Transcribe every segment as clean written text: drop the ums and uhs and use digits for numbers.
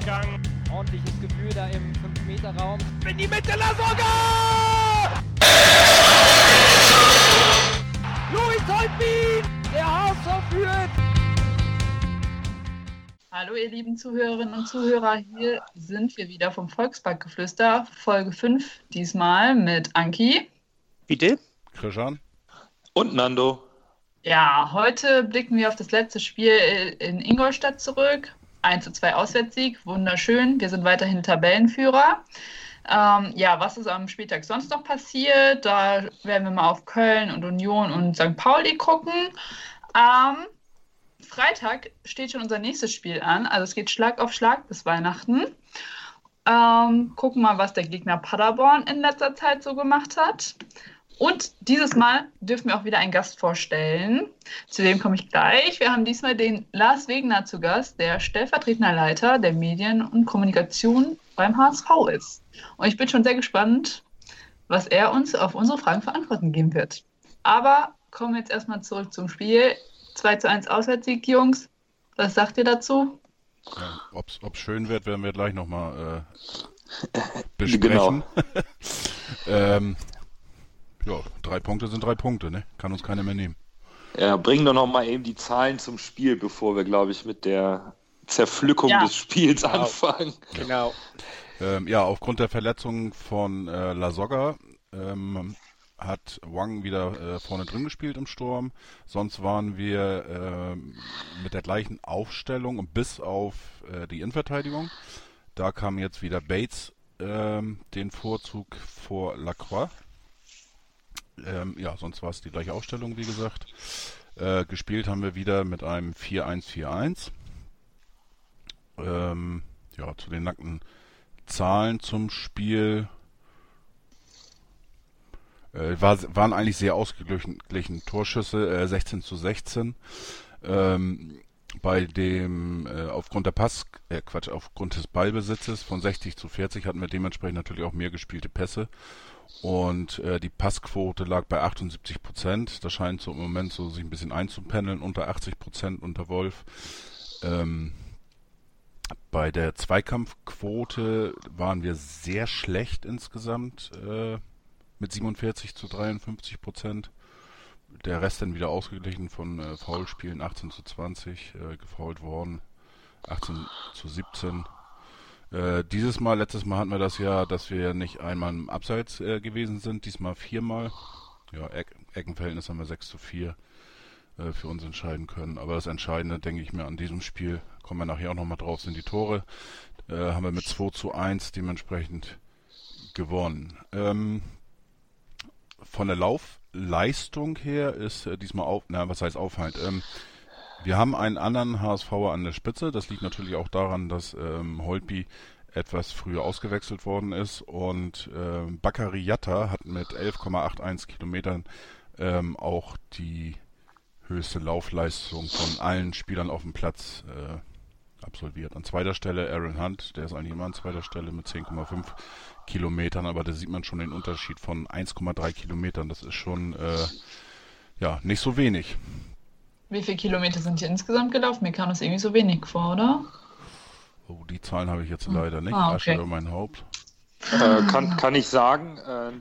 Durchgang. Ordentliches Gefühl da im 5-Meter-Raum. In die Mitte, Lasogga! Luis Holtbein, der HSV führt. Hallo ihr lieben Zuhörerinnen und Zuhörer, hier sind wir wieder vom Volksparkgeflüster, Folge 5 diesmal mit Anki. Bitte? Christian. Und Nando. Ja, heute blicken wir auf das letzte Spiel in Ingolstadt zurück. 1:2 Auswärtssieg, wunderschön. Wir sind weiterhin Tabellenführer. Was ist am Spieltag sonst noch passiert? Da werden wir mal auf Köln und Union und St. Pauli gucken. Freitag steht schon unser nächstes Spiel an. Also es geht Schlag auf Schlag bis Weihnachten. Gucken mal, was der Gegner Paderborn in letzter Zeit so gemacht hat. Und dieses Mal dürfen wir auch wieder einen Gast vorstellen. Zu dem komme ich gleich. Wir haben diesmal den Lars Wegener zu Gast, der stellvertretender Leiter der Medien und Kommunikation beim HSV ist. Und ich bin schon sehr gespannt, was er uns auf unsere Fragen für Antworten geben wird. Aber kommen wir jetzt erstmal zurück zum Spiel. 2:1 Auswärtssieg, Jungs. Was sagt ihr dazu? Ja, ob es schön wird, werden wir gleich nochmal besprechen. Genau. Ja, 3 Punkte sind 3 Punkte, ne? Kann uns keiner mehr nehmen. Ja, bringen doch noch mal eben die Zahlen zum Spiel, bevor wir, glaube ich, mit der Zerpflückung des Spiels anfangen. Genau. Aufgrund der Verletzung von Lasogga hat Wang wieder vorne drin gespielt im Sturm. Sonst waren wir mit der gleichen Aufstellung und bis auf die Innenverteidigung. Da kam jetzt wieder Bates den Vorzug vor Lacroix. Sonst war es die gleiche Aufstellung, wie gesagt. Gespielt haben wir wieder mit einem 4-1-4-1. Zu den nackten Zahlen zum Spiel. Waren eigentlich sehr ausgeglichen. Torschüsse 16:16. Bei dem aufgrund des Ballbesitzes von 60:40 hatten wir dementsprechend natürlich auch mehr gespielte Pässe. Und die Passquote lag bei 78%. Das scheint so im Moment so sich ein bisschen einzupendeln, unter 80% unter Wolf. Bei der Zweikampfquote waren wir sehr schlecht insgesamt mit 47:53%. Der Rest dann wieder ausgeglichen von Foulspielen 18:20, gefoult worden 18:17. Letztes Mal hatten wir das ja, dass wir nicht einmal im Abseits gewesen sind, diesmal 4-mal. Ja, Eckenverhältnis haben wir 6:4 für uns entscheiden können. Aber das Entscheidende, denke ich mir, an diesem Spiel, kommen wir nachher auch nochmal drauf, sind die Tore. Haben wir mit 2:1 dementsprechend gewonnen. Von der Laufleistung her ist diesmal auffallend. Wir haben einen anderen HSVer an der Spitze. Das liegt natürlich auch daran, dass Holtby etwas früher ausgewechselt worden ist. Und Bakary Yatta hat mit 11,81 Kilometern auch die höchste Laufleistung von allen Spielern auf dem Platz absolviert. An zweiter Stelle Aaron Hunt, der ist eigentlich immer an zweiter Stelle mit 10,5 Kilometern. Aber da sieht man schon den Unterschied von 1,3 Kilometern. Das ist schon nicht so wenig. Wie viele Kilometer sind hier insgesamt gelaufen? Mir kam das irgendwie so wenig vor, oder? Oh, die Zahlen habe ich jetzt leider nicht. Okay. Asche über mein Haupt. Kann ich sagen,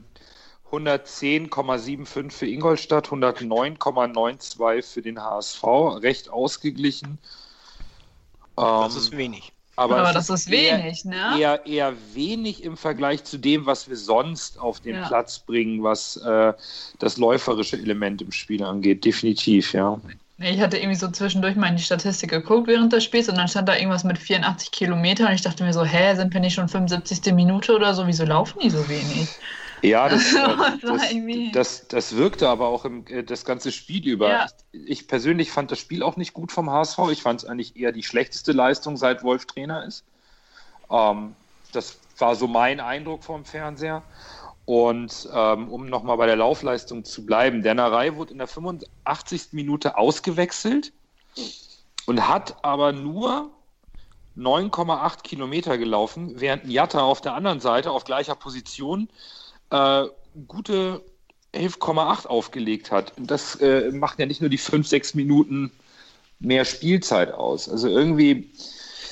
110,75 für Ingolstadt, 109,92 für den HSV. Recht ausgeglichen. Das ist wenig. Aber das ist wenig, ne? Eher wenig im Vergleich zu dem, was wir sonst auf den Platz bringen, was das läuferische Element im Spiel angeht. Definitiv, ja. Ich hatte irgendwie so zwischendurch mal in die Statistik geguckt während des Spiels und dann stand da irgendwas mit 84 Kilometern und ich dachte mir so, sind wir nicht schon 75. Minute oder so? Wieso laufen die so wenig? Ja, das wirkte aber auch das ganze Spiel über. Ja. Ich persönlich fand das Spiel auch nicht gut vom HSV. Ich fand es eigentlich eher die schlechteste Leistung, seit Wolf Trainer ist. Das war so mein Eindruck vom Fernseher. Und um nochmal bei der Laufleistung zu bleiben, der Narei wurde in der 85. Minute ausgewechselt und hat aber nur 9,8 Kilometer gelaufen, während Yatta auf der anderen Seite auf gleicher Position gute 11,8 aufgelegt hat. Und das macht ja nicht nur die 5-6 Minuten mehr Spielzeit aus. Also irgendwie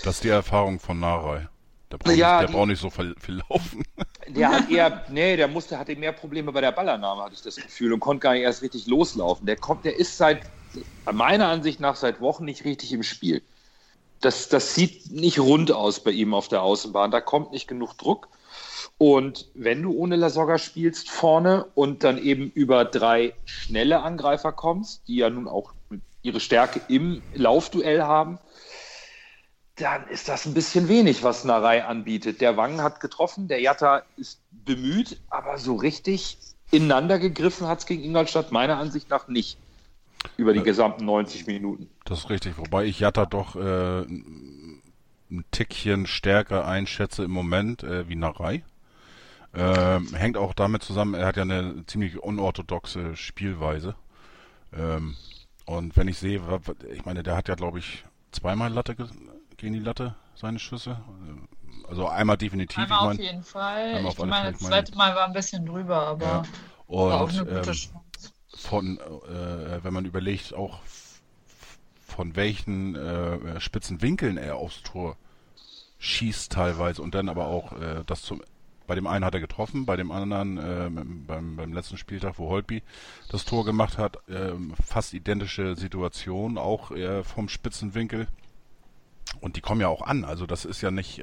Das ist die Erfahrung von Narei. Der braucht nicht so viel laufen. Der hat hatte mehr Probleme bei der Ballannahme, hatte ich das Gefühl, und konnte gar nicht erst richtig loslaufen. Der ist meiner Ansicht nach seit Wochen nicht richtig im Spiel. Das sieht nicht rund aus bei ihm auf der Außenbahn. Da kommt nicht genug Druck. Und wenn du ohne Lasogga spielst vorne und dann eben über 3 schnelle Angreifer kommst, die ja nun auch ihre Stärke im Laufduell haben, dann ist das ein bisschen wenig, was Narei anbietet. Der Wangen hat getroffen, der Jatta ist bemüht, aber so richtig ineinander gegriffen hat es gegen Ingolstadt meiner Ansicht nach nicht. Über die gesamten 90 Minuten. Das ist richtig, wobei ich Jatta doch ein Tickchen stärker einschätze im Moment wie Narei. Hängt auch damit zusammen, er hat ja eine ziemlich unorthodoxe Spielweise. Und wenn ich sehe, ich meine, der hat ja, glaube ich, 2-mal gegen die Latte, seine Schüsse. Also einmal definitiv. Einmal auf jeden Fall. Ich meine, das zweite Mal war ein bisschen drüber, aber ja. war auch eine gute Chance. Wenn man überlegt, auch von welchen spitzen Winkeln er aufs Tor schießt teilweise und dann aber auch bei dem einen hat er getroffen, bei dem anderen beim letzten Spieltag, wo Holtby das Tor gemacht hat, fast identische Situation, auch vom Spitzenwinkel. Und die kommen ja auch an, also das ist ja nicht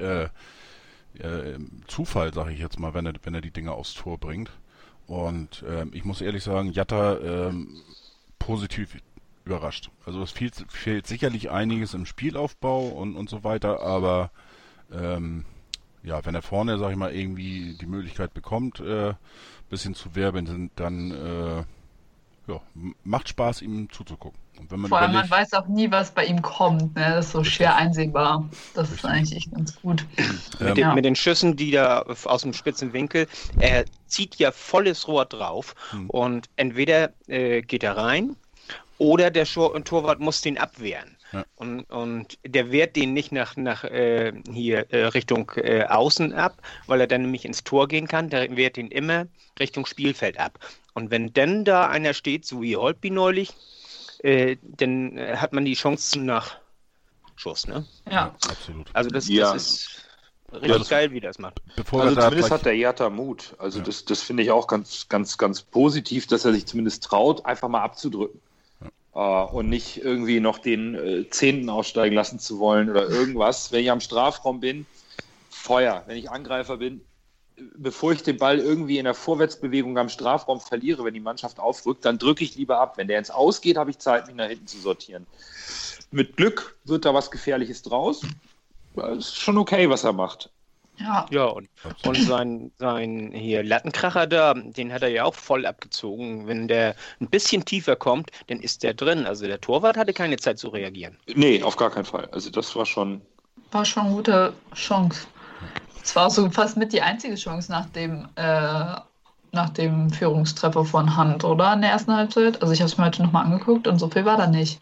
Zufall, sage ich jetzt mal, wenn er die Dinge aufs Tor bringt. Und ich muss ehrlich sagen, Jatta positiv überrascht. Also es fehlt sicherlich einiges im Spielaufbau und so weiter, aber wenn er vorne, sag ich mal, irgendwie die Möglichkeit bekommt, bisschen zu wirbeln, dann macht Spaß, ihm zuzugucken. Und wenn man vor allem, man weiß auch nie, was bei ihm kommt. Ne? Das ist so schwer einsehbar. Das ist eigentlich echt ganz gut. Mit den Schüssen, die da aus dem spitzen Winkel, er zieht ja volles Rohr drauf und entweder geht er rein oder der Torwart muss den abwehren. Ja. Und der wehrt den nicht nach Richtung Außen ab, weil er dann nämlich ins Tor gehen kann. Der wehrt den immer Richtung Spielfeld ab. Und wenn dann da einer steht, so wie Holtby neulich, dann hat man die Chance zum Nachschuss, ne? Ja, absolut. Also das ist richtig geil, wie das macht. Zumindest hat der Jatta Mut. Also das finde ich auch ganz, ganz, ganz positiv, dass er sich zumindest traut, einfach mal abzudrücken. Und nicht irgendwie noch den Zehnten aussteigen lassen zu wollen oder irgendwas. Wenn ich am Strafraum bin, Feuer. Wenn ich Angreifer bin, bevor ich den Ball irgendwie in der Vorwärtsbewegung am Strafraum verliere, wenn die Mannschaft aufrückt, dann drücke ich lieber ab. Wenn der ins Aus geht, habe ich Zeit, mich nach hinten zu sortieren. Mit Glück wird da was Gefährliches draus. Das ist schon okay, was er macht. Ja, und sein hier Lattenkracher da, den hat er ja auch voll abgezogen. Wenn der ein bisschen tiefer kommt, dann ist der drin. Also der Torwart hatte keine Zeit zu reagieren. Nee, auf gar keinen Fall. Also das war schon... War schon eine gute Chance. Es war auch so fast mit die einzige Chance nach dem Führungstreffer von Hand, oder? In der ersten Halbzeit. Also ich habe es mir heute nochmal angeguckt und so viel war da nicht.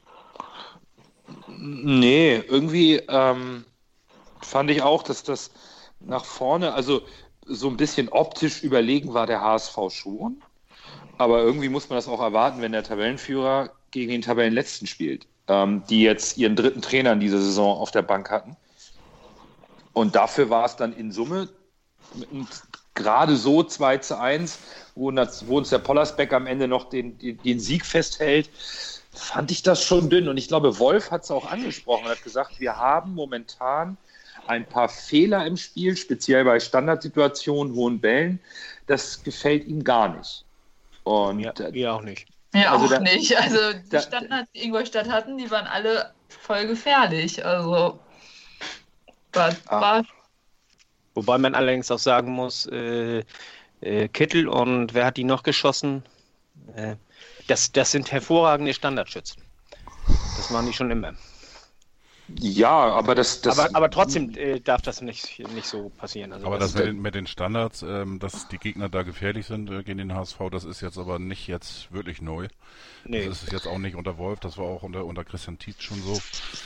Nee, irgendwie fand ich auch, dass das nach vorne, also so ein bisschen optisch überlegen war der HSV schon. Aber irgendwie muss man das auch erwarten, wenn der Tabellenführer gegen den Tabellenletzten spielt, die jetzt ihren 3. Trainer in dieser Saison auf der Bank hatten. Und dafür war es dann in Summe gerade so 2:1, wo uns der Pollersbeck am Ende noch den Sieg festhält, fand ich das schon dünn. Und ich glaube, Wolf hat es auch angesprochen und hat gesagt, wir haben momentan ein paar Fehler im Spiel, speziell bei Standardsituationen, hohen Bällen. Das gefällt ihm gar nicht. Und mir auch nicht. Ja, also auch nicht. Also die Standards, die Ingolstadt hatten, die waren alle voll gefährlich. Also war wobei man allerdings auch sagen muss, Kittel und wer hat die noch geschossen? Das sind hervorragende Standardschützen. Das machen die schon immer. Ja, aber aber trotzdem darf das nicht so passieren. Also aber das mit den Standards, dass die Gegner da gefährlich sind gegen den HSV, das ist jetzt aber nicht jetzt wirklich neu. Nee. Das ist jetzt auch nicht unter Wolf, das war auch unter Christian Tietz schon so.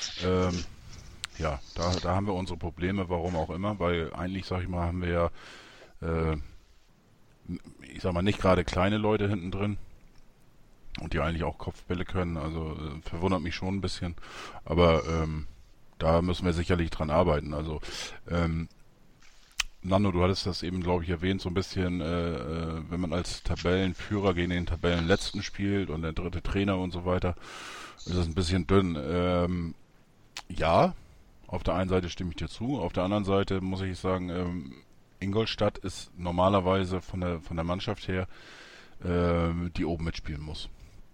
Da haben wir unsere Probleme, warum auch immer, weil eigentlich, sag ich mal, haben wir ja, ich sag mal, nicht gerade kleine Leute hinten drin und die eigentlich auch Kopfbälle können, also verwundert mich schon ein bisschen, aber da müssen wir sicherlich dran arbeiten. Also Nando, du hattest das eben, glaube ich, erwähnt, so ein bisschen, wenn man als Tabellenführer gegen den Tabellenletzten spielt und der dritte Trainer und so weiter, ist das ein bisschen dünn. Ja, auf der einen Seite stimme ich dir zu, auf der anderen Seite muss ich sagen, Ingolstadt ist normalerweise von der Mannschaft her, die oben mitspielen muss.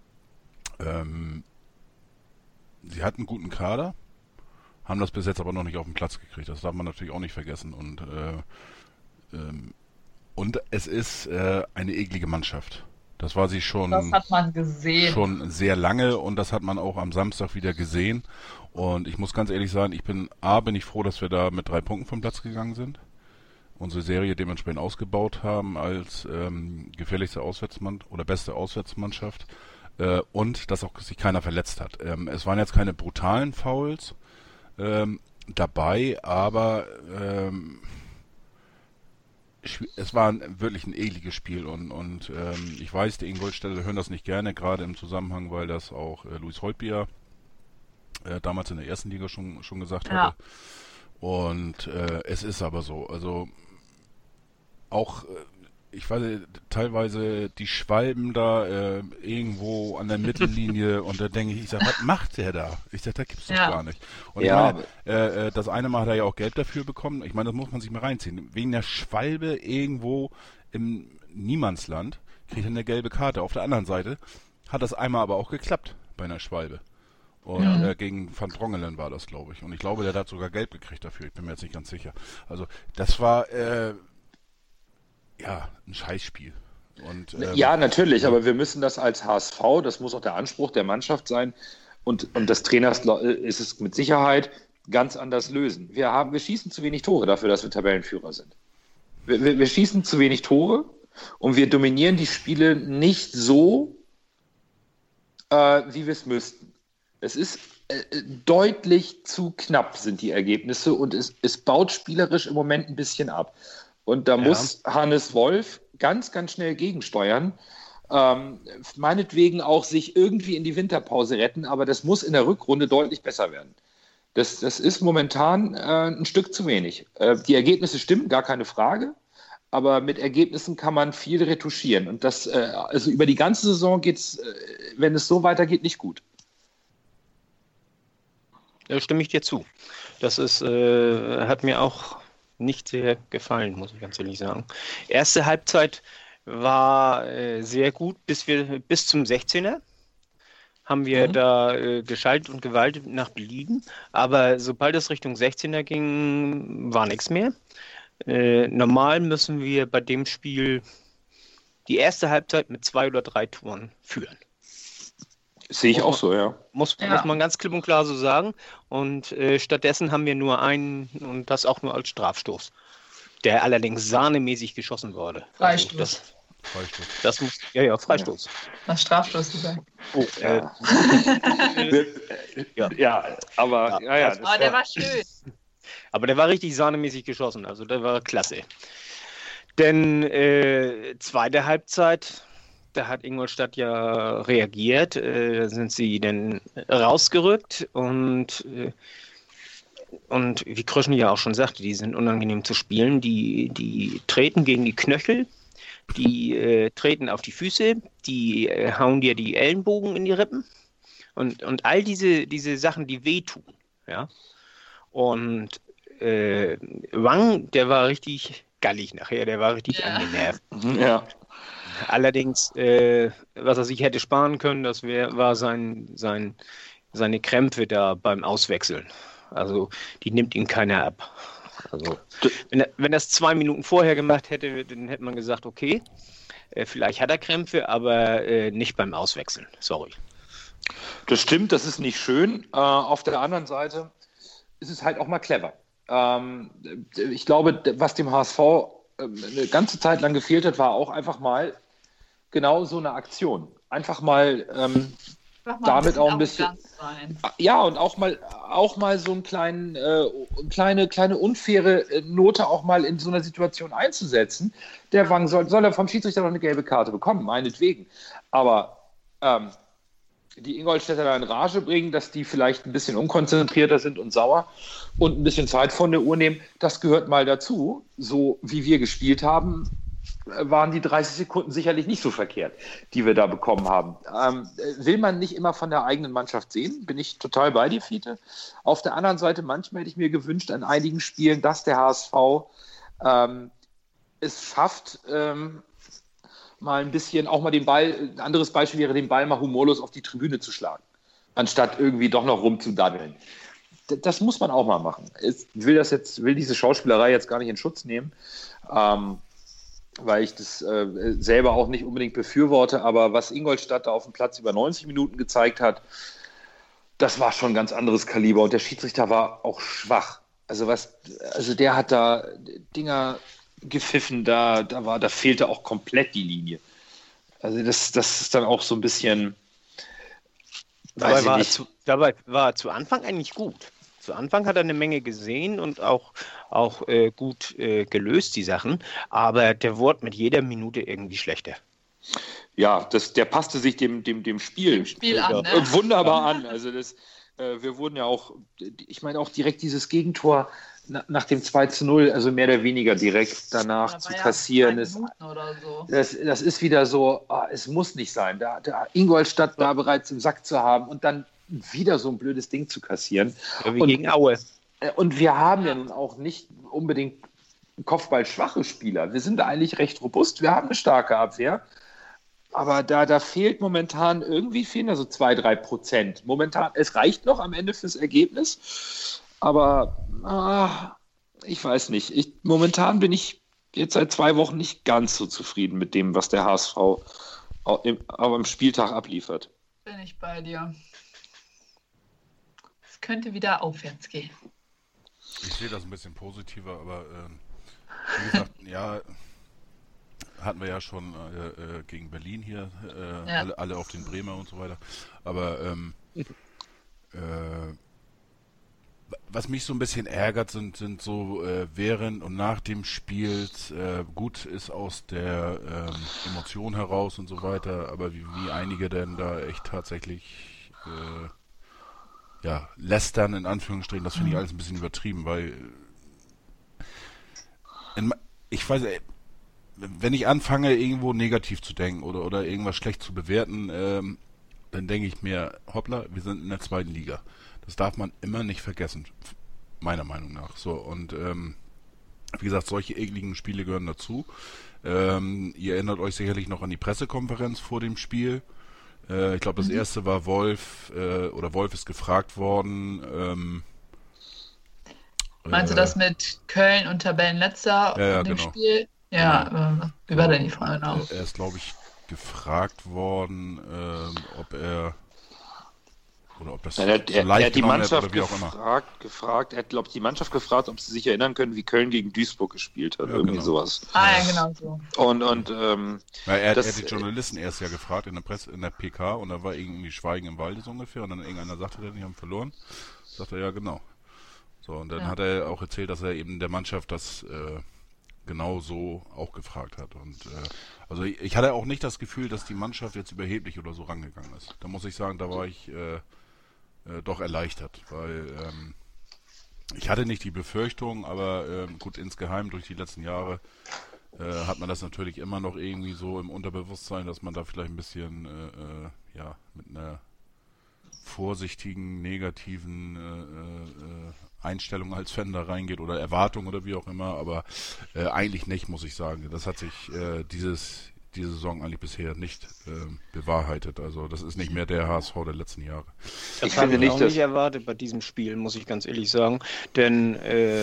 Sie hatten einen guten Kader, haben das bis jetzt aber noch nicht auf den Platz gekriegt. Das darf man natürlich auch nicht vergessen. Und es ist eine eklige Mannschaft. Das war sie schon. Das hat man gesehen. Schon sehr lange und das hat man auch am Samstag wieder gesehen. Und ich muss ganz ehrlich sagen, bin ich froh, dass wir da mit 3 Punkten vom Platz gegangen sind. Unsere Serie dementsprechend ausgebaut haben als gefährlichste oder beste Auswärtsmannschaft. Und dass auch sich keiner verletzt hat. Es waren jetzt keine brutalen Fouls dabei, aber es war wirklich ein ekliges Spiel und ich weiß, die Ingolstädter hören das nicht gerne, gerade im Zusammenhang, weil das auch Luis Holtbier damals in der ersten Liga schon gesagt hatte. Und es ist aber so, also auch ich weiß nicht, teilweise die Schwalben da irgendwo an der Mittellinie und da denke ich sag, was macht der da? Ich sag, da gibt's doch gar nicht. Und ich meine, das eine Mal hat er ja auch Gelb dafür bekommen. Ich meine, das muss man sich mal reinziehen. Wegen der Schwalbe irgendwo im Niemandsland kriegt er eine gelbe Karte. Auf der anderen Seite hat das einmal aber auch geklappt bei einer Schwalbe. Und gegen Van Drongelen war das, glaube ich. Und ich glaube, der hat sogar Gelb gekriegt dafür. Ich bin mir jetzt nicht ganz sicher. Also das war ein Scheißspiel. Und, ja, natürlich, aber wir müssen das als HSV, das muss auch der Anspruch der Mannschaft sein und des Trainers ist es mit Sicherheit ganz anders lösen. Wir schießen zu wenig Tore dafür, dass wir Tabellenführer sind. Wir schießen zu wenig Tore und wir dominieren die Spiele nicht so, wie wir es müssten. Es ist deutlich zu knapp sind die Ergebnisse und es baut spielerisch im Moment ein bisschen ab. Und da muss Hannes Wolf ganz, ganz schnell gegensteuern. Meinetwegen auch sich irgendwie in die Winterpause retten, aber das muss in der Rückrunde deutlich besser werden. Das ist momentan ein Stück zu wenig. Die Ergebnisse stimmen, gar keine Frage, aber mit Ergebnissen kann man viel retuschieren. Und das, also über die ganze Saison geht es, wenn es so weitergeht, nicht gut. Da stimme ich dir zu. Das hat mir auch nicht sehr gefallen, muss ich ganz ehrlich sagen. Erste Halbzeit war sehr gut, bis zum 16er haben wir da geschaltet und gewaltet nach Belieben, aber sobald es Richtung 16er ging, war nichts mehr. Normal müssen wir bei dem Spiel die erste Halbzeit mit 2 oder 3 Toren führen. Sehe ich auch so, ja. Muss man ganz klipp und klar so sagen. Und stattdessen haben wir nur einen und das auch nur als Strafstoß, der allerdings sahnemäßig geschossen wurde. Freistoß. Freistoß. Das muss, Freistoß. Was Strafstoß gesagt? Oh, aber der war schön. Aber der war richtig sahnemäßig geschossen, also der war klasse. Denn zweite Halbzeit, da hat Ingolstadt ja reagiert, da sind sie dann rausgerückt und wie Kröschen ja auch schon sagte, die sind unangenehm zu spielen, die treten gegen die Knöchel, die treten auf die Füße, die hauen dir die Ellenbogen in die Rippen und all diese Sachen, die wehtun, ja. Und Wang, der war richtig gallig nachher, der war richtig angenervt. Ja. Allerdings, was er sich hätte sparen können, das war seine Krämpfe da beim Auswechseln. Also die nimmt ihm keiner ab. Also wenn er das 2 Minuten vorher gemacht hätte, dann hätte man gesagt, okay, vielleicht hat er Krämpfe, aber nicht beim Auswechseln. Sorry. Das stimmt, das ist nicht schön. Auf der anderen Seite ist es halt auch mal clever. Ich glaube, was dem HSV eine ganze Zeit lang gefehlt hat, war auch einfach mal genau so eine Aktion. Einfach mal damit auch ein bisschen ja, und auch mal so einen kleine unfaire Note auch mal in so einer Situation einzusetzen. Der Wang soll er vom Schiedsrichter noch eine gelbe Karte bekommen, meinetwegen. Aber die Ingolstädter da in Rage bringen, dass die vielleicht ein bisschen unkonzentrierter sind und sauer und ein bisschen Zeit von der Uhr nehmen. Das gehört mal dazu. So wie wir gespielt haben, waren die 30 Sekunden sicherlich nicht so verkehrt, die wir da bekommen haben. Will man nicht immer von der eigenen Mannschaft sehen, bin ich total bei dir, Fiete. Auf der anderen Seite, manchmal hätte ich mir gewünscht an einigen Spielen, dass der HSV es schafft, mal ein bisschen, auch mal den Ball, ein anderes Beispiel wäre, den Ball mal humorlos auf die Tribüne zu schlagen, anstatt irgendwie doch noch rumzudaddeln. Das muss man auch mal machen. Ich will diese Schauspielerei jetzt gar nicht in Schutz nehmen, weil ich das selber auch nicht unbedingt befürworte, aber was Ingolstadt da auf dem Platz über 90 Minuten gezeigt hat, das war schon ein ganz anderes Kaliber und der Schiedsrichter war auch schwach. Also der hat da Dinger gepfiffen, da fehlte auch komplett die Linie. Also das ist dann auch so ein bisschen. Dabei war er zu Anfang eigentlich gut. Zu Anfang hat er eine Menge gesehen und auch gut gelöst, die Sachen. Aber der wurde mit jeder Minute irgendwie schlechter. Ja, der passte sich dem Spiel an, ne? Wunderbar an. Also wir wurden ja auch, ich meine auch direkt dieses Gegentor nach dem 2:0, also mehr oder weniger direkt danach zu kassieren. Oder so. Das ist wieder so, es muss nicht sein, da Ingolstadt da bereits im Sack zu haben und dann wieder so ein blödes Ding zu kassieren. Ja, wie gegen Aue. Und wir haben ja nun auch nicht unbedingt kopfballschwache Spieler. Wir sind da eigentlich recht robust, wir haben eine starke Abwehr. Aber da fehlen so 2-3%. Momentan, es reicht noch am Ende fürs Ergebnis, aber ich weiß nicht. Momentan bin ich jetzt seit 2 Wochen nicht ganz so zufrieden mit dem, was der HSV am Spieltag abliefert. Bin ich bei dir. Es könnte wieder aufwärts gehen. Ich sehe das ein bisschen positiver, aber wie gesagt, ja, hatten wir ja schon gegen Berlin hier, alle auf den Bremer und so weiter. Aber was mich so ein bisschen ärgert, sind so während und nach dem Spiel, gut ist aus der Emotion heraus und so weiter, aber wie einige denn da echt tatsächlich lästern in Anführungsstrichen, das finde ich alles ein bisschen übertrieben, weil ich weiß, wenn ich anfange, irgendwo negativ zu denken oder irgendwas schlecht zu bewerten, dann denke ich mir, hoppla, wir sind in der 2. Liga. Das darf man immer nicht vergessen, meiner Meinung nach. So, und wie gesagt, solche ekligen Spiele gehören dazu. Ihr erinnert euch sicherlich noch an die Pressekonferenz vor dem Spiel. Ich glaube, das erste war Wolf ist gefragt worden. Meinst du das mit Köln und Tabellenletzter in dem genau. Spiel? Ja, wie war denn die Frage genau? Er ist, glaube ich, gefragt worden, ob er oder ob das er hat die Mannschaft gefragt, er hat, glaube ich, die Mannschaft gefragt, ob sie sich erinnern können, wie Köln gegen Duisburg gespielt hat, irgendwie sowas. Ja, genau so. Er hat die Journalisten erst gefragt in der PK und da war irgendwie Schweigen im Walde so ungefähr und dann irgendeiner sagte, die haben verloren. Sagt er, ja, genau. So, und dann hat er auch erzählt, dass er eben der Mannschaft das genau so auch gefragt hat. Und also ich hatte auch nicht das Gefühl, dass die Mannschaft jetzt überheblich oder so rangegangen ist. Da muss ich sagen, da war ich doch erleichtert, weil ich hatte nicht die Befürchtung, aber gut, insgeheim durch die letzten Jahre hat man das natürlich immer noch irgendwie so im Unterbewusstsein, dass man da vielleicht ein bisschen mit einer vorsichtigen, negativen Einstellung als Fan da reingeht oder Erwartung oder wie auch immer, aber eigentlich nicht, muss ich sagen. Das hat sich diese Saison eigentlich bisher nicht bewahrheitet. Also das ist nicht mehr der HSV der letzten Jahre. Das habe ich auch nicht erwartet bei diesem Spiel, muss ich ganz ehrlich sagen. Denn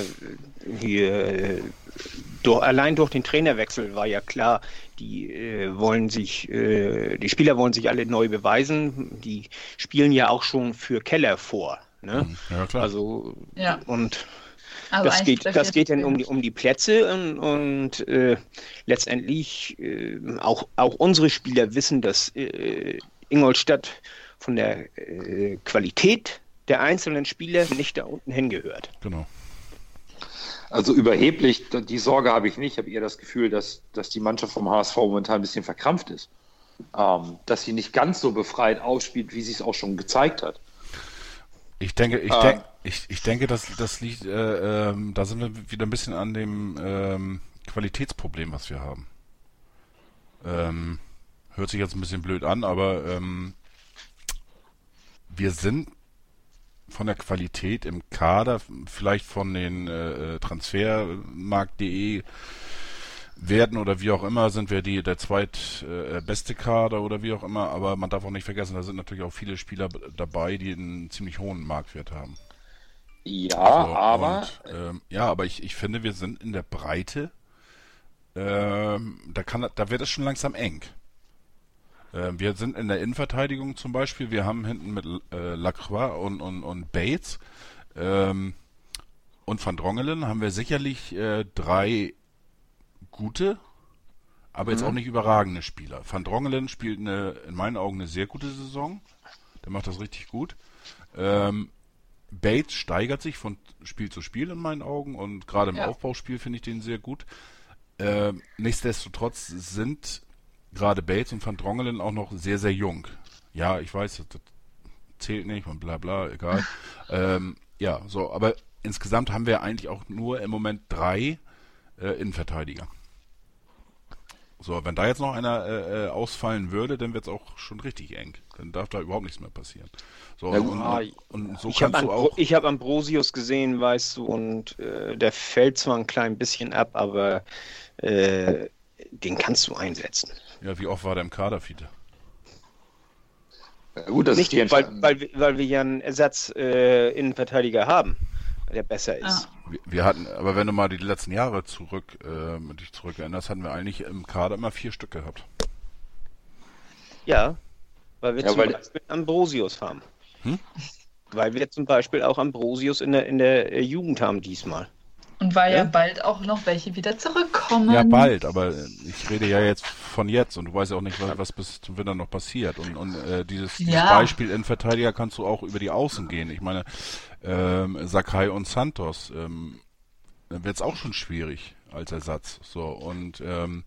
allein durch den Trainerwechsel war ja klar, die Spieler wollen sich alle neu beweisen. Die spielen ja auch schon für Keller vor. Ne? Ja, klar. Also das geht dann um die Plätze und letztendlich auch unsere Spieler wissen, dass Ingolstadt von der Qualität der einzelnen Spieler nicht da unten hingehört. Genau. Also überheblich, die Sorge habe ich nicht. Ich habe eher das Gefühl, dass die Mannschaft vom HSV momentan ein bisschen verkrampft ist. dass sie nicht ganz so befreit aufspielt, wie sie es auch schon gezeigt hat. Ich denke, das liegt, da sind wir wieder ein bisschen an dem Qualitätsproblem, was wir haben. Hört sich jetzt ein bisschen blöd an, aber wir sind von der Qualität im Kader, vielleicht von den Transfermarkt.de Werten oder wie auch immer, sind wir der zweitbeste Kader oder wie auch immer, aber man darf auch nicht vergessen, da sind natürlich auch viele Spieler dabei, die einen ziemlich hohen Marktwert haben. Ja, So, aber aber ich finde, wir sind in der Breite, da wird es schon langsam eng. Wir sind in der Innenverteidigung zum Beispiel, wir haben hinten mit Lacroix und Bates und Van Drongelen haben wir sicherlich 3 gute, aber jetzt auch nicht überragende Spieler. Van Drongelen spielt in meinen Augen eine sehr gute Saison. Der macht das richtig gut. Bates steigert sich von Spiel zu Spiel in meinen Augen und gerade im Aufbauspiel finde ich den sehr gut. Nichtsdestotrotz sind gerade Bates und Van Drongelen auch noch sehr, sehr jung. Ja, ich weiß, das zählt nicht und bla bla, egal. Aber insgesamt haben wir eigentlich auch nur im Moment 3 Innenverteidiger. So, wenn da jetzt noch einer ausfallen würde, dann wird es auch schon richtig eng. Dann darf da überhaupt nichts mehr passieren. So, und so kannst du auch... Ich habe Ambrosius gesehen, weißt du, und der fällt zwar ein klein bisschen ab, aber den kannst du einsetzen. Ja, wie oft war der im Kader, Fiete? gut, das Nicht, ist die weil wir ja einen Ersatz-Innenverteidiger haben, der besser ist. Wir hatten, aber wenn du mal die letzten Jahre dich zurück erinnerst, hatten wir eigentlich im Kader immer 4 Stück gehabt. Ja, weil wir zum Beispiel Ambrosius haben. Weil wir zum Beispiel auch Ambrosius in der Jugend haben diesmal. Und weil ja bald auch noch welche wieder zurückkommen. Ja, bald, aber ich rede ja jetzt von jetzt und du weißt ja auch nicht, was bis zum Winter noch passiert. Und dieses Beispiel Innenverteidiger kannst du auch über die Außen gehen. Ich meine, Sakai und Santos, dann wird es auch schon schwierig als Ersatz. So, und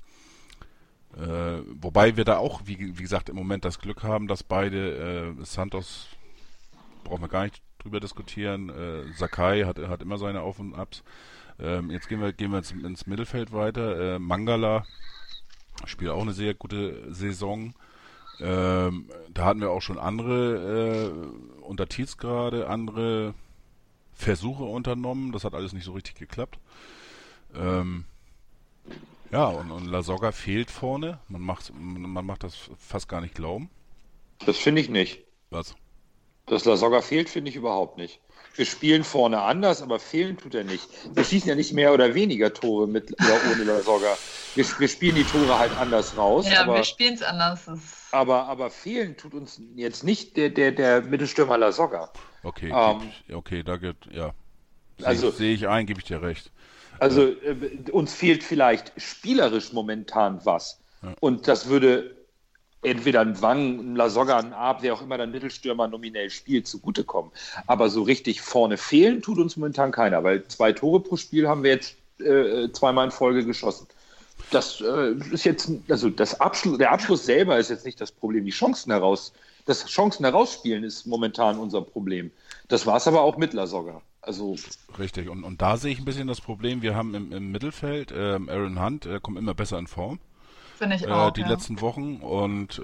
wobei wir da auch, wie gesagt, im Moment das Glück haben, dass beide Santos brauchen wir gar nicht drüber diskutieren. Sakai hat immer seine Auf und Abs. Jetzt gehen wir ins Mittelfeld weiter. Mangala spielt auch eine sehr gute Saison. Da hatten wir auch schon andere unter Tietz gerade andere Versuche unternommen. Das hat alles nicht so richtig geklappt. Und Lasogga fehlt vorne. Man macht das fast gar nicht glauben. Das finde ich nicht. Was? Dass Lasogga fehlt, finde ich überhaupt nicht. Wir spielen vorne anders, aber fehlen tut er nicht. Wir schießen ja nicht mehr oder weniger Tore mit oder ohne Lasogga. Wir spielen die Tore halt anders raus. Ja, wir spielen es anders. Aber fehlen tut uns jetzt nicht der Mittelstürmer Lasogga. Okay, da gibt, ja. Also sehe ich ein, gebe ich dir recht. Also uns fehlt vielleicht spielerisch momentan was. Ja. Und das würde entweder ein Wang, ein Lasogga, ein Ab, wer auch immer dann Mittelstürmer nominell spielt, zugutekommen. Aber so richtig vorne fehlen tut uns momentan keiner, weil 2 Tore pro Spiel haben wir jetzt 2-mal in Folge geschossen. Das ist jetzt, also der Abschluss selber ist jetzt nicht das Problem. Das Chancen herausspielen ist momentan unser Problem. Das war es aber auch mit Lasogga. Also richtig, und da sehe ich ein bisschen das Problem. Wir haben im Mittelfeld Aaron Hunt, kommt immer besser in Form. Finde ich auch, die letzten Wochen und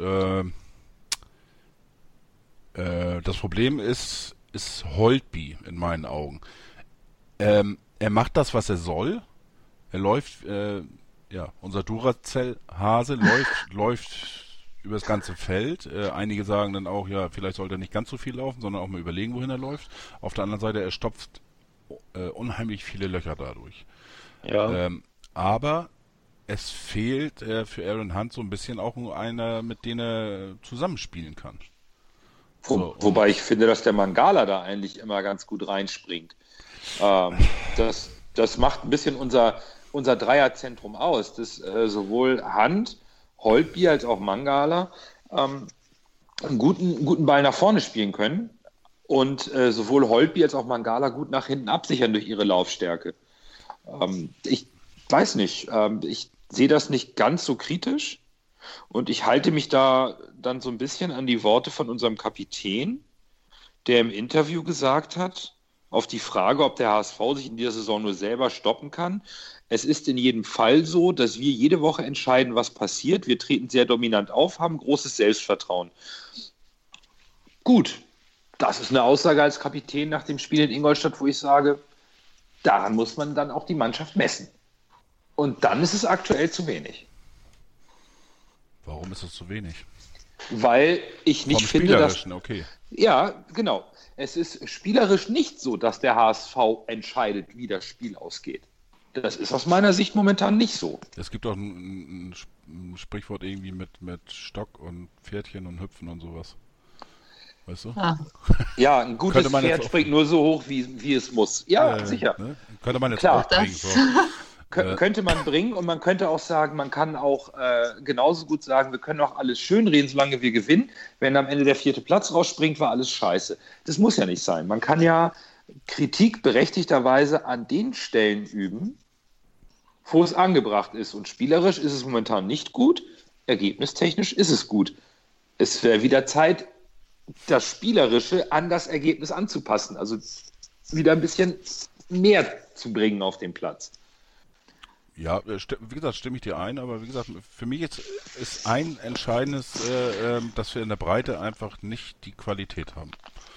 das Problem ist Holtby in meinen Augen. Er macht das, was er soll. Er läuft, unser Duracell-Hase läuft über das ganze Feld. Einige sagen dann auch, ja, vielleicht sollte er nicht ganz so viel laufen, sondern auch mal überlegen, wohin er läuft. Auf der anderen Seite, er stopft unheimlich viele Löcher dadurch. Ja. Aber es fehlt für Aaron Hunt so ein bisschen auch einer, mit dem er zusammenspielen kann. Wobei ich finde, dass der Mangala da eigentlich immer ganz gut reinspringt. Das macht ein bisschen unser Dreierzentrum aus, dass sowohl Hunt, Holtby als auch Mangala einen guten Ball nach vorne spielen können und sowohl Holtby als auch Mangala gut nach hinten absichern durch ihre Laufstärke. Ich weiß nicht, ich sehe das nicht ganz so kritisch. Und ich halte mich da dann so ein bisschen an die Worte von unserem Kapitän, der im Interview gesagt hat, auf die Frage, ob der HSV sich in dieser Saison nur selber stoppen kann. Es ist in jedem Fall so, dass wir jede Woche entscheiden, was passiert. Wir treten sehr dominant auf, haben großes Selbstvertrauen. Gut, das ist eine Aussage als Kapitän nach dem Spiel in Ingolstadt, wo ich sage, daran muss man dann auch die Mannschaft messen. Und dann ist es aktuell zu wenig. Warum ist es zu wenig? Weil ich nicht finde, dass... Okay. Ja, genau. Es ist spielerisch nicht so, dass der HSV entscheidet, wie das Spiel ausgeht. Das ist aus meiner Sicht momentan nicht so. Es gibt auch ein Sprichwort irgendwie mit Stock und Pferdchen und Hüpfen und sowas. Weißt du? Ja, ein gutes Pferd springt nur so hoch, wie es muss. Ja, sicher. Ne? Könnte man jetzt Klar, auch bringen. So. Könnte man bringen, und man könnte auch sagen, man kann auch genauso gut sagen, wir können auch alles schönreden, solange wir gewinnen. Wenn am Ende der 4. Platz rausspringt, war alles scheiße. Das muss ja nicht sein. Man kann ja Kritik berechtigterweise an den Stellen üben, wo es angebracht ist. Und spielerisch ist es momentan nicht gut, ergebnistechnisch ist es gut. Es wäre wieder Zeit, das Spielerische an das Ergebnis anzupassen. Also wieder ein bisschen mehr zu bringen auf den Platz. Ja, wie gesagt, stimme ich dir ein, aber wie gesagt, für mich ist ein entscheidendes, dass wir in der Breite einfach nicht die Qualität haben.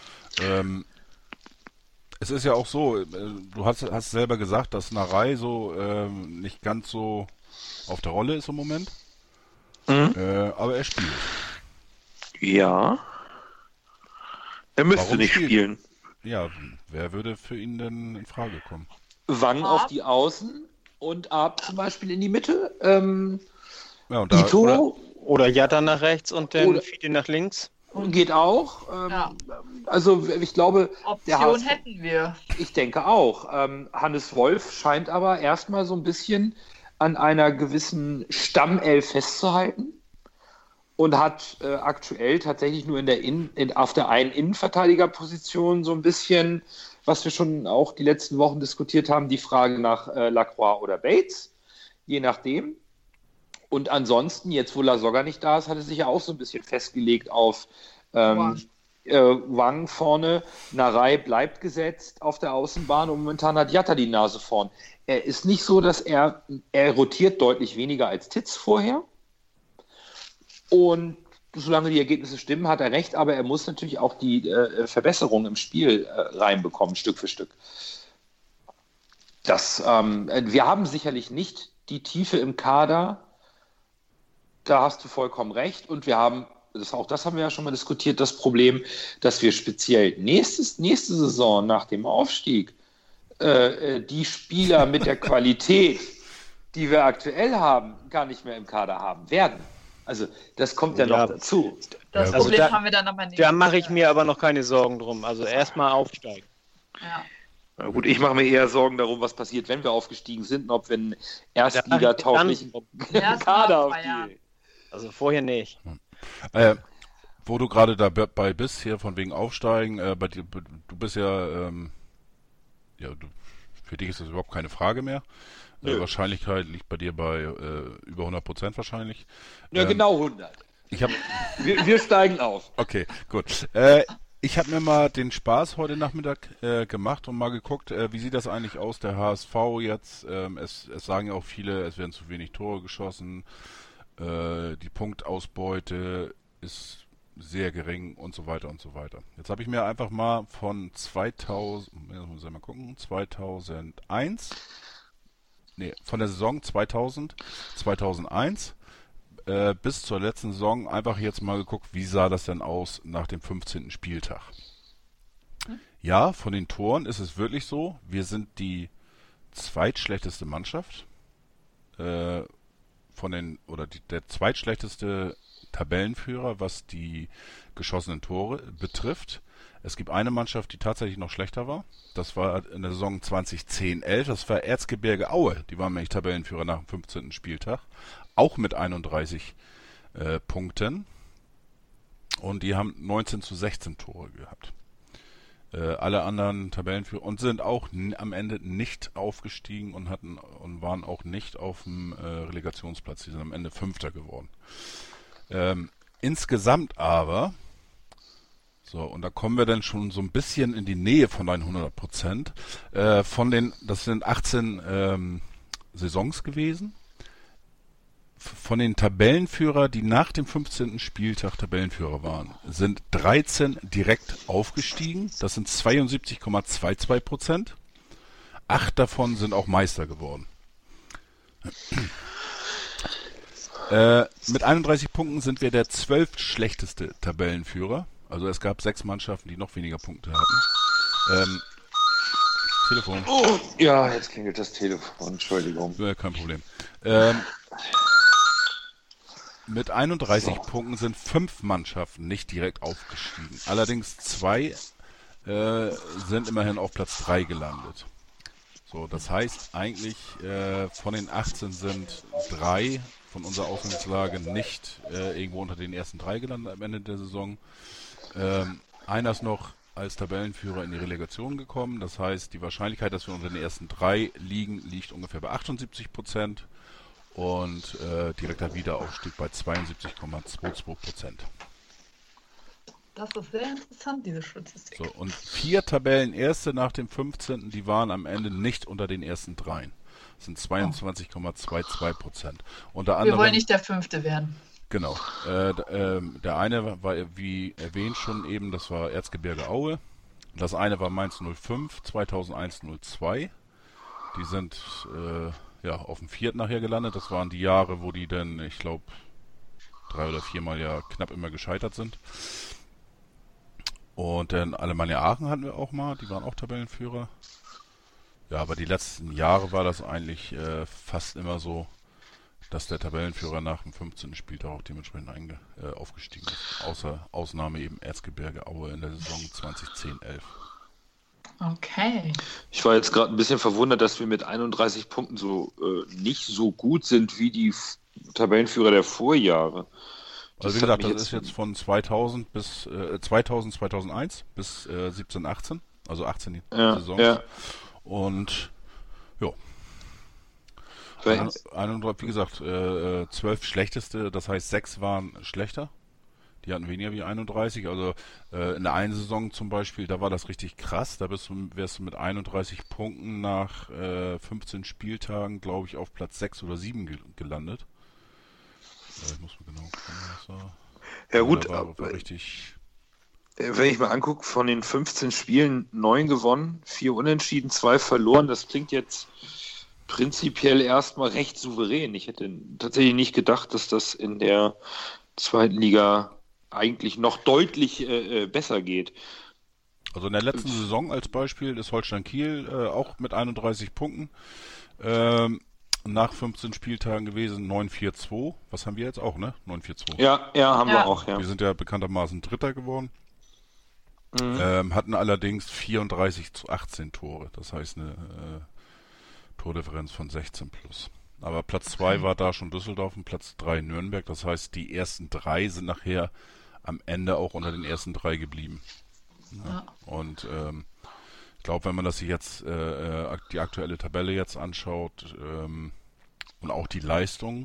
Es ist ja auch so, du hast selber gesagt, dass Narei so nicht ganz so auf der Rolle ist im Moment, aber er spielt. Ja. Er müsste Warum nicht spielen. Ja, wer würde für ihn denn in Frage kommen? Wang auf die Außen und Ab zum Beispiel in die Mitte. Ja, und da, Ito oder Jatta nach rechts und dann Fiete nach links. geht auch. Also ich glaube, Option hätten wir. Ich denke auch. Hannes Wolf scheint aber erstmal so ein bisschen an einer gewissen Stammelf festzuhalten und hat aktuell tatsächlich nur auf der einen Innenverteidigerposition so ein bisschen, was wir schon auch die letzten Wochen diskutiert haben, die Frage nach Lacroix oder Bates, je nachdem. Und ansonsten, jetzt wo Lasogga nicht da ist, hat er sich ja auch so ein bisschen festgelegt auf Wang vorne. Narei bleibt gesetzt auf der Außenbahn und momentan hat Jatta die Nase vorn. Er ist nicht so, dass er rotiert deutlich weniger als Titz vorher. Und solange die Ergebnisse stimmen, hat er recht, aber er muss natürlich auch die Verbesserung im Spiel reinbekommen, Stück für Stück. Wir haben sicherlich nicht die Tiefe im Kader, da hast du vollkommen recht, und wir haben, auch das haben wir ja schon mal diskutiert, das Problem, dass wir speziell nächste Saison nach dem Aufstieg die Spieler mit der Qualität, die wir aktuell haben, gar nicht mehr im Kader haben werden. Also das kommt ja noch dazu. Das Problem haben wir dann aber nicht. Da mache ich mir aber noch keine Sorgen drum. Also erstmal aufsteigen. Ja. Na gut, ich mache mir eher Sorgen darum, was passiert, wenn wir aufgestiegen sind, und ob wir einen erstligatauglichen Kader auf die... Also vorher nicht. Wo du gerade dabei bist, hier von wegen Aufsteigen, du bist ja, für dich ist das überhaupt keine Frage mehr. Wahrscheinlichkeit liegt bei dir bei über 100% wahrscheinlich. Ja, genau 100. Wir steigen auf. Okay, gut. Ich habe mir mal den Spaß heute Nachmittag gemacht und mal geguckt, wie sieht das eigentlich aus, der HSV jetzt. Es sagen ja auch viele, es werden zu wenig Tore geschossen. Die Punktausbeute ist sehr gering und so weiter und so weiter. Jetzt habe ich mir einfach mal von 2001, von der Saison 2001 bis zur letzten Saison einfach jetzt mal geguckt, wie sah das denn aus nach dem 15. Spieltag. Ja, von den Toren ist es wirklich so, wir sind die zweitschlechteste Mannschaft, der zweitschlechteste Tabellenführer, was die geschossenen Tore betrifft. Es gibt eine Mannschaft, die tatsächlich noch schlechter war. Das war in der Saison 2010/11. Das war Erzgebirge Aue. Die waren nämlich Tabellenführer nach dem 15. Spieltag. Auch mit 31 Punkten. Und die haben 19:16 Tore gehabt. Alle anderen Tabellenführer und sind auch am Ende nicht aufgestiegen und waren auch nicht auf dem Relegationsplatz. Die sind am Ende Fünfter geworden. Insgesamt aber, so, und da kommen wir dann schon so ein bisschen in die Nähe von den 100%. Das sind 18 Saisons gewesen. Von den Tabellenführer, die nach dem 15. Spieltag Tabellenführer waren, sind 13 direkt aufgestiegen. Das sind 72,22%. 8 davon sind auch Meister geworden. Mit 31 Punkten sind wir der 12. schlechteste Tabellenführer. Also es gab 6 Mannschaften, die noch weniger Punkte hatten. Telefon. Oh, ja, jetzt klingelt das Telefon. Entschuldigung. Kein Problem. Mit 31 Punkten sind 5 Mannschaften nicht direkt aufgestiegen. Allerdings 2 sind immerhin auf Platz 3 gelandet. So, das heißt eigentlich von den 18 sind 3 von unserer Ausgangslage nicht irgendwo unter den ersten 3 gelandet am Ende der Saison. Einer ist noch als Tabellenführer in die Relegation gekommen. Das heißt, die Wahrscheinlichkeit, dass wir unter den ersten 3 liegen, liegt ungefähr bei 78%. Und direkter Wiederaufstieg bei 72,22%. Das ist sehr interessant, diese Statistik. So, und 4 Tabellenerste nach dem 15. Die waren am Ende nicht unter den ersten 3. Das sind 22,22%. Unter anderem, wir wollen nicht der 5. werden. Genau. Der eine war, wie erwähnt schon eben, das war Erzgebirge Aue. Das eine war Mainz 05, 2001-02. Die sind auf dem 4. nachher gelandet. Das waren die Jahre, wo die dann, ich glaube, 3 oder 4 Mal ja knapp immer gescheitert sind. Und dann Alemannia Aachen hatten wir auch mal, die waren auch Tabellenführer. Ja, aber die letzten Jahre war das eigentlich fast immer so, dass der Tabellenführer nach dem 15. Spieltag auch dementsprechend aufgestiegen ist. Außer Ausnahme eben Erzgebirge Aue in der Saison 2010-11. Okay. Ich war jetzt gerade ein bisschen verwundert, dass wir mit 31 Punkten so nicht so gut sind wie die Tabellenführer der Vorjahre. Also wie gesagt, das ist jetzt von 2000 bis 2001 bis 17, 18, also 18 Saisons. Ja. Und ja. Wie gesagt, 12 schlechteste, das heißt 6 waren schlechter. Die hatten weniger wie 31. Also in der einen Saison zum Beispiel, da war das richtig krass. Da wärst du mit 31 Punkten nach 15 Spieltagen, glaube ich, auf Platz 6 oder 7 gelandet. Ich muss mal genau gucken, was war. Ja gut, war richtig. Wenn ich mal angucke, von den 15 Spielen 9 gewonnen, 4 unentschieden, 2 verloren. Das klingt jetzt prinzipiell erstmal recht souverän. Ich hätte tatsächlich nicht gedacht, dass das in der zweiten Liga eigentlich noch deutlich besser geht. Also in der letzten Saison als Beispiel ist Holstein Kiel auch mit 31 Punkten nach 15 Spieltagen gewesen, 9-4-2. Was haben wir jetzt auch, ne? 9-4-2. Ja, haben wir auch, ja. Wir sind ja bekanntermaßen Dritter geworden. Hatten allerdings 34-18 Tore. Das heißt eine Tordifferenz von 16 plus. Aber Platz 2 war da schon Düsseldorf und Platz 3 Nürnberg. Das heißt, die ersten 3 sind nachher am Ende auch unter den ersten 3 geblieben. Ja. Und ich glaube, wenn man das sich jetzt die aktuelle Tabelle jetzt anschaut und auch die Leistung,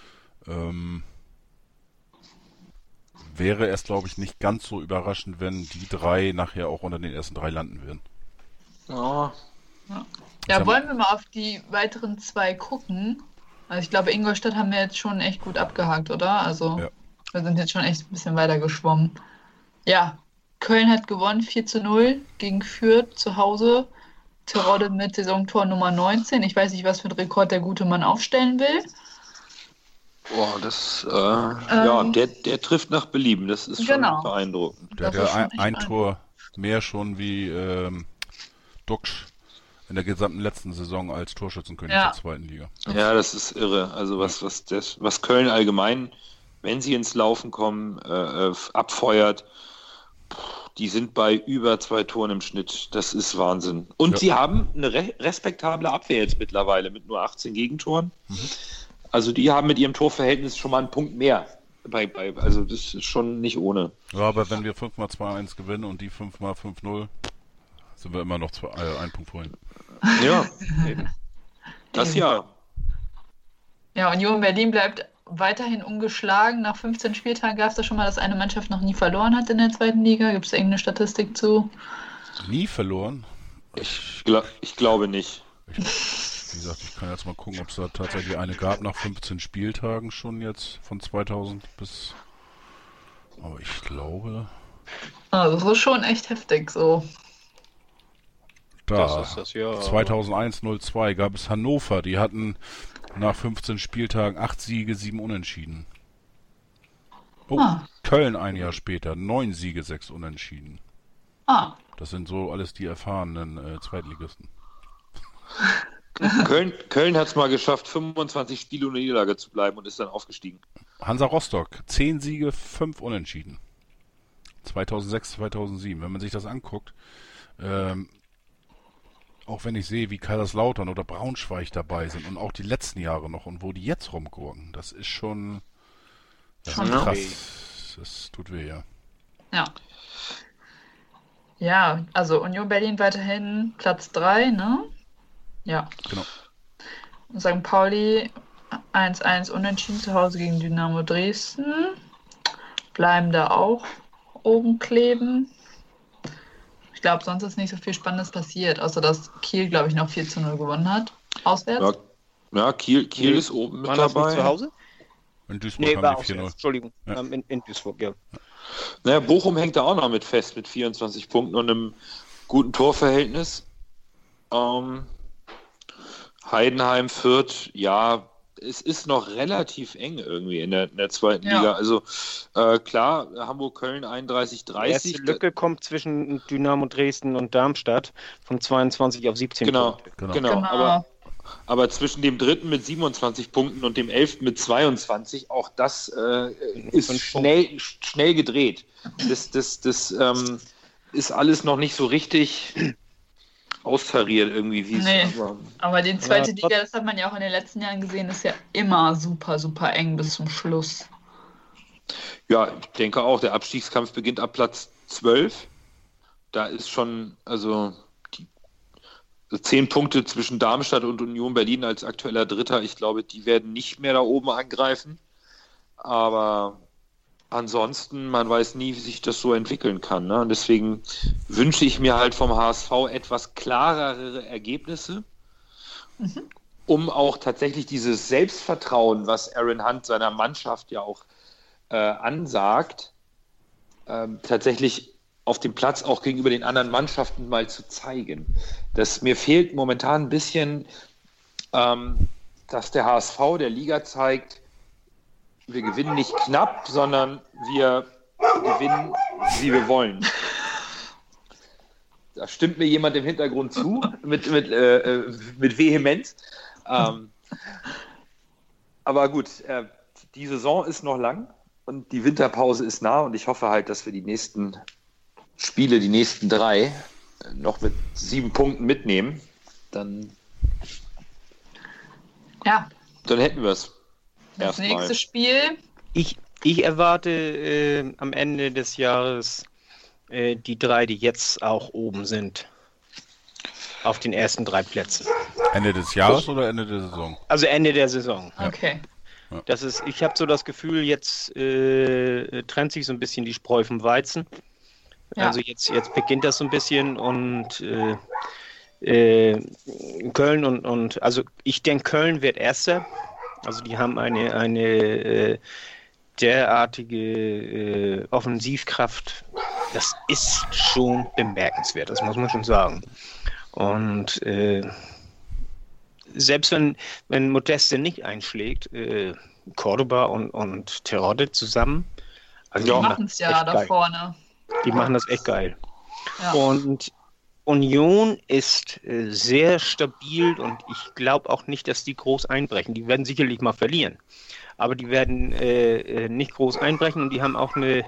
wäre es, glaube ich, nicht ganz so überraschend, wenn die 3 nachher auch unter den ersten 3 landen würden. Oh. Ja, wollen wir mal auf die weiteren 2 gucken? Also ich glaube, Ingolstadt haben wir jetzt schon echt gut abgehakt, oder? Also wir sind jetzt schon echt ein bisschen weiter geschwommen. Ja, Köln hat gewonnen, 4-0 gegen Fürth zu Hause. Terodde mit Saisontor Nummer 19. Ich weiß nicht, was für einen Rekord der gute Mann aufstellen will. Boah, der trifft nach Belieben. Das ist schon beeindruckend. Der hat ein Tor mehr schon wie Duxch in der gesamten letzten Saison als Torschützenkönig der zweiten Liga. Ja, das ist irre. Also was Köln allgemein, wenn sie ins Laufen kommen, abfeuert, die sind bei über 2 Toren im Schnitt. Das ist Wahnsinn. Und sie haben eine respektable Abwehr jetzt mittlerweile mit nur 18 Gegentoren. Also die haben mit ihrem Torverhältnis schon mal einen Punkt mehr. Also das ist schon nicht ohne. Ja, aber wenn wir 5x2-1 gewinnen und die 5x5-0, Sind wir immer noch ein Punkt vorhin. Ja, eben. Das ja. Ja, Union Berlin bleibt weiterhin ungeschlagen. Nach 15 Spieltagen gab es da schon mal, dass eine Mannschaft noch nie verloren hat in der zweiten Liga. Gibt es irgendeine Statistik zu? Nie verloren? Ich glaube nicht. Wie gesagt, ich kann jetzt mal gucken, ob es da tatsächlich eine gab nach 15 Spieltagen schon jetzt von 2000 bis... Aber ich glaube... Also das ist schon echt heftig so. Da, Das ist das, ja. 2001-02 gab es Hannover, die hatten nach 15 Spieltagen 8 Siege, 7 Unentschieden. Oh, Köln ein Jahr später, 9 Siege, 6 Unentschieden. Das sind so alles die erfahrenen Zweitligisten. Köln hat es mal geschafft, 25 Spiele ohne Niederlage zu bleiben und ist dann aufgestiegen. Hansa Rostock, 10 Siege, 5 Unentschieden. 2006, 2007. Wenn man sich das anguckt, auch wenn ich sehe, wie Kaiserslautern oder Braunschweig dabei sind und auch die letzten Jahre noch und wo die jetzt rumgurken, das ist schon krass. Das tut weh, ja. Ja. Ja, also Union Berlin weiterhin Platz 3, ne? Ja. Genau. St. Pauli 1-1 unentschieden zu Hause gegen Dynamo Dresden. Bleiben da auch oben kleben. Ich glaube, sonst ist nicht so viel Spannendes passiert, außer dass Kiel, glaube ich, noch 4-0 gewonnen hat. Auswärts. Ja, Kiel ist oben mit War das dabei. nicht zu Hause? In Duisburg haben die 4-0. Entschuldigung, Ja. in Duisburg, ja. Naja, Bochum hängt da auch noch mit fest, mit 24 Punkten und einem guten Torverhältnis. Heidenheim, Fürth, ja, es ist noch relativ eng irgendwie in der zweiten Liga. Also klar, Hamburg-Köln 31-30. Die erste Lücke kommt zwischen Dynamo Dresden und Darmstadt von 22 auf 17 Genau. Genau. Aber zwischen dem dritten mit 27 Punkten und dem 11. mit 22, auch das ist schnell gedreht. Das ist alles noch nicht so richtig austariert irgendwie. Aber die zweite Liga, das hat man ja auch in den letzten Jahren gesehen, ist ja immer super, super eng bis zum Schluss. Ja, ich denke auch, der Abstiegskampf beginnt ab Platz 12. Da ist schon, 10 Punkte zwischen Darmstadt und Union Berlin als aktueller Dritter. Ich glaube, die werden nicht mehr da oben angreifen. Aber ansonsten, man weiß nie, wie sich das so entwickeln kann. Ne? Und deswegen wünsche ich mir halt vom HSV etwas klarere Ergebnisse, um auch tatsächlich dieses Selbstvertrauen, was Aaron Hunt seiner Mannschaft ja auch ansagt, tatsächlich auf dem Platz auch gegenüber den anderen Mannschaften mal zu zeigen. Mir fehlt momentan ein bisschen, dass der HSV der Liga zeigt, wir gewinnen nicht knapp, sondern wir gewinnen, wie wir wollen. Da stimmt mir jemand im Hintergrund zu, mit Vehemenz. Aber gut, die Saison ist noch lang und die Winterpause ist nah und ich hoffe halt, dass wir die nächsten Spiele, die nächsten 3, noch mit 7 Punkten mitnehmen. Dann hätten wir es. Das nächste Spiel. Ich erwarte am Ende des Jahres die 3, die jetzt auch oben sind, auf den ersten 3 Plätzen. Ende des Jahres oder Ende der Saison? Also Ende der Saison. Okay. Ich habe so das Gefühl, jetzt trennt sich so ein bisschen die Spreu vom Weizen. Ja. Also jetzt beginnt das so ein bisschen und Köln und also ich denke, Köln wird Erster. Also die haben eine derartige Offensivkraft. Das ist schon bemerkenswert, das muss man schon sagen. Und selbst wenn Modeste nicht einschlägt, Cordoba und Terodde zusammen, also die machen es ja da vorne. Die machen das echt geil. Ja. Und Union ist sehr stabil und ich glaube auch nicht, dass die groß einbrechen. Die werden sicherlich mal verlieren, aber die werden nicht groß einbrechen und die haben auch eine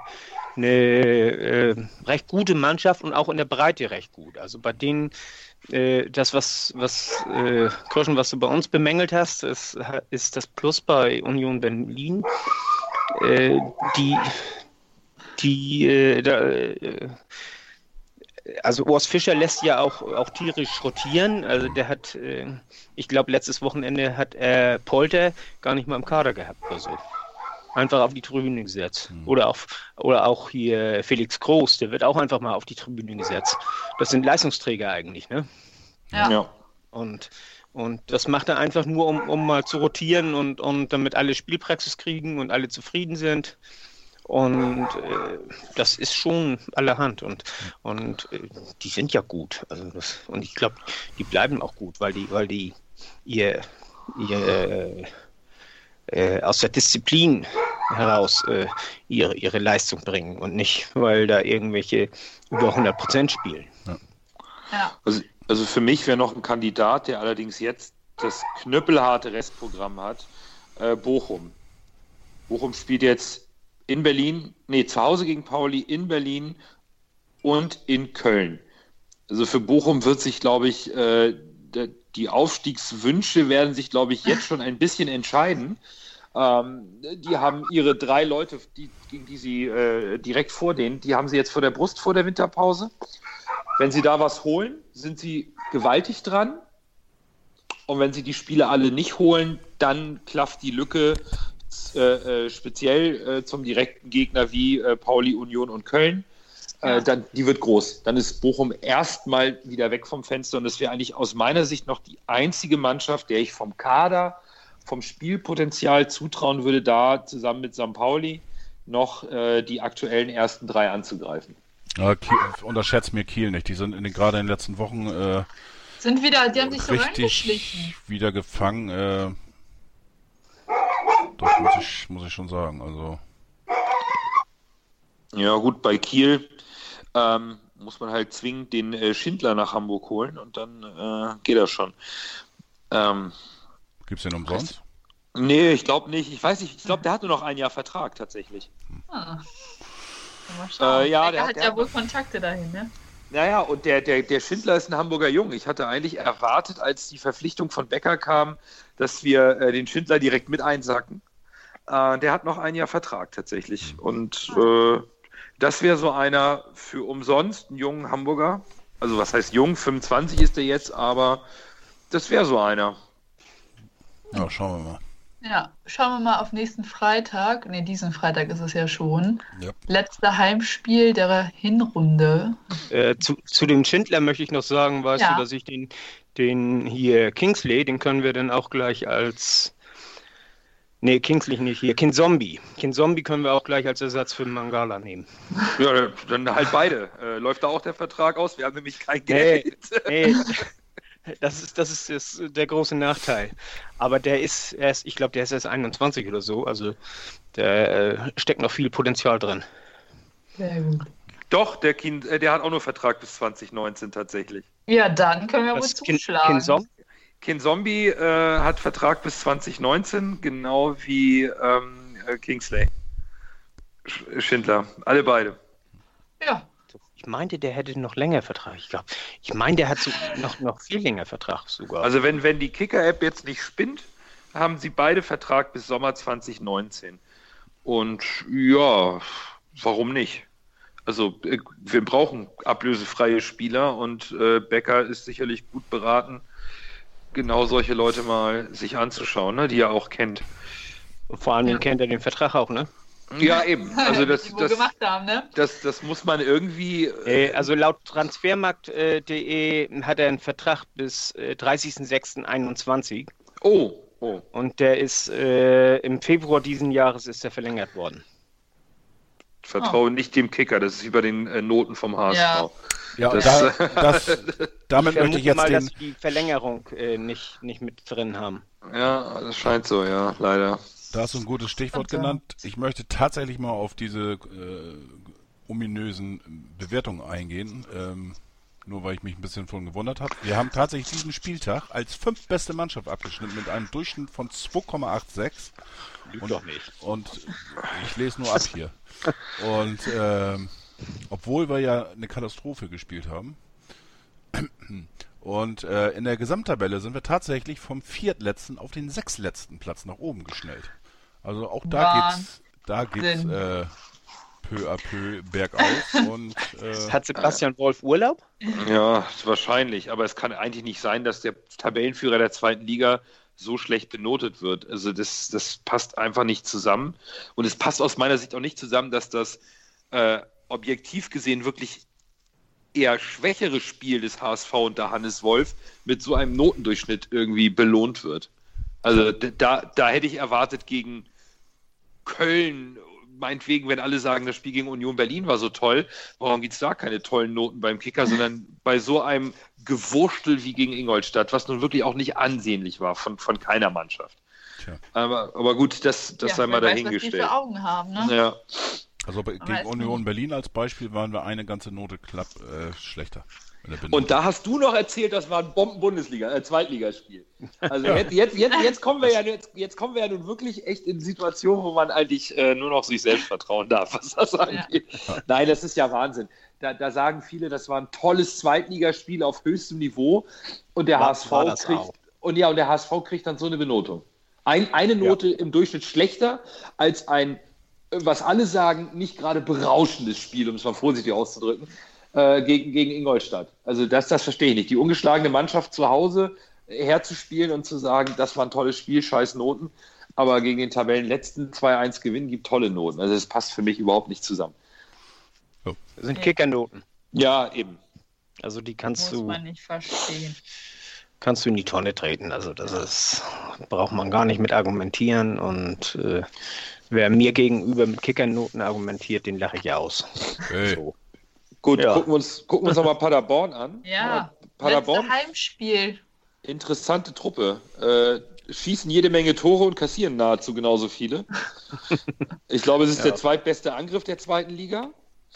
recht gute Mannschaft und auch in der Breite recht gut. Also bei denen, das was Kirschen, was du bei uns bemängelt hast, ist das Plus bei Union Berlin. Also Urs Fischer lässt ja auch tierisch rotieren. Also der hat, ich glaube, letztes Wochenende hat er Polter gar nicht mal im Kader gehabt oder so. Einfach auf die Tribüne gesetzt. Oder auch hier Felix Groß, der wird auch einfach mal auf die Tribüne gesetzt. Das sind Leistungsträger eigentlich, ne? Ja. Und das macht er einfach nur, um mal zu rotieren und damit alle Spielpraxis kriegen und alle zufrieden sind. Und das ist schon allerhand. Und die sind ja gut. Also und ich glaube, die bleiben auch gut, weil die ihr aus der Disziplin heraus ihre Leistung bringen und nicht, weil da irgendwelche über 100% spielen. Ja. Also für mich wäre noch ein Kandidat, der allerdings jetzt das knüppelharte Restprogramm hat, Bochum. Bochum spielt jetzt in Berlin, zu Hause gegen Pauli, in Berlin und in Köln. Also für Bochum wird sich, glaube ich, die Aufstiegswünsche werden sich, glaube ich, jetzt schon ein bisschen entscheiden. Die haben ihre 3 Leute, gegen die sie direkt vor denen, die haben sie jetzt vor der Brust vor der Winterpause. Wenn sie da was holen, sind sie gewaltig dran. Und wenn sie die Spiele alle nicht holen, dann klafft die Lücke speziell zum direkten Gegner wie Pauli, Union und Köln. Die wird groß. Dann ist Bochum erstmal wieder weg vom Fenster und das wäre eigentlich aus meiner Sicht noch die einzige Mannschaft, der ich vom Kader, vom Spielpotenzial zutrauen würde, da zusammen mit St. Pauli noch die aktuellen ersten 3 anzugreifen. Ja, unterschätzt mir Kiel nicht. Die sind gerade in den letzten Wochen die haben sich so richtig reingeschlichen. wieder gefangen. Das muss ich schon sagen. Also. Ja gut, bei Kiel muss man halt zwingend den Schindler nach Hamburg holen und dann geht das schon. Gibt's den umsonst? Nee, ich glaube nicht. Ich weiß nicht, ich glaube, der hat nur noch ein Jahr Vertrag tatsächlich. Der hat ja wohl Kontakte dahin, ne? Naja, und der Schindler ist ein Hamburger Jung. Ich hatte eigentlich erwartet, als die Verpflichtung von Becker kam, dass wir den Schindler direkt mit einsacken. Der hat noch ein Jahr Vertrag tatsächlich. Und das wäre so einer für umsonst, einen jungen Hamburger. Also was heißt jung? 25 ist der jetzt, aber das wäre so einer. Ja, schauen wir mal. Ja, schauen wir mal auf nächsten Freitag. Ne, diesen Freitag ist es ja schon. Ja. Letzter Heimspiel der Hinrunde. Zu dem Schindler möchte ich noch sagen, weißt du, dass ich den hier Kingsley, den können wir dann auch gleich als... Nee, Kingsley nicht hier. Kinzombie. Kinzombie können wir auch gleich als Ersatz für Mangala nehmen. Ja, dann halt beide. Läuft da auch der Vertrag aus? Wir haben nämlich kein Geld. Nee. Das ist der große Nachteil. Aber ich glaube, der ist erst 21 oder so. Also da steckt noch viel Potenzial drin. Sehr gut. Doch, der hat auch nur Vertrag bis 2019 tatsächlich. Ja, dann können wir wohl zuschlagen. Kinzombie hat Vertrag bis 2019, genau wie Kingsley. Schindler. Alle beide. Ja. Ich meinte, der hätte noch länger Vertrag. Ich meine, der hat noch viel länger Vertrag sogar. Also wenn die Kicker-App jetzt nicht spinnt, haben sie beide Vertrag bis Sommer 2019. Und ja, warum nicht? Also wir brauchen ablösefreie Spieler und Becker ist sicherlich gut beraten, genau solche Leute mal sich anzuschauen, ne, die er auch kennt. Und vor allem kennt er den Vertrag auch, ne? Ja, eben. Also das gemacht haben, ne? Das muss man irgendwie... Also laut transfermarkt.de hat er einen Vertrag bis 30.06.21. Oh. Und der ist im Februar diesen Jahres ist er verlängert worden. Vertraue nicht dem Kicker, das ist wie bei den Noten vom HSV. Ja, damit möchte ich jetzt mal, dass die Verlängerung nicht mit drin haben. Ja, das scheint so, ja, leider. Da hast du ein gutes Stichwort genannt. Ich möchte tatsächlich mal auf diese ominösen Bewertungen eingehen, nur weil ich mich ein bisschen von gewundert habe. Wir haben tatsächlich diesen Spieltag als 5. beste Mannschaft abgeschnitten mit einem Durchschnitt von 2,86. Lügt doch nicht. Und ich lese nur ab hier. Und obwohl wir ja eine Katastrophe gespielt haben, und in der Gesamttabelle sind wir tatsächlich vom 4. auf den 6. Platz nach oben geschnellt. Also auch da geht's peu à peu bergauf und Hat Sebastian Wolf Urlaub? Ja, wahrscheinlich. Aber es kann eigentlich nicht sein, dass der Tabellenführer der zweiten Liga so schlecht benotet wird. Also das passt einfach nicht zusammen. Und es passt aus meiner Sicht auch nicht zusammen, dass das objektiv gesehen wirklich eher schwächere Spiel des HSV unter Hannes Wolf mit so einem Notendurchschnitt irgendwie belohnt wird. Also da hätte ich erwartet gegen Köln, meinetwegen, wenn alle sagen, das Spiel gegen Union Berlin war so toll, warum gibt es da keine tollen Noten beim Kicker, sondern bei so einem Gewurstel wie gegen Ingolstadt, was nun wirklich auch nicht ansehnlich war von keiner Mannschaft. Tja. Aber gut, das sei mal dahingestellt. Was die für Augen haben, ne? Ja. Also gegen Union Berlin als Beispiel waren wir eine ganze Note schlechter. Und da hast du noch erzählt, das war ein Zweitligaspiel. Also jetzt kommen wir ja nun wirklich echt in Situationen, wo man eigentlich nur noch sich selbst vertrauen darf, was das angeht. Ja. Nein, das ist ja Wahnsinn. Da sagen viele, das war ein tolles Zweitligaspiel auf höchstem Niveau und der HSV kriegt dann so eine Benotung. Eine Note im Durchschnitt schlechter als ein, was alle sagen, nicht gerade berauschendes Spiel, um es mal vorsichtig auszudrücken, gegen Ingolstadt. Also das verstehe ich nicht. Die ungeschlagene Mannschaft zu Hause herzuspielen und zu sagen, das war ein tolles Spiel, scheiß Noten, aber gegen den Tabellenletzten 2-1 gewinnen, gibt tolle Noten. Also das passt für mich überhaupt nicht zusammen. Das sind Kickernoten. Ja, eben. Also die Muss man nicht verstehen. Kannst du in die Tonne treten. Also braucht man gar nicht mit argumentieren und wer mir gegenüber mit Kickernoten argumentiert, den lache ich aus. Hey. So. Gut, gucken wir uns nochmal Paderborn an. Ja, Paderborn, letzte Heimspiel. Interessante Truppe. Schießen jede Menge Tore und kassieren nahezu genauso viele. Ich glaube, es ist der zweitbeste Angriff der zweiten Liga.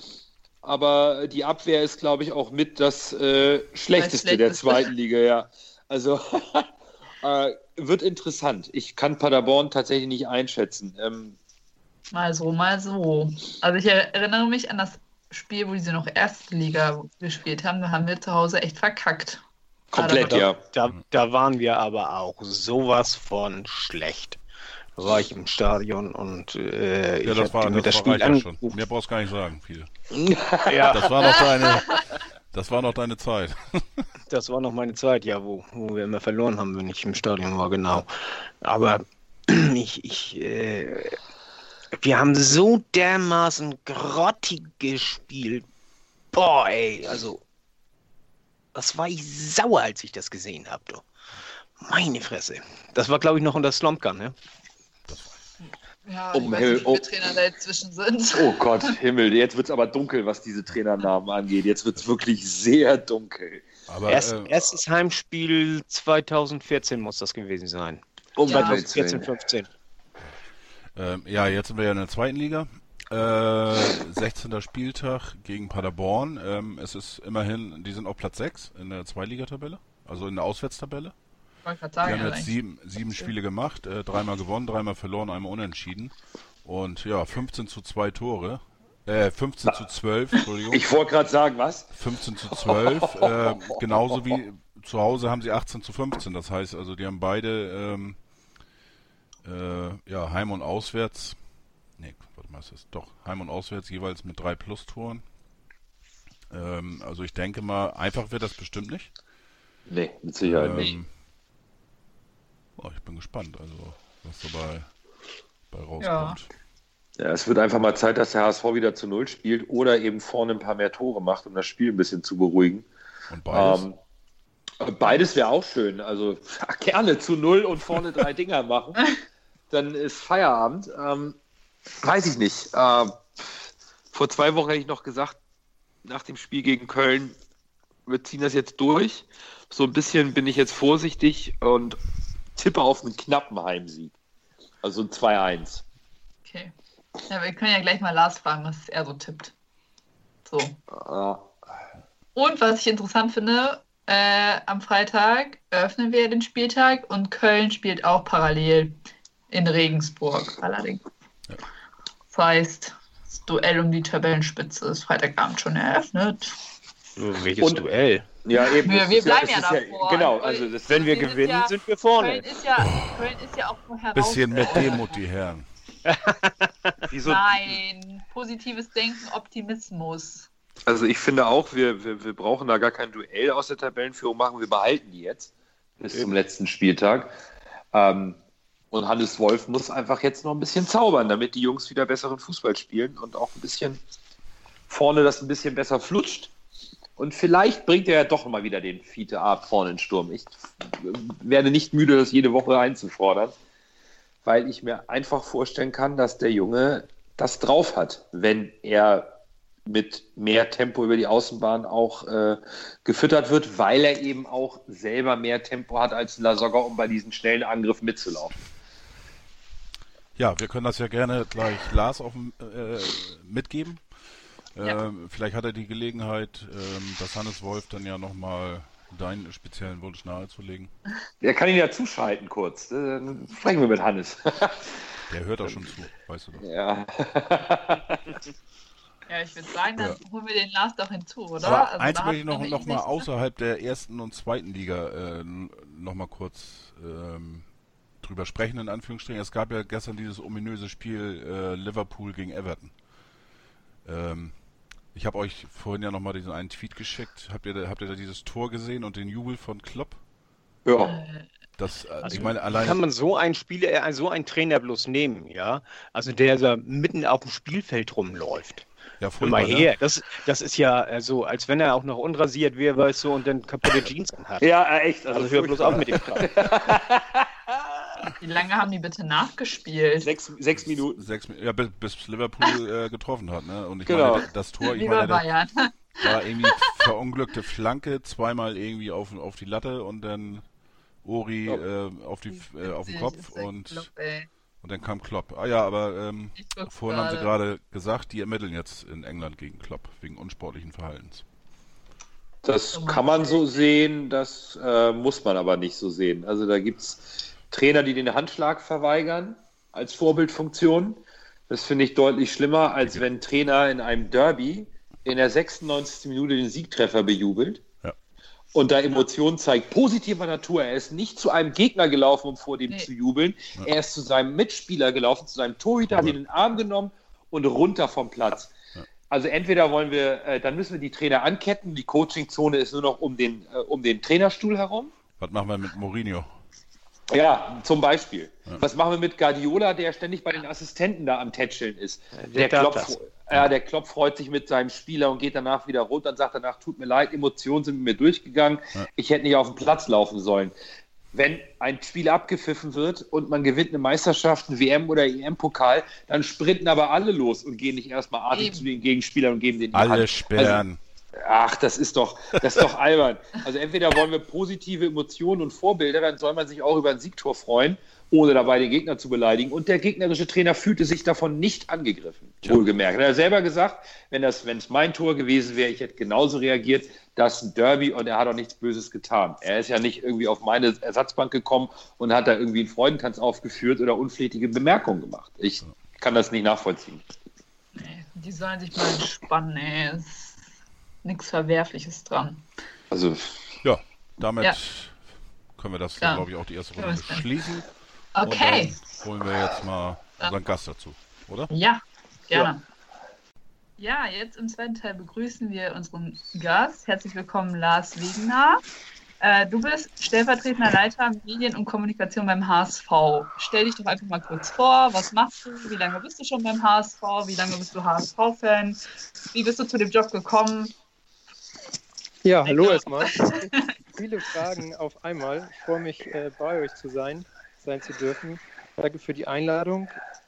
Aber die Abwehr ist, glaube ich, auch mit das Schlechteste der zweiten Liga. Ja. Also wird interessant. Ich kann Paderborn tatsächlich nicht einschätzen. Mal so, mal so. Also ich erinnere mich an das Spiel, wo sie noch erste Liga gespielt haben. Da haben wir zu Hause echt verkackt. Komplett, ja. Da waren wir aber auch sowas von schlecht. Da war ich im Stadion und ich habe mir das Spiel angeguckt. Schon. Mehr brauchst du gar nicht sagen, viel. Ja. Das war noch deine Zeit. Das war noch meine Zeit, ja, wo wir immer verloren haben, wenn ich im Stadion war, genau. Aber wir haben so dermaßen grottig gespielt. Boah, ey, also das war ich sauer, als ich das gesehen habe, du. Meine Fresse. Das war, glaube ich, noch unter Slomka, ne? Ja, ich weiß nicht, wie viele Trainer da jetzt zwischen sind. Oh Gott, Himmel, jetzt wird es aber dunkel, was diese Trainernamen angeht. Jetzt wird es wirklich sehr dunkel. Aber erstes Heimspiel 2014 muss das gewesen sein. 2014, 15. Jetzt sind wir ja in der zweiten Liga. 16. Spieltag gegen Paderborn. Es ist immerhin, die sind auf Platz 6 in der Zweitligatabelle, also in der Auswärtstabelle. Die haben jetzt sieben Spiele gemacht, 3-mal gewonnen, 3-mal verloren, einmal unentschieden. Und ja, 15:2 Tore. 15:12, Entschuldigung. Ich wollte gerade sagen, was? 15:12. Genauso wie zu Hause haben sie 18:15. Das heißt, also die haben beide Heim- und Auswärts. Nee, warte mal, ist das doch Heim- und Auswärts jeweils mit 3 Plus-Toren. Also ich denke mal, einfach wird das bestimmt nicht. Nee, mit Sicherheit nicht. Ich bin gespannt, also was dabei rauskommt. Ja, es wird einfach mal Zeit, dass der HSV wieder zu 0 spielt oder eben vorne ein paar mehr Tore macht, um das Spiel ein bisschen zu beruhigen. Und beides? Beides wäre auch schön. Also gerne zu 0 und vorne 3 Dinger machen. Dann ist Feierabend. Weiß ich nicht. Vor 2 Wochen hätte ich noch gesagt, nach dem Spiel gegen Köln, wir ziehen das jetzt durch. So ein bisschen bin ich jetzt vorsichtig und tippe auf einen knappen Heimsieg. Also ein 2-1. Okay. Ja, wir können ja gleich mal Lars fragen, was er so tippt. So. Und was ich interessant finde, am Freitag eröffnen wir den Spieltag und Köln spielt auch parallel in Regensburg allerdings. Ja. Das heißt, das Duell um die Tabellenspitze ist Freitagabend schon eröffnet. Welches Duell? Ja, eben. Wir bleiben ja davor. Genau, also wenn wir gewinnen, sind wir vorne. Köln ist ja auch nur heraus. Bisschen mit Demut, die Herren. Nein, positives Denken, Optimismus. Also ich finde auch, wir brauchen da gar kein Duell aus der Tabellenführung machen. Wir behalten die jetzt bis zum letzten Spieltag. Und Hannes Wolf muss einfach jetzt noch ein bisschen zaubern, damit die Jungs wieder besseren Fußball spielen und auch ein bisschen vorne das ein bisschen besser flutscht. Und vielleicht bringt er ja doch mal wieder den Fiete Ab vorne in den Sturm. Ich werde nicht müde, das jede Woche einzufordern, weil ich mir einfach vorstellen kann, dass der Junge das drauf hat, wenn er mit mehr Tempo über die Außenbahn auch gefüttert wird, weil er eben auch selber mehr Tempo hat als Lasogga, um bei diesen schnellen Angriffen mitzulaufen. Ja, wir können das ja gerne gleich Lars auch mitgeben. Ja. Vielleicht hat er die Gelegenheit, dass Hannes Wolf dann ja nochmal deinen speziellen Wunsch nahezulegen. Er kann ihn ja zuschalten kurz. Dann sprechen wir mit Hannes. Der hört auch schon zu, weißt du doch. Ja. Ja, ich würde sagen, dann holen wir den Lars doch hinzu, oder? Aber Also eins da möchte ich hat noch mal außerhalb der ersten und zweiten Liga noch mal kurz drüber sprechen, in Anführungsstrichen. Es gab ja gestern dieses ominöse Spiel Liverpool gegen Everton. Ich habe euch vorhin ja noch mal diesen einen Tweet geschickt. Habt ihr da dieses Tor gesehen und den Jubel von Klopp? Ja. Das, Also, ich meine, alleine kann man so einen Spieler, so einen Trainer bloß nehmen, ja? Also der so mitten auf dem Spielfeld rumläuft. ja, Hör mal furchtbar, her, das ist ja so, als wenn er auch noch unrasiert wäre, weißt du, und dann kaputte Jeans anhat. Ja, echt. Also hör bloß auf mit dem Kram. Wie lange haben die bitte nachgespielt? 6 Minuten. Ja, bis Liverpool getroffen hat, ne? Und ich Genau. meine, das Tor, ich Wie bei meine, Bayern. war irgendwie verunglückte Flanke, zweimal irgendwie auf die Latte und dann Ori auf den Kopf und dann kam Klopp. Ah ja, aber vorhin haben sie gerade gesagt, die ermitteln jetzt in England gegen Klopp wegen unsportlichen Verhaltens. Das kann man so sehen, das muss man aber nicht so sehen. Also da gibt es Trainer, die den Handschlag verweigern als Vorbildfunktion. Das finde ich deutlich schlimmer, als wenn Trainer in einem Derby in der 96. Minute den Siegtreffer bejubelt. Und da Emotionen zeigt, positiver Natur. Er ist nicht zu einem Gegner gelaufen, um vor dem zu jubeln. Ja. Er ist zu seinem Mitspieler gelaufen, zu seinem Torhüter, hat ihn in den Arm genommen und runter vom Platz. Ja. Also entweder wollen wir, dann müssen wir die Trainer anketten, die Coachingzone ist nur noch um den Trainerstuhl herum. Was machen wir mit Mourinho? Ja, zum Beispiel. Ja. Was machen wir mit Guardiola, der ständig bei den Assistenten da am Tätscheln ist? Der Klopp freut sich mit seinem Spieler und geht danach wieder runter und sagt danach, tut mir leid, Emotionen sind mit mir durchgegangen, ich hätte nicht auf den Platz laufen sollen. Wenn ein Spiel abgepfiffen wird und man gewinnt eine Meisterschaft, ein WM- oder EM-Pokal, dann sprinten aber alle los und gehen nicht erstmal artig zu den Gegenspielern und geben denen die Hand. Alle sperren. Ach, das ist doch albern. Also entweder wollen wir positive Emotionen und Vorbilder, dann soll man sich auch über ein Siegtor freuen, ohne dabei den Gegner zu beleidigen. Und der gegnerische Trainer fühlte sich davon nicht angegriffen, wohlgemerkt. Er hat selber gesagt, wenn es mein Tor gewesen wäre, ich hätte genauso reagiert, das ist ein Derby und er hat auch nichts Böses getan. Er ist ja nicht irgendwie auf meine Ersatzbank gekommen und hat da irgendwie einen Freudentanz aufgeführt oder unflätige Bemerkungen gemacht. Ich kann das nicht nachvollziehen. Nee, die sollen sich mal entspannen, ey. Nichts Verwerfliches dran. Also, ja, damit können wir das, glaube ich, auch die erste Runde schließen. Okay. Und dann holen wir jetzt mal unseren Gast dazu, oder? Ja, gerne. Ja, jetzt im zweiten Teil begrüßen wir unseren Gast. Herzlich willkommen, Lars Wegener. Du bist stellvertretender Leiter Medien und Kommunikation beim HSV. Stell dich doch einfach mal kurz vor. Was machst du? Wie lange bist du schon beim HSV? Wie lange bist du HSV-Fan? Wie bist du zu dem Job gekommen? Ja, hallo erstmal. Viele Fragen auf einmal. Ich freue mich, bei euch sein zu dürfen. Danke für die Einladung.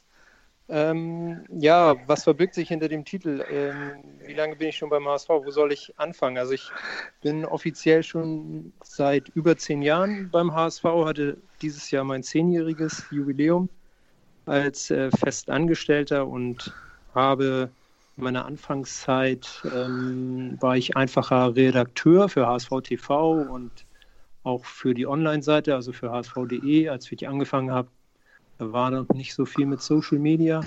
Was verbirgt sich hinter dem Titel? Wie lange bin ich schon beim HSV? Wo soll ich anfangen? Also ich bin offiziell schon seit über 10 Jahren beim HSV, hatte dieses Jahr mein 10-jähriges Jubiläum als Festangestellter und habe in meiner Anfangszeit war ich einfacher Redakteur für HSV TV und auch für die Online-Seite, also für hsv.de, als ich angefangen habe. Da war noch nicht so viel mit Social Media.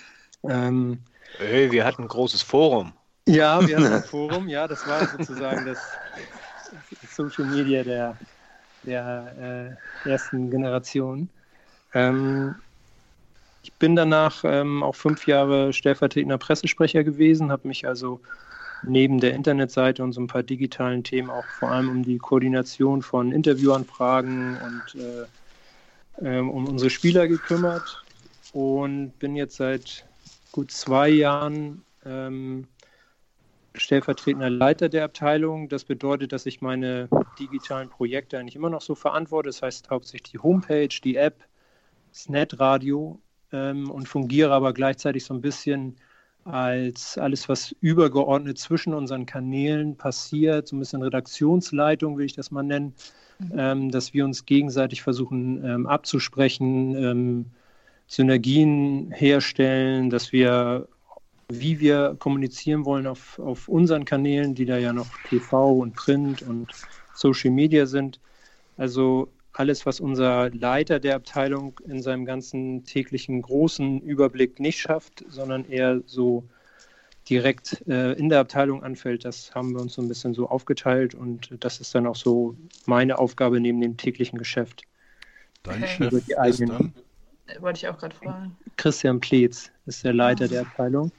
Wir hatten ein großes Forum. Ja, wir hatten ein Forum. Ja, das war sozusagen das Social Media der ersten Generation. Ich bin danach auch 5 Jahre stellvertretender Pressesprecher gewesen, habe mich also neben der Internetseite und so ein paar digitalen Themen auch vor allem um die Koordination von Interviewanfragen und um unsere Spieler gekümmert und bin jetzt seit gut 2 Jahren stellvertretender Leiter der Abteilung. Das bedeutet, dass ich meine digitalen Projekte eigentlich immer noch so verantworte. Das heißt hauptsächlich die Homepage, die App, das Netradio und fungiere aber gleichzeitig so ein bisschen als alles, was übergeordnet zwischen unseren Kanälen passiert, so ein bisschen Redaktionsleitung, will ich das mal nennen, dass wir uns gegenseitig versuchen abzusprechen, Synergien herstellen, dass wir, wie wir kommunizieren wollen auf unseren Kanälen, die da ja noch TV und Print und Social Media sind. Also alles, was unser Leiter der Abteilung in seinem ganzen täglichen großen Überblick nicht schafft, sondern eher so direkt in der Abteilung anfällt, das haben wir uns so ein bisschen so aufgeteilt und das ist dann auch so meine Aufgabe neben dem täglichen Geschäft. Dein Chef ist dann? Wollte ich auch gerade fragen. Christian Pleetz ist der Leiter der Abteilung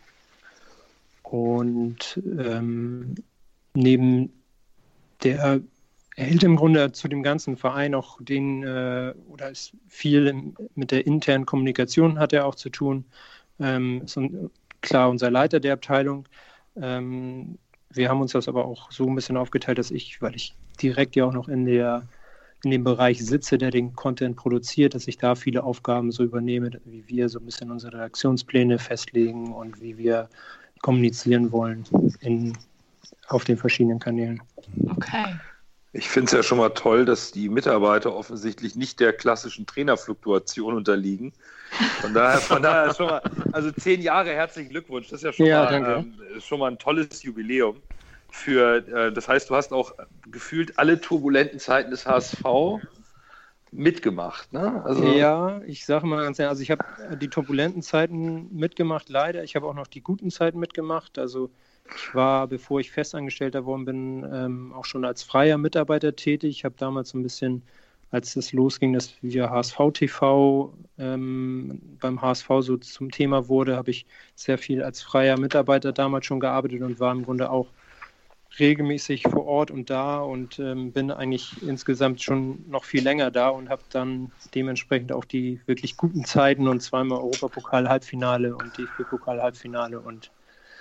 und neben der er hält im Grunde zu dem ganzen Verein auch oder ist viel mit der internen Kommunikation hat er auch zu tun. Ist klar unser Leiter der Abteilung. Wir haben uns das aber auch so ein bisschen aufgeteilt, dass weil ich direkt ja auch noch in dem Bereich sitze, der den Content produziert, dass ich da viele Aufgaben so übernehme, wie wir so ein bisschen unsere Redaktionspläne festlegen und wie wir kommunizieren wollen auf den verschiedenen Kanälen. Okay. Ich finde es ja schon mal toll, dass die Mitarbeiter offensichtlich nicht der klassischen Trainerfluktuation unterliegen. Von daher schon mal, also 10 Jahre herzlichen Glückwunsch. Das ist ja schon mal ein tolles Jubiläum. Das heißt, du hast auch gefühlt alle turbulenten Zeiten des HSV mitgemacht, ne? Also ja, ich sage mal ganz ehrlich, also ich habe die turbulenten Zeiten mitgemacht, leider. Ich habe auch noch die guten Zeiten mitgemacht. Also ich war, bevor ich Festangestellter worden bin, auch schon als freier Mitarbeiter tätig. Ich habe damals so ein bisschen, als es losging, dass wir HSV-TV beim HSV so zum Thema wurde, habe ich sehr viel als freier Mitarbeiter damals schon gearbeitet und war im Grunde auch regelmäßig vor Ort und da und bin eigentlich insgesamt schon noch viel länger da und habe dann dementsprechend auch die wirklich guten Zeiten und zweimal Europapokal-Halbfinale und DFB-Pokal-Halbfinale und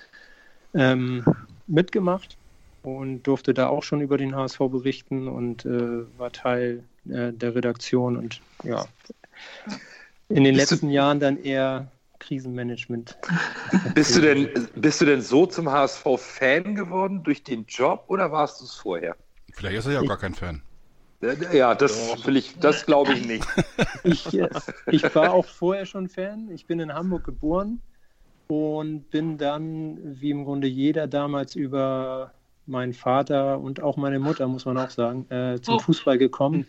mitgemacht und durfte da auch schon über den HSV berichten und war Teil der Redaktion und ja, in den letzten Jahren dann eher Krisenmanagement. Bist du denn so zum HSV-Fan geworden durch den Job oder warst du es vorher? Vielleicht ist er ja gar kein Fan. Ja, das glaube ich nicht. Ich war auch vorher schon Fan. Ich bin in Hamburg geboren und bin dann, wie im Grunde jeder damals, über meinen Vater und auch meine Mutter, muss man auch sagen, zum Fußball gekommen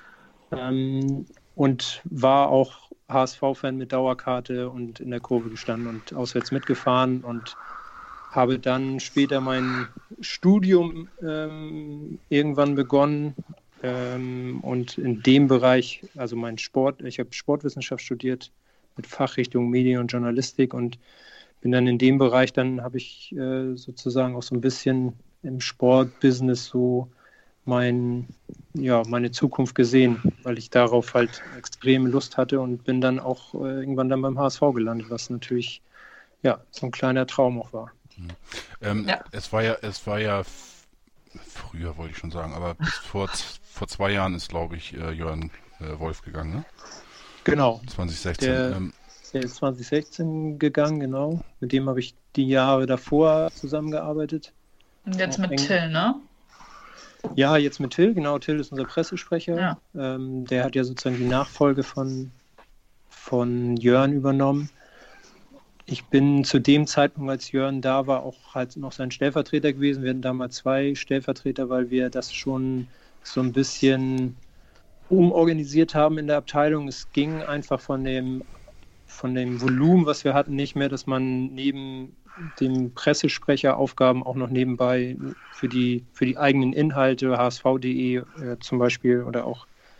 und war auch HSV-Fan mit Dauerkarte und in der Kurve gestanden und auswärts mitgefahren und habe dann später mein Studium irgendwann begonnen und in dem Bereich, also ich habe Sportwissenschaft studiert mit Fachrichtung Medien und Journalistik und bin dann in dem Bereich, dann habe ich sozusagen auch so ein bisschen im Sportbusiness so meine Zukunft gesehen, weil ich darauf halt extreme Lust hatte und bin dann auch irgendwann dann beim HSV gelandet, was natürlich so ein kleiner Traum auch war. Es war ja früher, wollte ich schon sagen, aber bis vor 2 Jahren ist, glaube ich, Jörn Wolf gegangen, ne? Genau. 2016. Der ist 2016 gegangen, genau. Mit dem habe ich die Jahre davor zusammengearbeitet. Und jetzt mit Till, ne? Ja, jetzt mit Till, genau. Till ist unser Pressesprecher. Ja. Der hat ja sozusagen die Nachfolge von Jörn übernommen. Ich bin zu dem Zeitpunkt, als Jörn da war, auch halt noch sein Stellvertreter gewesen. Wir hatten damals 2 Stellvertreter, weil wir das schon so ein bisschen umorganisiert haben in der Abteilung. Es ging einfach von dem Volumen, was wir hatten, nicht mehr, dass man neben dem Pressesprecheraufgaben auch noch nebenbei für die eigenen Inhalte, hsv.de zum Beispiel oder auch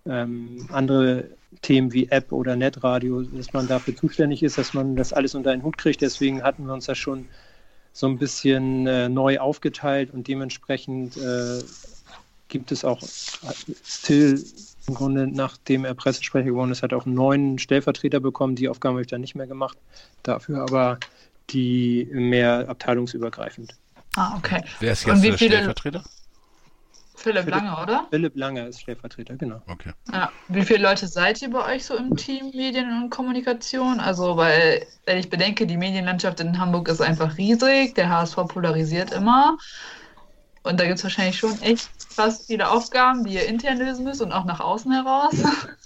andere Themen wie App oder Netradio, dass man dafür zuständig ist, dass man das alles unter einen Hut kriegt. Deswegen hatten wir uns das schon so ein bisschen neu aufgeteilt und dementsprechend gibt es auch Till im Grunde, nachdem er Pressesprecher geworden ist, hat auch einen neuen Stellvertreter bekommen. Die Aufgaben habe ich dann nicht mehr gemacht. Dafür aber die mehr abteilungsübergreifend. Ah, okay. Wer ist jetzt der Stellvertreter? Philipp Lange, oder? Philipp Lange ist Stellvertreter, genau. Okay. Ja. Wie viele Leute seid ihr bei euch so im Team Medien und Kommunikation? Also, weil, wenn ich bedenke, die Medienlandschaft in Hamburg ist einfach riesig, der HSV polarisiert immer. Und da gibt es wahrscheinlich schon echt fast viele Aufgaben, die ihr intern lösen müsst und auch nach außen heraus.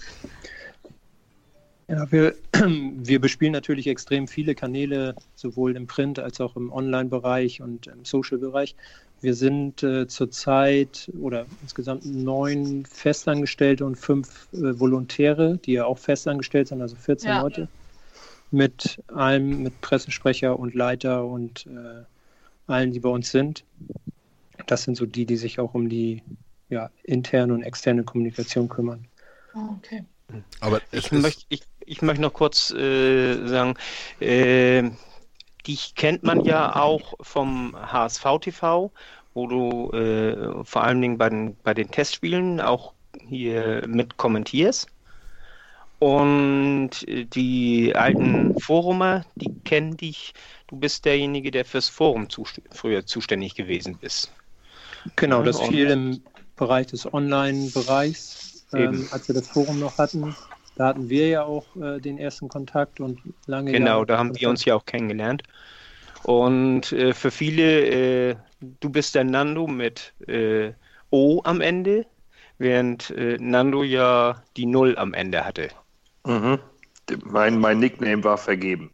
Ja, wir bespielen natürlich extrem viele Kanäle, sowohl im Print als auch im Online-Bereich und im Social-Bereich. Wir sind zurzeit oder insgesamt 9 Festangestellte und 5 Volontäre, die ja auch festangestellt sind, also 14 Leute. Mit allem, mit Pressesprecher und Leiter und allen, die bei uns sind. Das sind so die sich auch um die interne und externe Kommunikation kümmern. Okay. Aber ich möchte noch kurz sagen, dich kennt man ja auch vom HSV TV, wo du vor allen Dingen bei den Testspielen auch hier mit kommentierst. Und die alten Forumer, die kennen dich. Du bist derjenige, der fürs Forum früher zuständig gewesen bist. Genau, das fiel im Bereich des Online-Bereichs, als wir das Forum noch hatten. Da hatten wir ja auch den ersten Kontakt und lange. Genau, da haben wir uns ja auch kennengelernt. Und für viele, du bist der Nando mit O am Ende, während Nando ja die 0 am Ende hatte. Mhm. Mein Nickname war vergeben.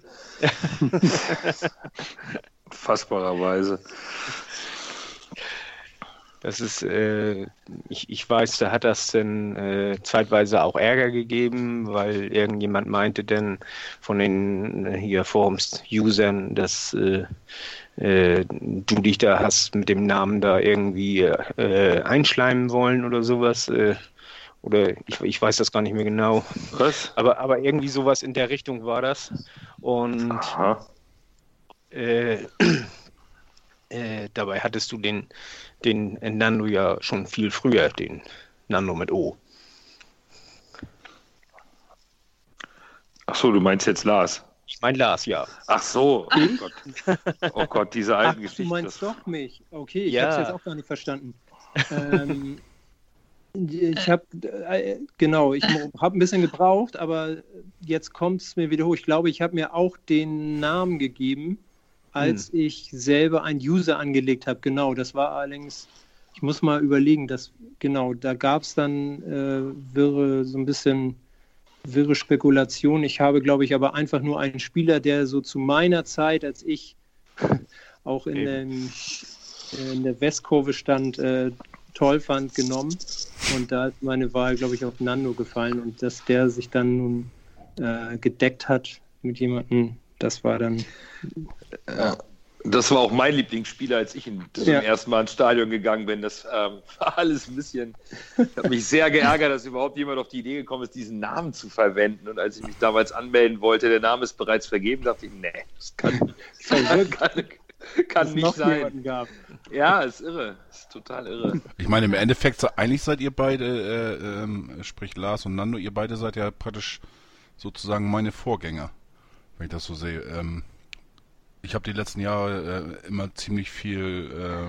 Fassbarerweise. Das ist, ich weiß, da hat das dann zeitweise auch Ärger gegeben, weil irgendjemand meinte dann von den hier Forums-Usern, dass du dich da hast mit dem Namen da irgendwie einschleimen wollen oder sowas. Oder ich weiß das gar nicht mehr genau. Was? Aber irgendwie sowas in der Richtung war das. Und dabei hattest du den Nando ja schon viel früher, den Nando mit O. Ach so, du meinst jetzt Lars? Ich meine Lars, ja. Ach so, oh Gott, diese alten Geschichten. Du meinst doch mich. Okay, ich habe es jetzt auch gar nicht verstanden. Ich habe ein bisschen gebraucht, aber jetzt kommt es mir wieder hoch. Ich glaube, ich habe mir auch den Namen gegeben, als ich selber einen User angelegt habe. Genau, das war allerdings, ich muss mal überlegen, da gab es dann so ein bisschen wirre Spekulation. Ich habe, glaube ich, aber einfach nur einen Spieler, der so zu meiner Zeit, als ich auch in der Westkurve stand, toll fand, genommen. Und da ist meine Wahl, glaube ich, auf Nando gefallen. Und dass der sich dann nun gedeckt hat mit das war dann... Das war auch mein Lieblingsspieler, als ich zum ersten Mal ins Stadion gegangen bin. Das war alles ein bisschen... Ich habe mich sehr geärgert, dass überhaupt jemand auf die Idee gekommen ist, diesen Namen zu verwenden. Und als ich mich damals anmelden wollte, der Name ist bereits vergeben, dachte ich, nee, das kann nicht sein. Ja, ist irre. Ist total irre. Ich meine, im Endeffekt, eigentlich seid ihr beide, sprich Lars und Nando, ihr beide seid ja praktisch sozusagen meine Vorgänger, wenn ich das so sehe. Ich habe die letzten Jahre immer ziemlich viel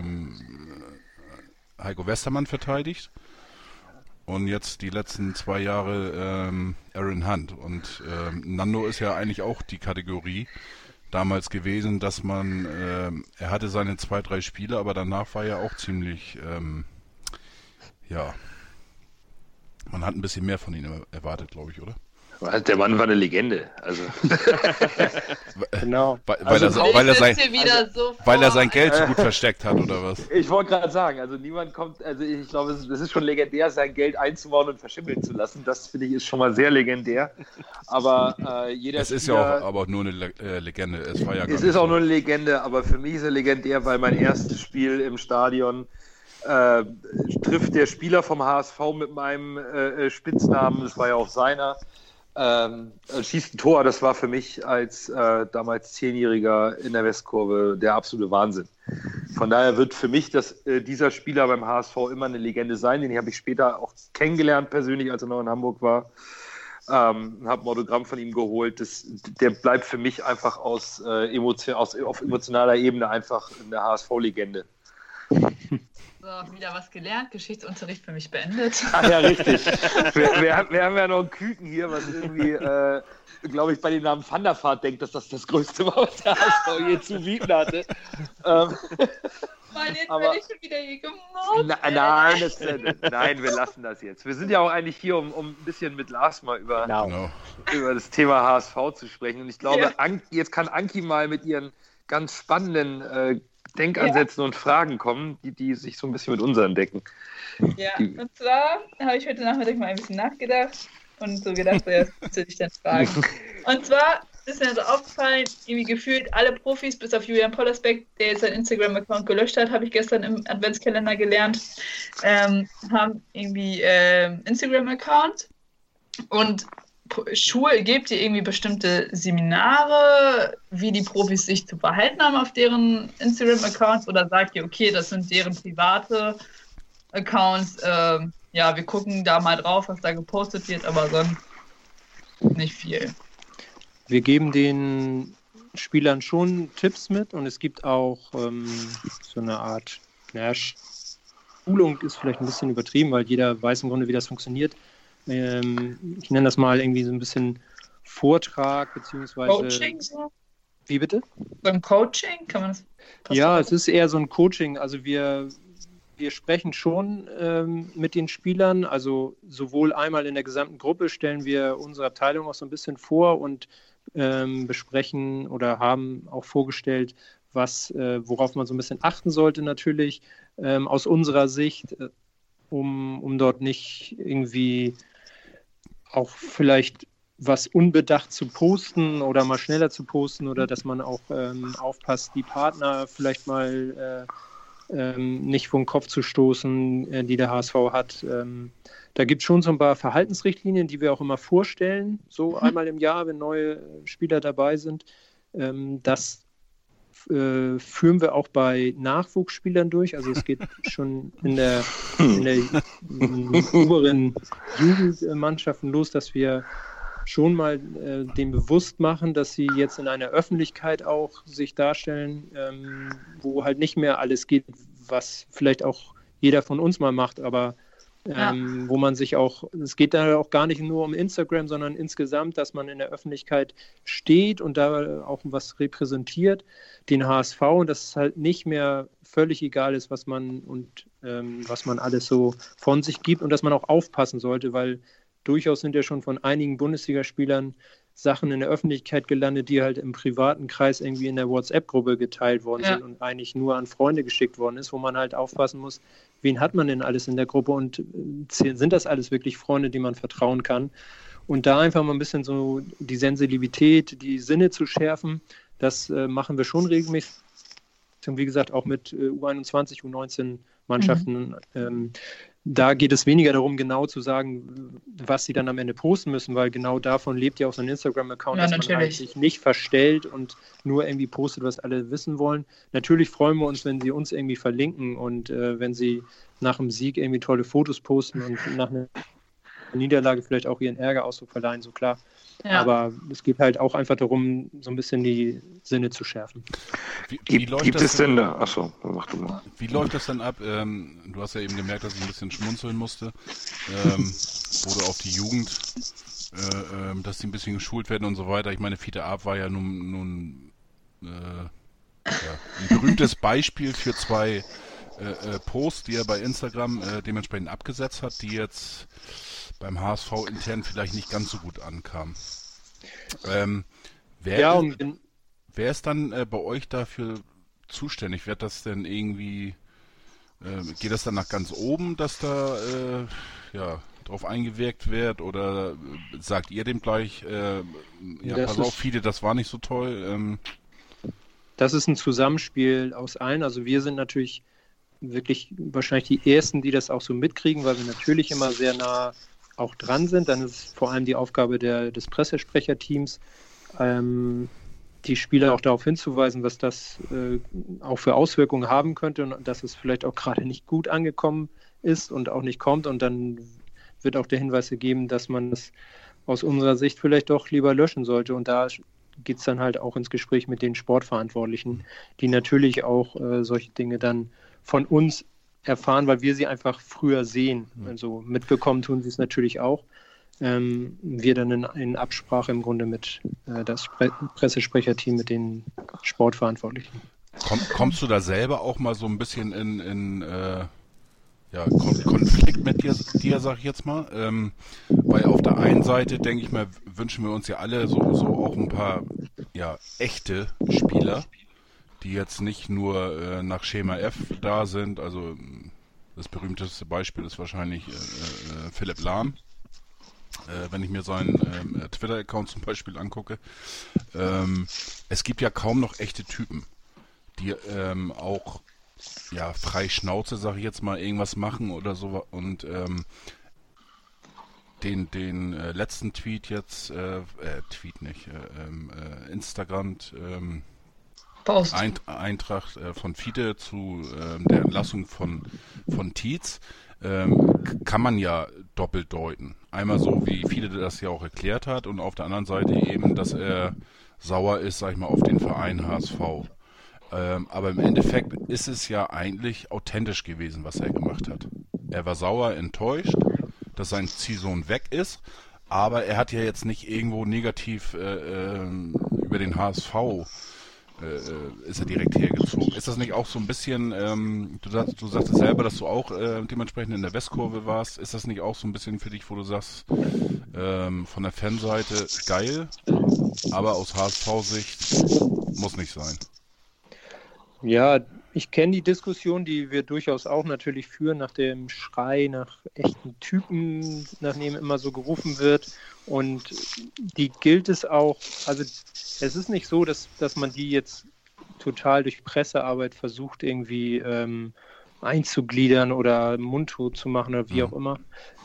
Heiko Westermann verteidigt und jetzt die letzten 2 Jahre Aaron Hunt. Und Nando ist ja eigentlich auch die Kategorie damals gewesen, dass man, er hatte seine 2, 3 Spiele, aber danach war er auch ziemlich, man hat ein bisschen mehr von ihm erwartet, glaube ich, oder? Der Mann war eine Legende. Also. Genau. Weil er sein Geld so gut versteckt hat, oder was? Ich wollte gerade sagen, also niemand kommt, also ich glaube, es ist schon legendär, sein Geld einzubauen und verschimmeln zu lassen. Das finde ich ist schon mal sehr legendär. Aber jeder Es ist ja auch nur eine Legende. Es war ja gar es ist auch nur eine Legende, aber für mich ist er legendär, weil mein erstes Spiel im Stadion trifft der Spieler vom HSV mit meinem Spitznamen, das war ja auch seiner, schießt ein Tor. Das war für mich als damals 10-Jähriger in der Westkurve der absolute Wahnsinn. Von daher wird für mich dieser Spieler beim HSV immer eine Legende sein. Den habe ich später auch kennengelernt persönlich, als er noch in Hamburg war. Habe ein Autogramm von ihm geholt. Der bleibt für mich einfach auf emotionaler Ebene einfach eine HSV-Legende. So, wieder was gelernt, Geschichtsunterricht für mich beendet. Ach ja, richtig. Wir haben ja noch einen Küken hier, was irgendwie, glaube ich, bei dem Namen Van der Vaart denkt, dass das Größte war, was der HSV je zu bieten hatte. Mann, jetzt werde ich schon wieder hier gemobbt. Nein, wir lassen das jetzt. Wir sind ja auch eigentlich hier, um ein bisschen mit Lars mal über das Thema HSV zu sprechen. Und ich glaube, jetzt kann Anki mal mit ihren ganz spannenden Denkansätzen und Fragen kommen, die sich so ein bisschen mit unseren decken. Ja, und zwar habe ich heute Nachmittag mal ein bisschen nachgedacht und so gedacht, jetzt will ich dann fragen. Und zwar ist mir so aufgefallen, irgendwie gefühlt alle Profis, bis auf Julian Pollersbeck, der jetzt seinen Instagram-Account gelöscht hat, habe ich gestern im Adventskalender gelernt, haben irgendwie Instagram-Account und gebt ihr irgendwie bestimmte Seminare, wie die Profis sich zu verhalten haben auf deren Instagram-Accounts, oder sagt ihr, okay, das sind deren private Accounts, wir gucken da mal drauf, was da gepostet wird, aber sonst nicht viel. Wir geben den Spielern schon Tipps mit und es gibt auch so eine Art, Schulung ist vielleicht ein bisschen übertrieben, weil jeder weiß im Grunde, wie das funktioniert. Ich nenne das mal irgendwie so ein bisschen Vortrag, beziehungsweise... Coaching so? Wie bitte? So ein Coaching? Kann man das... Ja, es ist eher so ein Coaching. Also wir sprechen schon mit den Spielern, also sowohl einmal in der gesamten Gruppe stellen wir unsere Abteilung auch so ein bisschen vor und besprechen oder haben auch vorgestellt, worauf man so ein bisschen achten sollte natürlich aus unserer Sicht, um dort nicht irgendwie auch vielleicht was unbedacht zu posten oder mal schneller zu posten oder dass man auch aufpasst, die Partner vielleicht mal nicht vor den Kopf zu stoßen, die der HSV hat. Da gibt es schon so ein paar Verhaltensrichtlinien, die wir auch immer vorstellen, so einmal im Jahr, wenn neue Spieler dabei sind. Das führen wir auch bei Nachwuchsspielern durch. Also es geht schon in der oberen Jugendmannschaften los, dass wir schon mal dem bewusst machen, dass sie jetzt in einer Öffentlichkeit auch sich darstellen, wo halt nicht mehr alles geht, was vielleicht auch jeder von uns mal macht, aber wo man sich auch, es geht da auch gar nicht nur um Instagram, sondern insgesamt, dass man in der Öffentlichkeit steht und da auch was repräsentiert, den HSV, und dass es halt nicht mehr völlig egal ist, was man alles so von sich gibt und dass man auch aufpassen sollte, weil durchaus sind ja schon von einigen Bundesligaspielern Sachen in der Öffentlichkeit gelandet, die halt im privaten Kreis irgendwie in der WhatsApp-Gruppe geteilt worden sind und eigentlich nur an Freunde geschickt worden ist, wo man halt aufpassen muss, wen hat man denn alles in der Gruppe und sind das alles wirklich Freunde, die man vertrauen kann? Und da einfach mal ein bisschen so die Sensibilität, die Sinne zu schärfen, das machen wir schon regelmäßig. Und wie gesagt, auch mit U21, U19 Mannschaften. Da geht es weniger darum, genau zu sagen, was sie dann am Ende posten müssen, weil genau davon lebt ja auch so ein Instagram-Account, dass man halt sich nicht verstellt und nur irgendwie postet, was alle wissen wollen. Natürlich freuen wir uns, wenn sie uns irgendwie verlinken und wenn sie nach dem Sieg irgendwie tolle Fotos posten und nach einer Niederlage vielleicht auch ihren Ärgerausdruck verleihen, so klar. Ja. Aber es geht halt auch einfach darum, so ein bisschen die Sinne zu schärfen. Wie läuft das denn? Achso, mach du mal. Wie läuft das denn ab? Du hast ja eben gemerkt, dass ich ein bisschen schmunzeln musste, wo du auf die Jugend, dass die ein bisschen geschult werden und so weiter. Ich meine, Fiete Arp war ja nun ein berühmtes Beispiel für zwei Posts, die er bei Instagram dementsprechend abgesetzt hat, die jetzt beim HSV intern vielleicht nicht ganz so gut ankamen. Wer ist dann bei euch dafür zuständig? Wird das denn irgendwie, geht das dann nach ganz oben, dass da drauf eingewirkt wird, oder sagt ihr dem gleich, pass auf, Fiete, das war nicht so toll? Das ist ein Zusammenspiel aus allen. Also wir sind natürlich wirklich wahrscheinlich die Ersten, die das auch so mitkriegen, weil wir natürlich immer sehr nah auch dran sind. Dann ist es vor allem die Aufgabe des Pressesprecherteams, die Spieler auch darauf hinzuweisen, was das auch für Auswirkungen haben könnte und dass es vielleicht auch gerade nicht gut angekommen ist und auch nicht kommt. Und dann wird auch der Hinweis gegeben, dass man es aus unserer Sicht vielleicht doch lieber löschen sollte. Und da geht es dann halt auch ins Gespräch mit den Sportverantwortlichen, die natürlich auch solche Dinge dann von uns erfahren, weil wir sie einfach früher sehen. Also mitbekommen tun sie es natürlich auch. Wir dann in Absprache im Grunde mit das Pressesprecherteam, mit den Sportverantwortlichen. Kommst du da selber auch mal so ein bisschen in Konflikt mit dir, sag ich jetzt mal? Weil auf der einen Seite, denke ich mal, wünschen wir uns ja alle so auch ein paar echte Spieler, die jetzt nicht nur nach Schema F da sind. Also das berühmteste Beispiel ist wahrscheinlich Philipp Lahm. Wenn ich mir seinen Twitter-Account zum Beispiel angucke. Es gibt ja kaum noch echte Typen, die auch frei Schnauze, sage ich jetzt mal, irgendwas machen oder so. Und den letzten Tweet jetzt, Instagram Post. Eintracht von Fiete zu der Entlassung von Tietz, kann man ja doppelt deuten. Einmal so, wie Fiete das ja auch erklärt hat, und auf der anderen Seite eben, dass er sauer ist, sag ich mal, auf den Verein HSV. Aber im Endeffekt ist es ja eigentlich authentisch gewesen, was er gemacht hat. Er war sauer, enttäuscht, dass sein Ziehsohn weg ist, aber er hat ja jetzt nicht irgendwo negativ über den HSV ist er direkt hergezogen. Ist das nicht auch so ein bisschen, du sagtest selber, dass du auch dementsprechend in der Westkurve warst, ist das nicht auch so ein bisschen für dich, wo du sagst, von der Fanseite geil, aber aus HSV-Sicht muss nicht sein? Ja, ich kenne die Diskussion, die wir durchaus auch natürlich führen, nach dem Schrei nach echten Typen, nach dem immer so gerufen wird. Und die gilt es auch, also es ist nicht so, dass man die jetzt total durch Pressearbeit versucht irgendwie einzugliedern oder mundtot zu machen oder wie auch immer.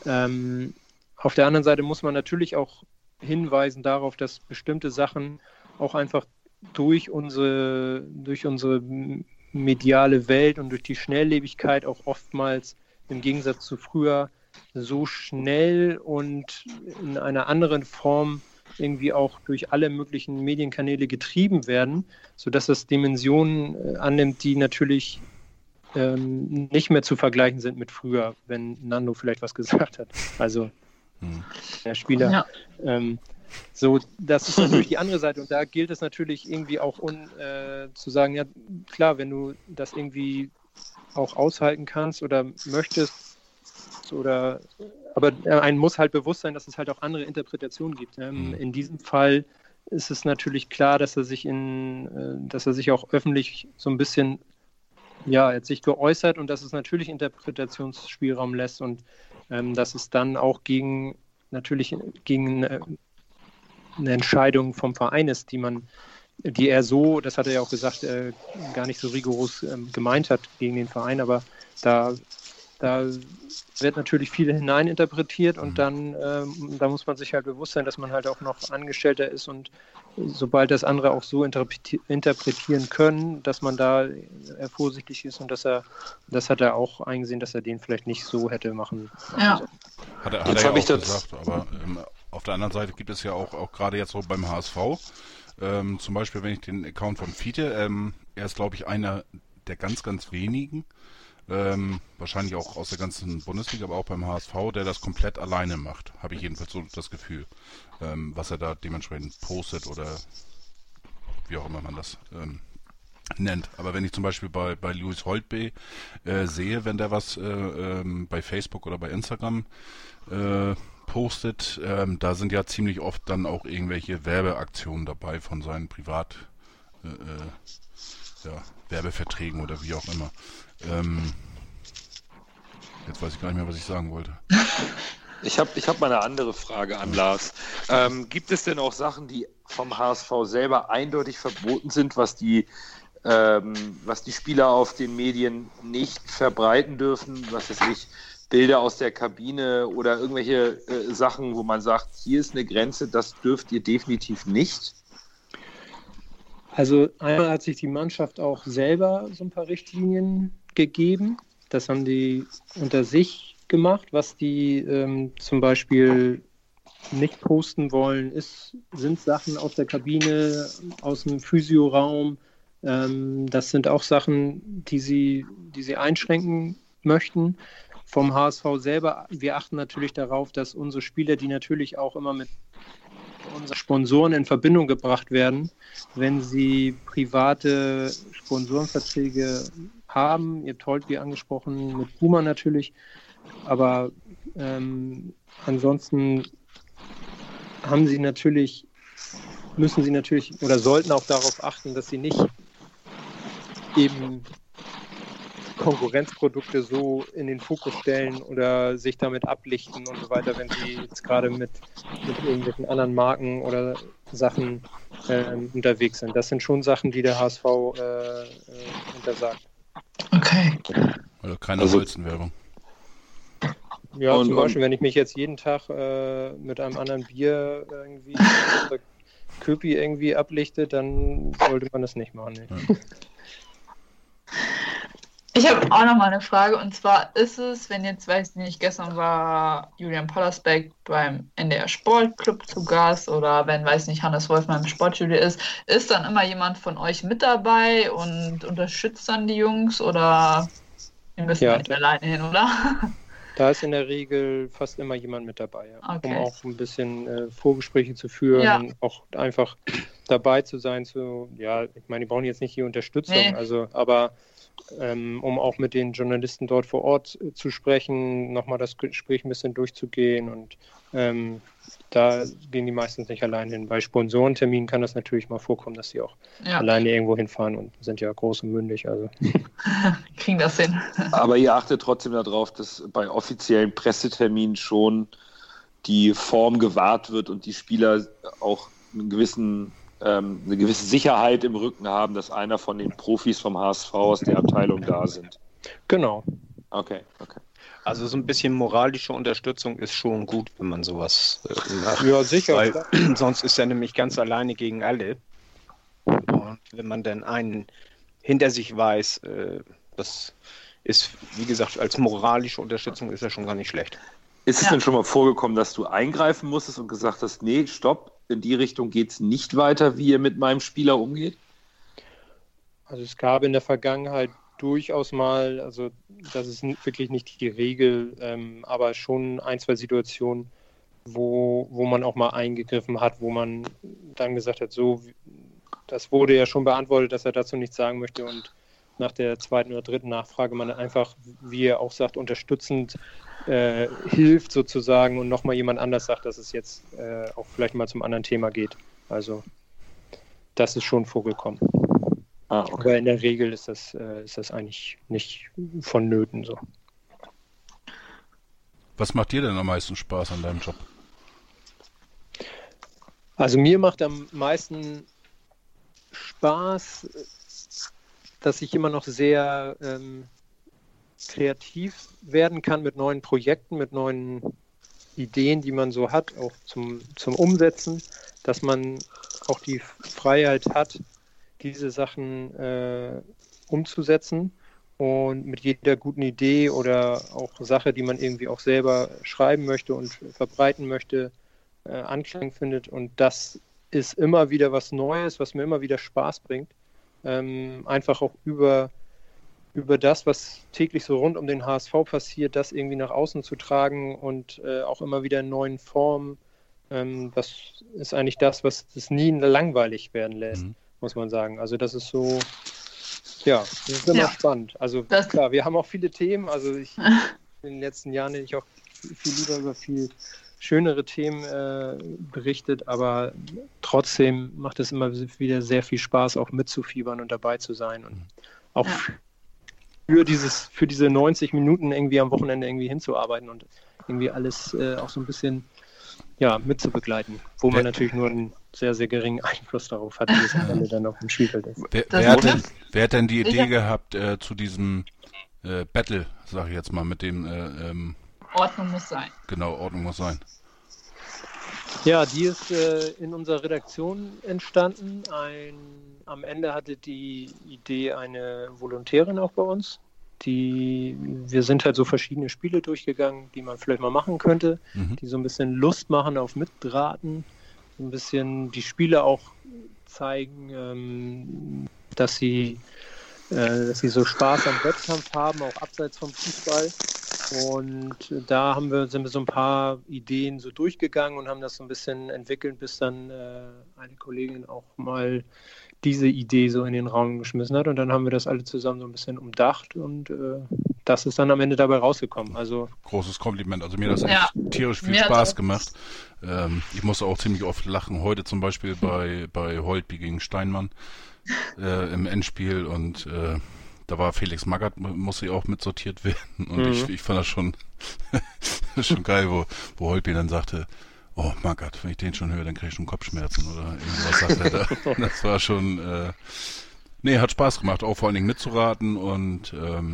Auf der anderen Seite muss man natürlich auch hinweisen darauf, dass bestimmte Sachen auch einfach durch unsere mediale Welt und durch die Schnelllebigkeit auch oftmals im Gegensatz zu früher so schnell und in einer anderen Form irgendwie auch durch alle möglichen Medienkanäle getrieben werden, sodass das Dimensionen annimmt, die natürlich nicht mehr zu vergleichen sind mit früher, wenn Nando vielleicht was gesagt hat. Also der Spieler. Ja. So, das ist natürlich die andere Seite, und da gilt es natürlich irgendwie auch zu sagen, ja klar, wenn du das irgendwie auch aushalten kannst oder möchtest, aber einem muss halt bewusst sein, dass es halt auch andere Interpretationen gibt. In diesem Fall ist es natürlich klar, dass er sich auch öffentlich so ein bisschen jetzt sich geäußert, und dass es natürlich Interpretationsspielraum lässt, und dass es dann auch gegen eine Entscheidung vom Verein ist, die er so, das hat er ja auch gesagt, gar nicht so rigoros gemeint hat gegen den Verein, aber da wird natürlich viel hineininterpretiert, und dann da muss man sich halt bewusst sein, dass man halt auch noch Angestellter ist, und sobald das andere auch so interpretieren können, dass man da vorsichtig ist, und das hat er auch eingesehen, dass er den vielleicht nicht so hätte machen. Ja. Hat er ja auch gesagt, aber auf der anderen Seite gibt es ja auch gerade jetzt so beim HSV, zum Beispiel, wenn ich den Account von Fiete, er ist, glaube ich, einer der ganz, ganz wenigen, wahrscheinlich auch aus der ganzen Bundesliga, aber auch beim HSV, der das komplett alleine macht, habe ich jedenfalls so das Gefühl, was er da dementsprechend postet oder wie auch immer man das nennt. Aber wenn ich zum Beispiel bei Louis Holtby sehe, wenn der was bei Facebook oder bei Instagram postet, da sind ja ziemlich oft dann auch irgendwelche Werbeaktionen dabei von seinen Werbeverträgen oder wie auch immer. Jetzt weiß ich gar nicht mehr, was ich sagen wollte. Ich hab mal eine andere Frage an Lars. Gibt es denn auch Sachen, die vom HSV selber eindeutig verboten sind, was die was die Spieler auf den Medien nicht verbreiten dürfen, was weiß ich, Bilder aus der Kabine oder irgendwelche Sachen, wo man sagt, hier ist eine Grenze, das dürft ihr definitiv nicht? Also einmal hat sich die Mannschaft auch selber so ein paar Richtlinien gegeben. Das haben die unter sich gemacht, was die zum Beispiel nicht posten wollen, sind Sachen aus der Kabine, aus dem Physioraum. Das sind auch Sachen, die sie einschränken möchten. Vom HSV selber, wir achten natürlich darauf, dass unsere Spieler, die natürlich auch immer mit unseren Sponsoren in Verbindung gebracht werden, wenn sie private Sponsorenverträge haben, ihr habt Holtby angesprochen, mit Puma natürlich, aber ansonsten müssen sie natürlich oder sollten auch darauf achten, dass sie nicht eben Konkurrenzprodukte so in den Fokus stellen oder sich damit ablichten und so weiter, wenn sie jetzt gerade mit irgendwelchen anderen Marken oder Sachen unterwegs sind. Das sind schon Sachen, die der HSV untersagt. Okay. Oder keine Holzenwerbung. Ja, zum Beispiel, wenn ich mich jetzt jeden Tag mit einem anderen Bier irgendwie Köpi irgendwie ablichte, dann sollte man das nicht machen. Nee. Ja. Ich habe auch noch mal eine Frage, und zwar ist es, wenn jetzt, weiß ich nicht, gestern war Julian Pollersbeck beim NDR Sportclub zu Gast oder wenn, weiß nicht, Hannes Wolfmann im Sportstudio ist dann immer jemand von euch mit dabei und unterstützt dann die Jungs oder ihr müsst nicht alleine hin, oder? Da ist in der Regel fast immer jemand mit dabei, ja. Okay. Um auch ein bisschen Vorgespräche zu führen und auch einfach dabei zu sein. Ich meine, die brauchen jetzt nicht die Unterstützung, aber um auch mit den Journalisten dort vor Ort zu sprechen, nochmal das Gespräch ein bisschen durchzugehen und da gehen die meistens nicht allein hin. Bei Sponsorenterminen kann das natürlich mal vorkommen, dass sie auch alleine irgendwo hinfahren und sind ja groß und mündig. Also. Kriegen das hin. Aber ihr achtet trotzdem darauf, dass bei offiziellen Presseterminen schon die Form gewahrt wird und die Spieler auch eine gewisse Sicherheit im Rücken haben, dass einer von den Profis vom HSV aus der Abteilung da sind. Genau. Okay. Also so ein bisschen moralische Unterstützung ist schon gut, wenn man sowas macht. Ja, sicher. Weil sonst ist er nämlich ganz alleine gegen alle. Und wenn man dann einen hinter sich weiß, das ist, wie gesagt, als moralische Unterstützung ist er schon gar nicht schlecht. Ist es denn schon mal vorgekommen, dass du eingreifen musstest und gesagt hast, nee, stopp, in die Richtung geht es nicht weiter, wie ihr mit meinem Spieler umgeht? Also es gab in der Vergangenheit durchaus mal, also das ist wirklich nicht die Regel, aber schon ein, zwei Situationen, wo man auch mal eingegriffen hat, wo man dann gesagt hat, so, das wurde ja schon beantwortet, dass er dazu nichts sagen möchte und nach der zweiten oder dritten Nachfrage man einfach, wie er auch sagt, unterstützend hilft sozusagen und nochmal jemand anders sagt, dass es jetzt auch vielleicht mal zum anderen Thema geht. Also das ist schon vorgekommen. Okay. Aber in der Regel ist das eigentlich nicht vonnöten so. Was macht dir denn am meisten Spaß an deinem Job? Also mir macht am meisten Spaß, dass ich immer noch sehr kreativ werden kann mit neuen Projekten, mit neuen Ideen, die man so hat, auch zum Umsetzen, dass man auch die Freiheit hat, diese Sachen umzusetzen und mit jeder guten Idee oder auch Sache, die man irgendwie auch selber schreiben möchte und verbreiten möchte, Anklang findet. Und das ist immer wieder was Neues, was mir immer wieder Spaß bringt. Einfach auch über das, was täglich so rund um den HSV passiert, das irgendwie nach außen zu tragen und auch immer wieder in neuen Formen. Das ist eigentlich das, was es nie langweilig werden lässt, muss man sagen. Also das ist so, das ist immer spannend. Also klar, wir haben auch viele Themen. Also in den letzten Jahren hätte ich auch viel lieber über viel schönere Themen berichtet, aber trotzdem macht es immer wieder sehr viel Spaß, auch mitzufiebern und dabei zu sein und auch für diese 90 Minuten irgendwie am Wochenende irgendwie hinzuarbeiten und irgendwie alles auch so ein bisschen mitzubegleiten, wo man natürlich nur sehr, sehr geringen Einfluss darauf hat, wie es am Ende dann auf dem Spielfeld ist. Wer hat denn die Idee gehabt zu diesem Battle, sag ich jetzt mal, mit dem Ordnung muss sein. Genau, Ordnung muss sein. Ja, die ist in unserer Redaktion entstanden. Am Ende hatte die Idee eine Volontärin auch bei uns. Wir sind halt so verschiedene Spiele durchgegangen, die man vielleicht mal machen könnte, die so ein bisschen Lust machen auf Mitraten, so ein bisschen die Spiele auch zeigen, dass sie so Spaß am Wettkampf haben, auch abseits vom Fußball. Und da sind wir so ein paar Ideen so durchgegangen und haben das so ein bisschen entwickelt, bis dann eine Kollegin auch mal diese Idee so in den Raum geschmissen hat. Und dann haben wir das alle zusammen so ein bisschen umdacht und das ist dann am Ende dabei rausgekommen. Also großes Kompliment. Also mir hat das echt tierisch viel Spaß gemacht. Ich musste auch ziemlich oft lachen. Heute zum Beispiel bei Holtby gegen Steinmann im Endspiel und da war Felix Magath, musste ja auch mitsortiert werden und ich fand das schon geil, wo Holtby dann sagte, oh Magath, wenn ich den schon höre, dann kriege ich schon Kopfschmerzen oder irgendwas sagt er da. Das war schon, hat Spaß gemacht, auch vor allen Dingen mitzuraten und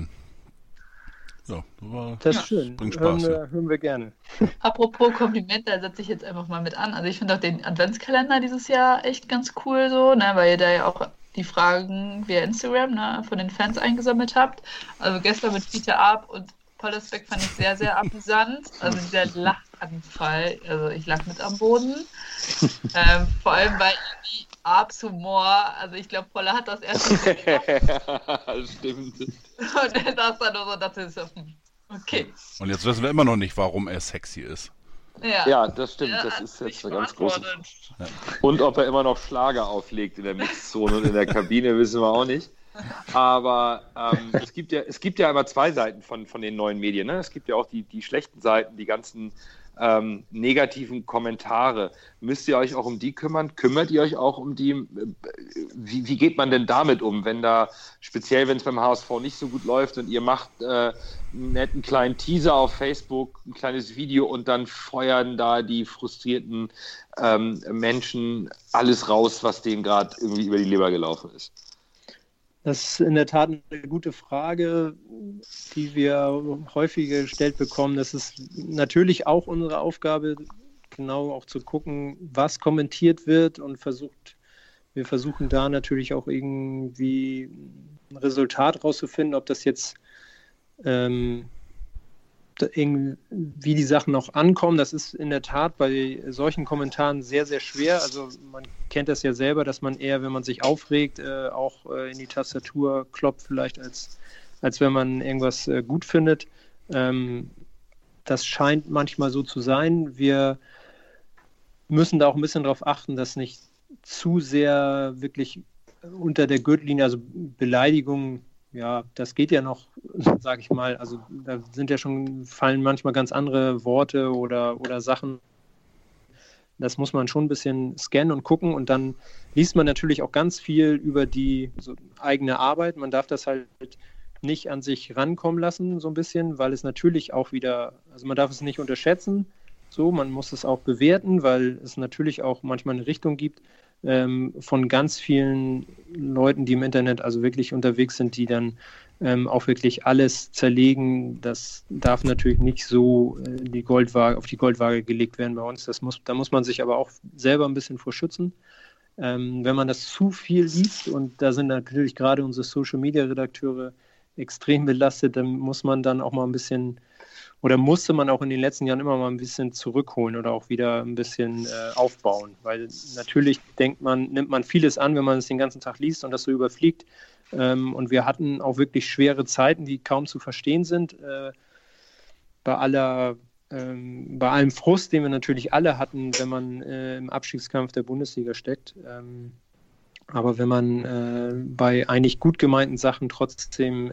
das ist schön. Bringt Spaß. Hören wir gerne. Apropos Kompliment, da setze ich jetzt einfach mal mit an. Also ich finde auch den Adventskalender dieses Jahr echt ganz cool so, ne, weil ihr da ja auch die Fragen via Instagram von den Fans eingesammelt habt. Also gestern mit Peter Arp und Pollersbeck fand ich sehr, sehr amüsant. Also dieser Lachanfall, also ich lag mit am Boden. Vor allem bei Arps Humor, also ich glaube, Polle hat das erst so Stimmt. und er saß dann nur so, dachte so, okay. Und jetzt wissen wir immer noch nicht, warum er sexy ist. Ja, das stimmt. Das ist jetzt eine ganz große. Ja. Und ob er immer noch Schlager auflegt in der Mixzone und in der Kabine, wissen wir auch nicht. Aber es gibt ja immer zwei Seiten von den neuen Medien. Ne? Es gibt ja auch die schlechten Seiten, die ganzen negativen Kommentare. Müsst ihr euch auch um die kümmern? Kümmert ihr euch auch um die? Wie geht man denn damit um, speziell wenn es beim HSV nicht so gut läuft und ihr macht einen netten kleinen Teaser auf Facebook, ein kleines Video und dann feuern da die frustrierten Menschen alles raus, was denen gerade irgendwie über die Leber gelaufen ist? Das ist in der Tat eine gute Frage, die wir häufiger gestellt bekommen. Das ist natürlich auch unsere Aufgabe, genau auch zu gucken, was kommentiert wird und wir versuchen da natürlich auch irgendwie ein Resultat rauszufinden, ob das jetzt wie die Sachen noch ankommen. Das ist in der Tat bei solchen Kommentaren sehr, sehr schwer. Also man kennt das ja selber, dass man eher, wenn man sich aufregt, auch in die Tastatur klopft, vielleicht als wenn man irgendwas gut findet. Das scheint manchmal so zu sein. Wir müssen da auch ein bisschen darauf achten, dass nicht zu sehr wirklich unter der Gürtellinie, also Beleidigungen, ja, das geht ja noch, sage ich mal, also da fallen manchmal ganz andere Worte oder Sachen. Das muss man schon ein bisschen scannen und gucken und dann liest man natürlich auch ganz viel über die eigene Arbeit. Man darf das halt nicht an sich rankommen lassen, so ein bisschen, weil es natürlich auch wieder, also man darf es nicht unterschätzen, man muss es auch bewerten, weil es natürlich auch manchmal eine Richtung gibt, von ganz vielen Leuten, die im Internet also wirklich unterwegs sind, die dann auch wirklich alles zerlegen. Das darf natürlich nicht so auf die Goldwaage gelegt werden bei uns. Da muss man sich aber auch selber ein bisschen vor schützen. Wenn man das zu viel liest, und da sind natürlich gerade unsere Social-Media-Redakteure extrem belastet, dann muss man dann auch mal ein bisschen, oder musste man auch in den letzten Jahren immer mal ein bisschen zurückholen oder auch wieder ein bisschen aufbauen, weil natürlich nimmt man vieles an, wenn man es den ganzen Tag liest und das so überfliegt, und wir hatten auch wirklich schwere Zeiten, die kaum zu verstehen sind, bei allem Frust, den wir natürlich alle hatten, wenn man im Abstiegskampf der Bundesliga steckt, aber wenn man bei eigentlich gut gemeinten Sachen trotzdem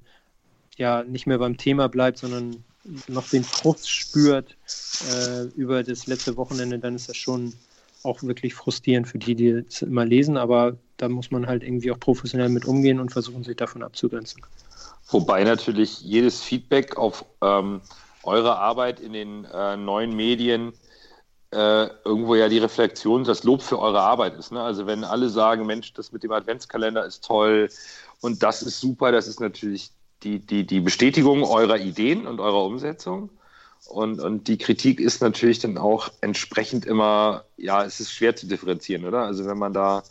nicht mehr beim Thema bleibt, sondern noch den Frust spürt über das letzte Wochenende, dann ist das schon auch wirklich frustrierend für die es immer lesen, aber da muss man halt irgendwie auch professionell mit umgehen und versuchen, sich davon abzugrenzen. Wobei natürlich jedes Feedback auf eure Arbeit in den neuen Medien irgendwo ja die Reflexion, das Lob für eure Arbeit ist. Ne? Also wenn alle sagen, Mensch, das mit dem Adventskalender ist toll und das ist super, das ist natürlich die Bestätigung eurer Ideen und eurer Umsetzung. Und die Kritik ist natürlich dann auch entsprechend immer, ja, es ist schwer zu differenzieren, oder? Also wenn man da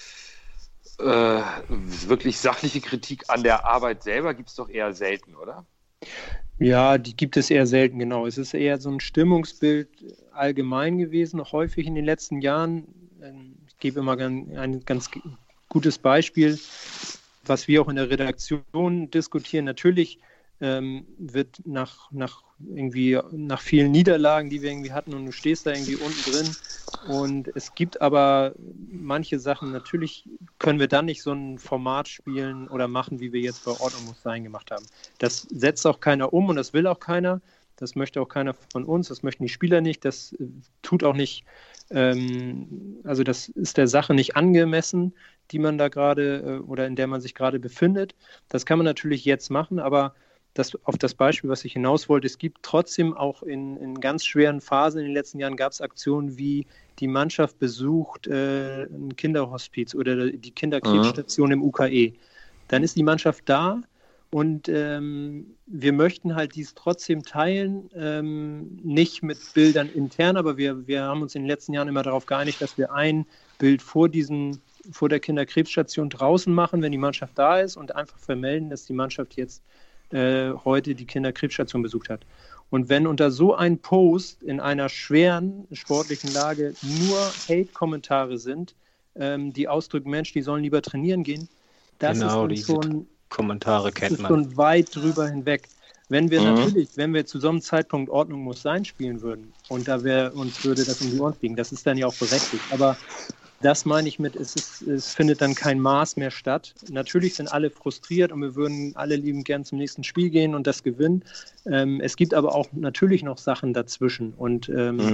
wirklich sachliche Kritik an der Arbeit selber gibt es doch eher selten, oder? Ja, die gibt es eher selten, genau. Es ist eher so ein Stimmungsbild allgemein gewesen, häufig in den letzten Jahren. Ich gebe immer ein ganz gutes Beispiel, was wir auch in der Redaktion diskutieren. Natürlich wird nach vielen Niederlagen, die wir irgendwie hatten, und du stehst da irgendwie unten drin. Und es gibt aber manche Sachen, natürlich können wir dann nicht so ein Format spielen oder machen, wie wir jetzt bei Ordnung muss sein gemacht haben. Das setzt auch keiner um und das will auch keiner. Das möchte auch keiner von uns, das möchten die Spieler nicht, das tut auch nicht, also das ist der Sache nicht angemessen, die man da gerade oder in der man sich gerade befindet. Das kann man natürlich jetzt machen, aber auf das Beispiel, was ich hinaus wollte, es gibt trotzdem auch in ganz schweren Phasen in den letzten Jahren gab es Aktionen wie die Mannschaft besucht ein Kinderhospiz oder die Kinderkrebsstation im UKE. Dann ist die Mannschaft da und wir möchten halt dies trotzdem teilen, nicht mit Bildern intern, aber wir haben uns in den letzten Jahren immer darauf geeinigt, dass wir ein Bild vor der Kinderkrebsstation draußen machen, wenn die Mannschaft da ist und einfach vermelden, dass die Mannschaft jetzt heute die Kinderkrebsstation besucht hat. Und wenn unter so ein Post in einer schweren sportlichen Lage nur Hate-Kommentare sind, die ausdrücken, Mensch, die sollen lieber trainieren gehen, das genau, ist schon Kommentare kennt man. Schon weit drüber hinweg. Wenn wir zu so einem Zeitpunkt Ordnung muss sein spielen würden und uns würde das um die Ohren fliegen, das ist dann ja auch berechtigt. Aber das meine ich mit, es findet dann kein Maß mehr statt. Natürlich sind alle frustriert und wir würden alle liebend gern zum nächsten Spiel gehen und das gewinnen. Es gibt aber auch natürlich noch Sachen dazwischen und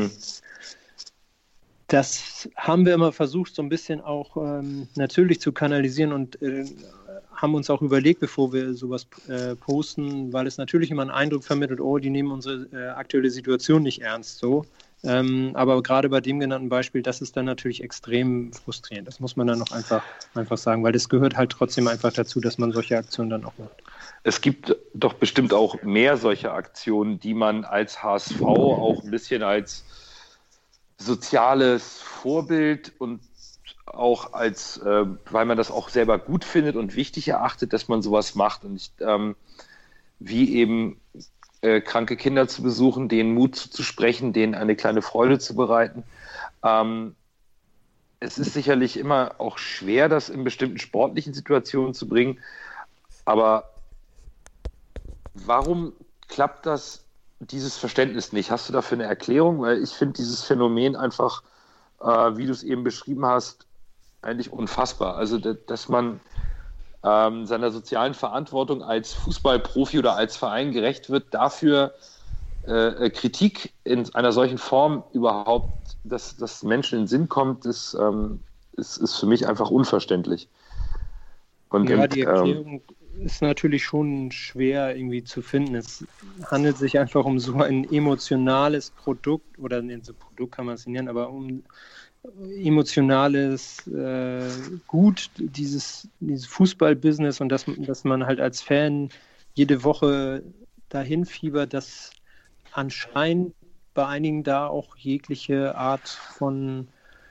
das haben wir immer versucht, so ein bisschen auch natürlich zu kanalisieren und haben uns auch überlegt, bevor wir sowas posten, weil es natürlich immer einen Eindruck vermittelt, oh, die nehmen unsere aktuelle Situation nicht ernst, so. Aber gerade bei dem genannten Beispiel, das ist dann natürlich extrem frustrierend. Das muss man dann noch einfach sagen, weil das gehört halt trotzdem einfach dazu, dass man solche Aktionen dann auch macht. Es gibt doch bestimmt auch mehr solche Aktionen, die man als HSV auch ein bisschen als soziales Vorbild und auch als, weil man das auch selber gut findet und wichtig erachtet, dass man sowas macht. Und wie eben kranke Kinder zu besuchen, denen Mut zuzusprechen, denen eine kleine Freude zu bereiten. Es ist sicherlich immer auch schwer, das in bestimmten sportlichen Situationen zu bringen, aber warum klappt dieses Verständnis nicht? Hast du dafür eine Erklärung? Weil ich finde dieses Phänomen einfach, wie du es eben beschrieben hast, eigentlich unfassbar. Also, dass man seiner sozialen Verantwortung als Fußballprofi oder als Verein gerecht wird, dafür Kritik in einer solchen Form überhaupt, dass Menschen in den Sinn kommt, ist für mich einfach unverständlich. Die Erklärung ist natürlich schon schwer irgendwie zu finden. Es handelt sich einfach um so ein emotionales Produkt, oder so Produkt kann man es nicht nennen, aber um emotionales Gut, dieses Fußballbusiness und dass man halt als Fan jede Woche dahin fiebert, dass anscheinend bei einigen da auch jegliche Art von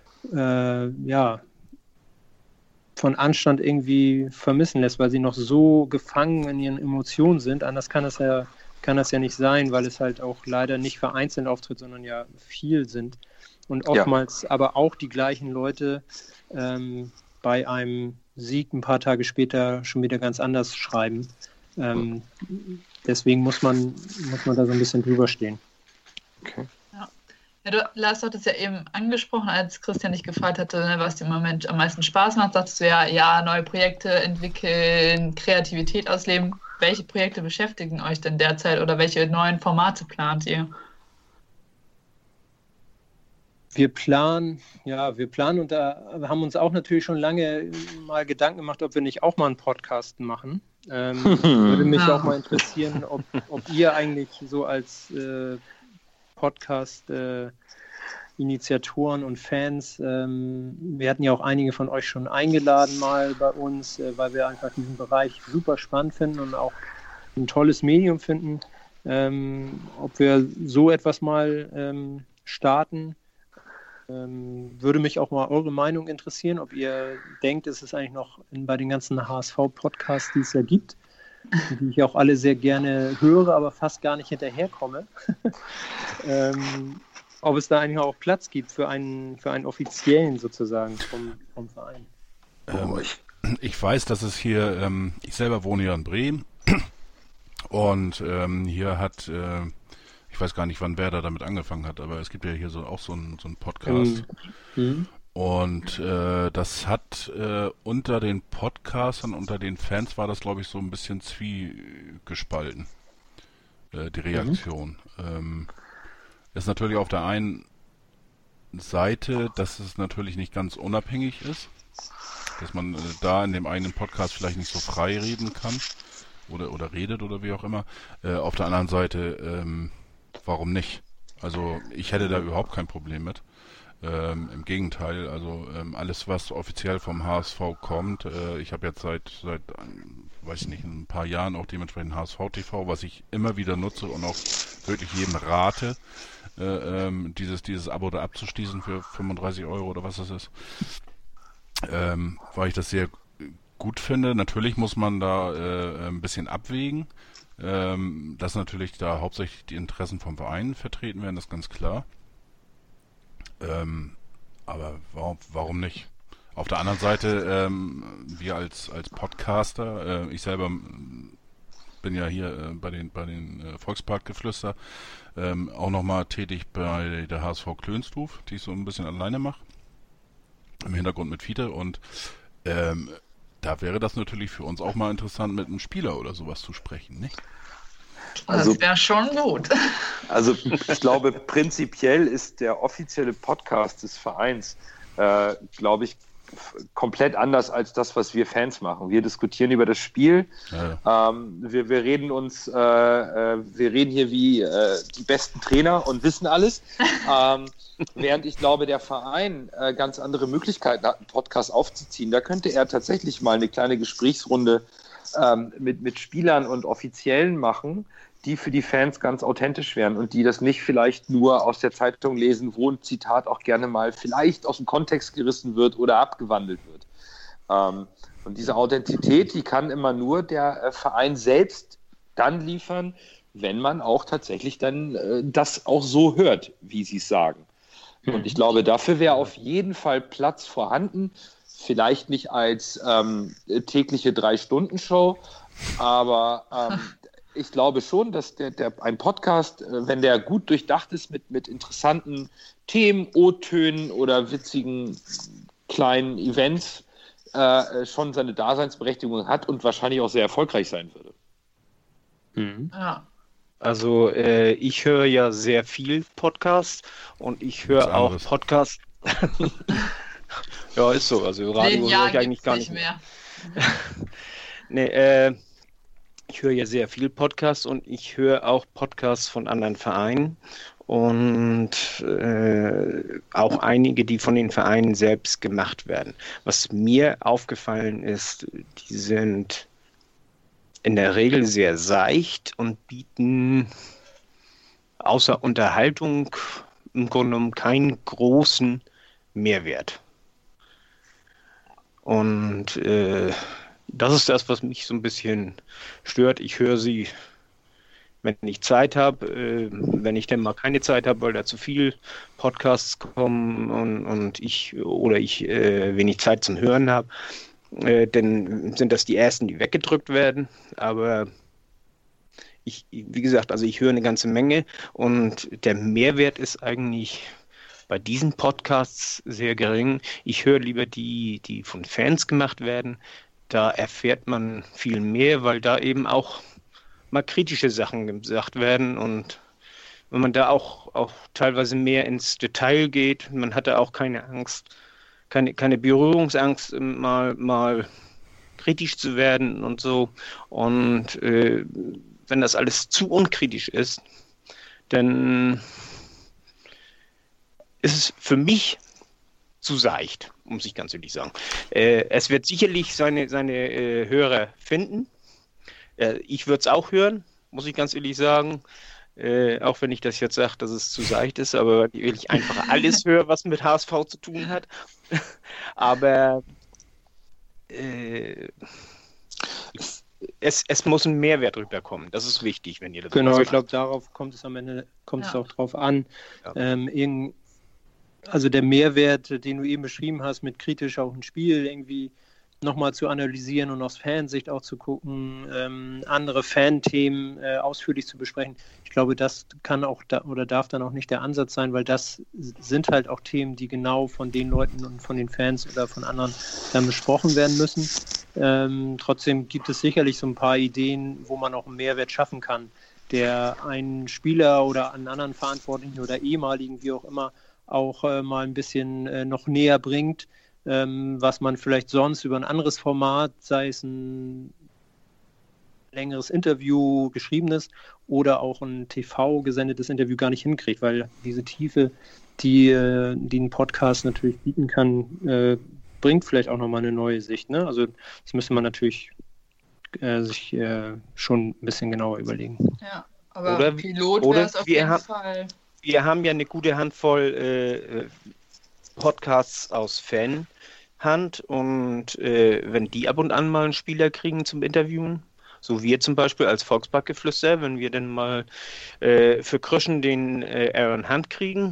von Anstand irgendwie vermissen lässt, weil sie noch so gefangen in ihren Emotionen sind. Anders kann das ja nicht sein, weil es halt auch leider nicht vereinzelt auftritt, sondern ja viel sind. Und oftmals aber auch die gleichen Leute bei einem Sieg ein paar Tage später schon wieder ganz anders schreiben. Deswegen muss man da so ein bisschen drüber stehen. Okay. Ja, Lars hat es ja eben angesprochen, als Christian dich gefragt hatte, was dir im Moment am meisten Spaß macht, sagst du ja, neue Projekte entwickeln, Kreativität ausleben. Welche Projekte beschäftigen euch denn derzeit oder welche neuen Formate plant ihr? Wir planen und da haben uns auch natürlich schon lange mal Gedanken gemacht, ob wir nicht auch mal einen Podcast machen. Würde mich auch mal interessieren, ob ihr eigentlich so als Podcast Initiatoren und Fans. Wir hatten ja auch einige von euch schon eingeladen mal bei uns, weil wir einfach diesen Bereich super spannend finden und auch ein tolles Medium finden. Ob wir so etwas mal starten, würde mich auch mal eure Meinung interessieren, ob ihr denkt, es ist eigentlich noch bei den ganzen HSV-Podcasts, die es ja gibt, die ich auch alle sehr gerne höre, aber fast gar nicht hinterherkomme, ob es da eigentlich auch Platz gibt für einen offiziellen sozusagen vom Verein. Ich weiß, dass es hier, ich selber wohne ja in Bremen und hier hat, ich weiß gar nicht, wann Werder damit angefangen hat, aber es gibt ja hier auch so einen Podcast. Und das hat unter den Podcastern, unter den Fans war das, glaube ich, so ein bisschen zwiegespalten, die Reaktion. Ist natürlich auf der einen Seite, dass es natürlich nicht ganz unabhängig ist, dass man da in dem eigenen Podcast vielleicht nicht so frei reden kann oder redet oder wie auch immer. Auf der anderen Seite, warum nicht? Also ich hätte da überhaupt kein Problem mit. Im Gegenteil, also alles, was offiziell vom HSV kommt, ich habe jetzt seit weiß nicht, ein paar Jahren auch dementsprechend HSV TV, was ich immer wieder nutze und auch wirklich jedem rate, dieses Abo da abzuschließen für 35 € oder was das ist, weil ich das sehr gut finde. Natürlich muss man da ein bisschen abwägen, dass natürlich da hauptsächlich die Interessen vom Verein vertreten werden, das ist ganz klar. Aber warum nicht? Auf der anderen Seite, wir als Podcaster, ich selber bin ja hier bei den Volksparkgeflüster auch nochmal tätig bei der HSV Klönstuf, die ich so ein bisschen alleine mache, im Hintergrund mit Fiete, und da wäre das natürlich für uns auch mal interessant, mit einem Spieler oder sowas zu sprechen, nicht? Also, das wäre schon gut. Also ich glaube, prinzipiell ist der offizielle Podcast des Vereins, glaube ich, komplett anders als das, was wir Fans machen. Wir diskutieren über das Spiel. Ja. Wir reden hier wie die besten Trainer und wissen alles. Während ich glaube, der Verein ganz andere Möglichkeiten hat, einen Podcast aufzuziehen. Da könnte er tatsächlich mal eine kleine Gesprächsrunde mit Spielern und Offiziellen machen, die für die Fans ganz authentisch wären und die das nicht vielleicht nur aus der Zeitung lesen, wo ein Zitat auch gerne mal vielleicht aus dem Kontext gerissen wird oder abgewandelt wird. Und diese Authentität, die kann immer nur der Verein selbst dann liefern, wenn man auch tatsächlich dann das auch so hört, wie sie es sagen. Und ich glaube, dafür wäre auf jeden Fall Platz vorhanden. Vielleicht nicht als tägliche 3-Stunden-Show, aber ich glaube schon, dass ein Podcast, wenn der gut durchdacht ist mit interessanten Themen, O-Tönen oder witzigen kleinen Events, schon seine Daseinsberechtigung hat und wahrscheinlich auch sehr erfolgreich sein würde. Mhm. Ja. Also ich höre ja sehr viel Podcast und ich höre auch Podcast. Ja, ist so. Also Radio höre ich eigentlich gar nicht mehr. Nee, ich höre ja sehr viel Podcasts und ich höre auch Podcasts von anderen Vereinen und auch einige, die von den Vereinen selbst gemacht werden. Was mir aufgefallen ist, die sind in der Regel sehr seicht und bieten außer Unterhaltung im Grunde genommen keinen großen Mehrwert. Und das ist das, was mich so ein bisschen stört. Ich höre sie, wenn ich Zeit habe, wenn ich dann mal keine Zeit habe, weil da zu viel Podcasts kommen und ich wenig Zeit zum Hören habe, dann sind das die ersten, die weggedrückt werden. Aber wie gesagt, also ich höre eine ganze Menge und der Mehrwert ist eigentlich bei diesen Podcasts sehr gering. Ich höre lieber die von Fans gemacht werden. Da erfährt man viel mehr, weil da eben auch mal kritische Sachen gesagt werden und wenn man da auch teilweise mehr ins Detail geht, man hat da auch keine Angst, keine Berührungsangst, mal kritisch zu werden und so. Und wenn das alles zu unkritisch ist, dann ist es für mich zu seicht, muss ich ganz ehrlich sagen. Es wird sicherlich seine Hörer finden. Ich würde es auch hören, muss ich ganz ehrlich sagen. Auch wenn ich das jetzt sage, dass es zu seicht ist, aber weil ich einfach alles höre, was mit HSV zu tun hat. Aber es muss ein Mehrwert rüberkommen. Das ist wichtig, wenn ihr das Genau, macht. ich glaube, darauf kommt es am Ende es auch drauf an. Ja. Also der Mehrwert, den du eben beschrieben hast, mit kritisch auch ein Spiel irgendwie nochmal zu analysieren und aus Fansicht auch zu gucken, andere Fanthemen ausführlich zu besprechen. Ich glaube, das kann auch oder darf dann auch nicht der Ansatz sein, weil das sind halt auch Themen, die genau von den Leuten und von den Fans oder von anderen dann besprochen werden müssen. Trotzdem gibt es sicherlich so ein paar Ideen, wo man auch einen Mehrwert schaffen kann, der einen Spieler oder einen anderen Verantwortlichen oder ehemaligen, wie auch immer, auch mal ein bisschen noch näher bringt, was man vielleicht sonst über ein anderes Format, sei es ein längeres Interview, geschriebenes oder auch ein TV gesendetes Interview gar nicht hinkriegt, weil diese Tiefe, die ein Podcast natürlich bieten kann, bringt vielleicht auch nochmal eine neue Sicht. Ne? Also das müsste man natürlich sich schon ein bisschen genauer überlegen. Ja, aber Oder- Pilot oder wäre es auf wir jeden haben- Fall. Wir haben ja eine gute Handvoll Podcasts aus Fanhand und wenn die ab und an mal einen Spieler kriegen zum Interviewen, so wir zum Beispiel als Volksparkgeflüster, wenn wir dann mal für Kröschen den Aaron Hunt kriegen,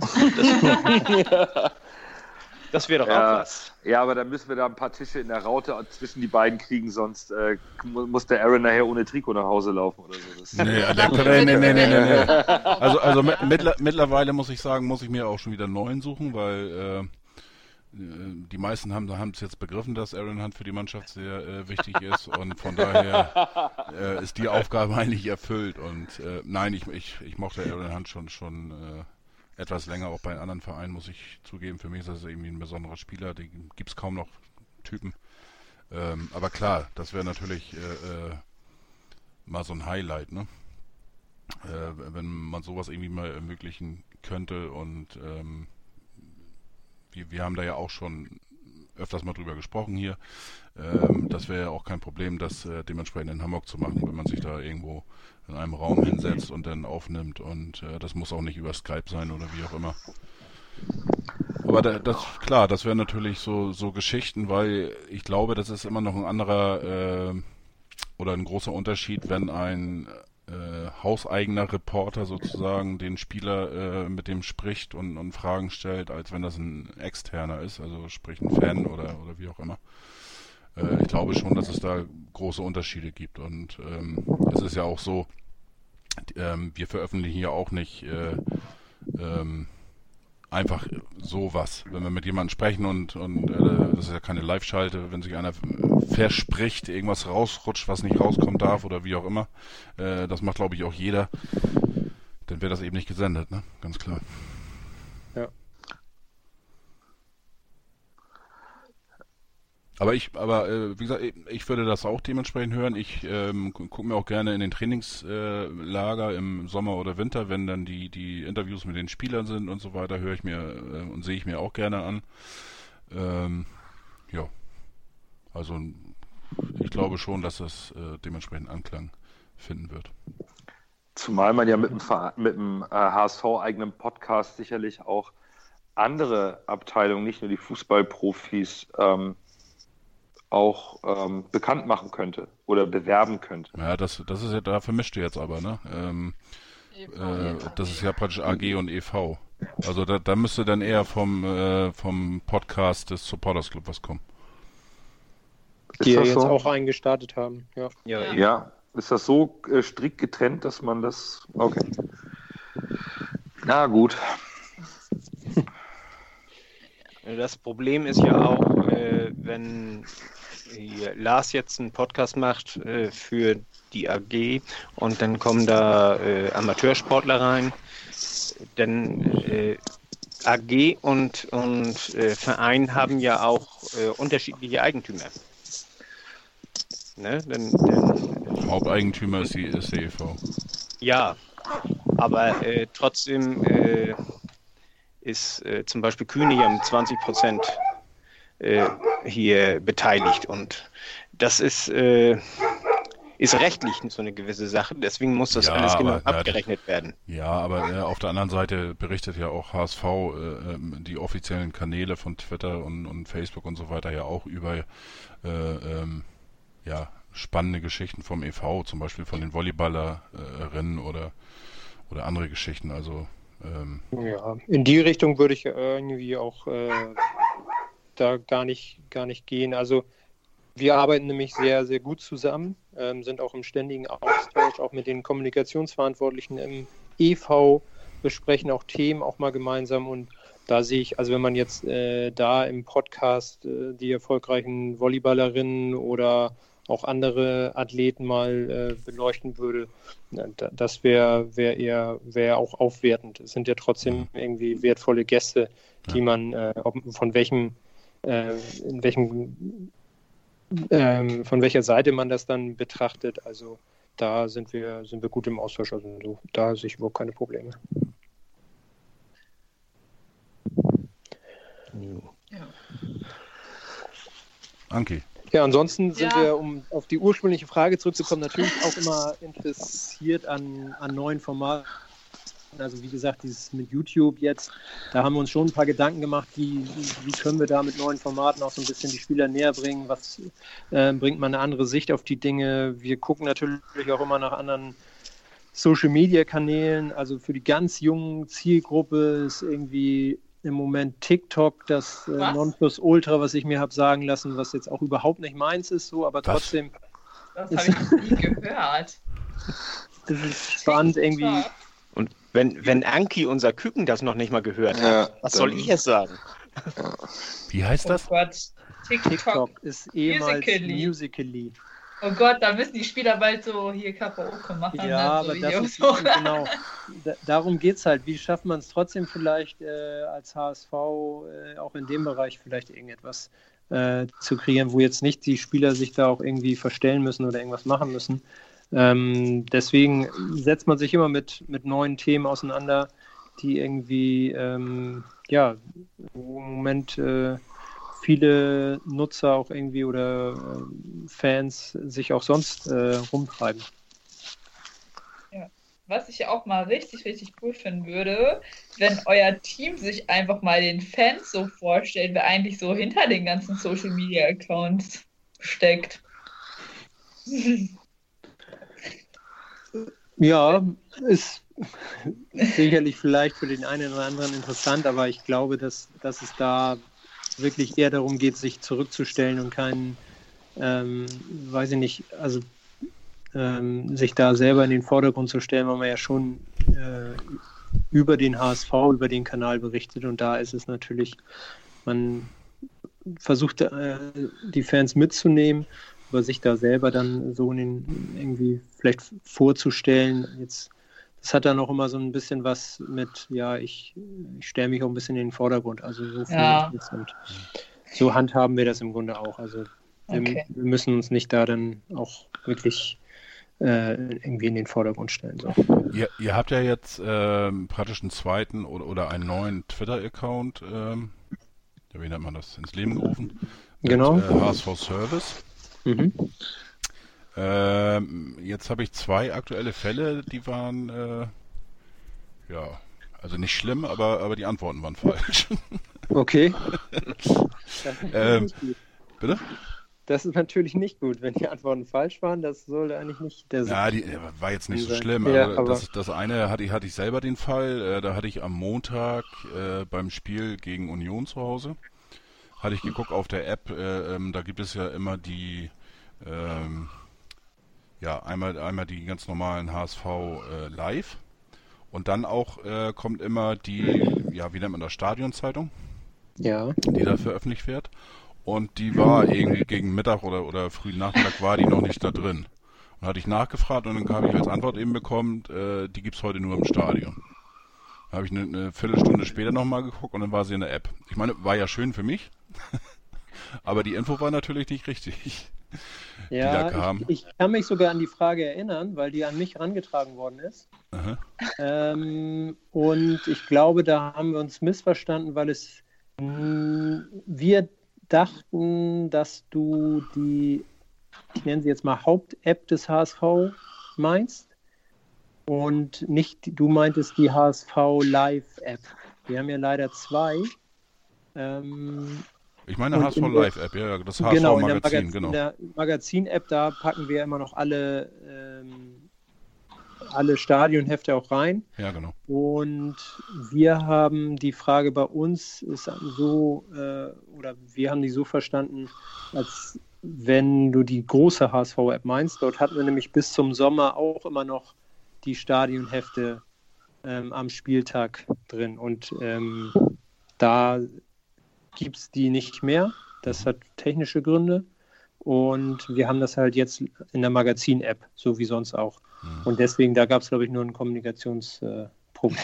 das wäre doch auch was. Ja, aber dann müssen wir da ein paar Tische in der Raute zwischen die beiden kriegen, sonst muss der Aaron nachher ohne Trikot nach Hause laufen oder so. Das Nee. Also mittlerweile muss ich sagen, muss ich mir auch schon wieder einen neuen suchen, weil die meisten haben es jetzt begriffen, dass Aaron Hunt für die Mannschaft sehr wichtig ist und von daher ist die Aufgabe eigentlich erfüllt und nein, ich mochte Aaron Hunt schon etwas länger, auch bei anderen Vereinen, muss ich zugeben. Für mich ist das irgendwie ein besonderer Spieler, den gibt es kaum noch Typen. Aber klar, das wäre natürlich mal so ein Highlight, ne? Wenn man sowas irgendwie mal ermöglichen könnte und wir haben da ja auch schon öfters mal drüber gesprochen hier. Das wäre ja auch kein Problem, das dementsprechend in Hamburg zu machen, wenn man sich da irgendwo in einem Raum hinsetzt und dann aufnimmt und das muss auch nicht über Skype sein oder wie auch immer. Aber das wären natürlich so Geschichten, weil ich glaube, das ist immer noch ein anderer oder ein großer Unterschied, wenn ein hauseigener Reporter sozusagen den Spieler mit dem spricht und Fragen stellt, als wenn das ein externer ist, also sprich ein Fan oder wie auch immer. Ich glaube schon, dass es da große Unterschiede gibt und es ist ja auch so, wir veröffentlichen hier auch nicht einfach sowas. Wenn wir mit jemandem sprechen und das ist ja keine Live-Schalte, wenn sich einer verspricht, irgendwas rausrutscht, was nicht rauskommen darf oder wie auch immer, das macht glaube ich auch jeder, dann wird das eben nicht gesendet, ne? Ganz klar. Ja. Aber wie gesagt, ich würde das auch dementsprechend hören. Ich gucke mir auch gerne in den Trainingslager im Sommer oder Winter, wenn dann die Interviews mit den Spielern sind und so weiter, höre ich mir und sehe ich mir auch gerne an. Ja, also ich glaube schon, dass das dementsprechend Anklang finden wird. Zumal man ja mit dem HSV-eigenen Podcast sicherlich auch andere Abteilungen, nicht nur die Fußballprofis, auch bekannt machen könnte oder bewerben könnte. Ja, das ist ja, da vermischt du jetzt aber, ne? Das ist ja praktisch AG und e.V. Also da müsste dann eher vom Podcast des Supporters Club was kommen. Die ja das jetzt so? auch einen gestartet haben. Ja. Ja, ist das so strikt getrennt, dass man das... Okay. Na gut. Das Problem ist ja auch, wenn Lars jetzt einen Podcast macht für die AG und dann kommen da Amateursportler rein, dann AG und Verein haben ja auch unterschiedliche Eigentümer. Ne? Haupteigentümer ist der e.V. Ja, aber trotzdem ist zum Beispiel Kühne ja mit 20% hier beteiligt. Und das ist rechtlich so eine gewisse Sache. Deswegen muss das alles genau abgerechnet werden. Ja, aber auf der anderen Seite berichtet ja auch HSV, die offiziellen Kanäle von Twitter und Facebook und so weiter ja auch über spannende Geschichten vom e.V., zum Beispiel von den Volleyballerinnen oder andere Geschichten. Also ja, in die Richtung würde ich irgendwie auch da gar nicht gehen. Also wir arbeiten nämlich sehr, sehr gut zusammen, sind auch im ständigen Austausch, auch mit den Kommunikationsverantwortlichen im e.V., besprechen auch Themen auch mal gemeinsam. Und da sehe ich, also wenn man jetzt da im Podcast die erfolgreichen Volleyballerinnen oder auch andere Athleten mal beleuchten würde, das wäre auch aufwertend. Es sind ja trotzdem irgendwie wertvolle Gäste, die man, von welcher Seite man das dann betrachtet. Also da sind wir gut im Austausch. Also so, da sehe ich überhaupt keine Probleme. Ja. Anki. Ja, ansonsten sind wir, um auf die ursprüngliche Frage zurückzukommen, natürlich auch immer interessiert an neuen Formaten. Also wie gesagt, dieses mit YouTube jetzt, da haben wir uns schon ein paar Gedanken gemacht, wie können wir da mit neuen Formaten auch so ein bisschen die Spieler näher bringen, was bringt man eine andere Sicht auf die Dinge. Wir gucken natürlich auch immer nach anderen Social-Media-Kanälen, also für die ganz jungen Zielgruppe ist irgendwie im Moment TikTok das Nonplusultra, was ich mir habe sagen lassen, was jetzt auch überhaupt nicht meins ist, so, aber trotzdem. Das habe ich noch nie gehört. Das ist spannend irgendwie. Und wenn Anki, unser Küken, das noch nicht mal gehört hat, was soll ich jetzt sagen? Wie heißt das? Oh Gott, TikTok ist ehemals Musical.ly. Oh Gott, da müssen die Spieler bald so hier Karaoke machen. Ja, so aber das ist genau. Darum geht es halt. Wie schafft man es trotzdem vielleicht als HSV auch in dem Bereich vielleicht irgendetwas zu kreieren, wo jetzt nicht die Spieler sich da auch irgendwie verstellen müssen oder irgendwas machen müssen. Deswegen setzt man sich immer mit neuen Themen auseinander, die irgendwie wo im Moment viele Nutzer auch irgendwie oder Fans sich auch sonst rumtreiben. Ja. Was ich ja auch mal richtig, richtig cool finden würde, wenn euer Team sich einfach mal den Fans so vorstellt, wer eigentlich so hinter den ganzen Social Media Accounts steckt. Ja, ist sicherlich vielleicht für den einen oder anderen interessant, aber ich glaube, dass es da wirklich eher darum geht, sich zurückzustellen und keinen, weiß ich nicht, also sich da selber in den Vordergrund zu stellen, weil man ja schon über den HSV, über den Kanal berichtet und da ist es natürlich, man versucht die Fans mitzunehmen, aber sich da selber dann so irgendwie vielleicht vorzustellen, jetzt das hat dann auch immer so ein bisschen was mit, ich stelle mich auch ein bisschen in den Vordergrund. Also so viel und so handhaben wir das im Grunde auch. Also wir müssen uns nicht da dann auch wirklich irgendwie in den Vordergrund stellen. So. Ihr habt ja jetzt praktisch einen zweiten oder einen neuen Twitter-Account, wie nennt man das, ins Leben gerufen? Genau. Mit, HSV Service. Mhm. Jetzt habe ich 2 aktuelle Fälle, die waren, also nicht schlimm, aber die Antworten waren falsch. Okay. Bitte? Das ist natürlich nicht gut, wenn die Antworten falsch waren. Das sollte eigentlich nicht der Ja, war jetzt nicht so schlimm. Ja, aber das eine hatte ich selber den Fall. Da hatte ich am Montag beim Spiel gegen Union zu Hause, hatte ich geguckt auf der App. Da gibt es ja immer die einmal die ganz normalen HSV live und dann auch kommt immer die, wie nennt man das, Stadionzeitung, die da veröffentlicht wird und die war irgendwie gegen Mittag oder frühen Nachmittag war die noch nicht da drin. Und hatte ich nachgefragt und dann habe ich als Antwort eben bekommen, die gibt's heute nur im Stadion. Da habe ich eine Viertelstunde später nochmal geguckt und dann war sie in der App. Ich meine, war ja schön für mich, aber die Info war natürlich nicht richtig. die da kamen. Ich kann mich sogar an die Frage erinnern, weil die an mich herangetragen worden ist. Und ich glaube, da haben wir uns missverstanden, weil wir dachten, dass du die, ich nenne sie jetzt mal Haupt-App des HSV meinst und nicht, du meintest die HSV Live-App. Wir haben ja leider zwei. Ich meine HSV Live-App, ja, das HSV genau, Magazin, genau. In der Magazin-App, da packen wir immer noch alle Stadionhefte auch rein. Ja, genau. Und wir haben die Frage bei uns ist so, oder wir haben die so verstanden, als wenn du die große HSV-App meinst. Dort hatten wir nämlich bis zum Sommer auch immer noch die Stadionhefte am Spieltag drin. Und da gibt es die nicht mehr. Das hat technische Gründe. Und wir haben das halt jetzt in der Magazin-App, so wie sonst auch. Und deswegen, da gab es, glaube ich, nur ein Kommunikationsproblem.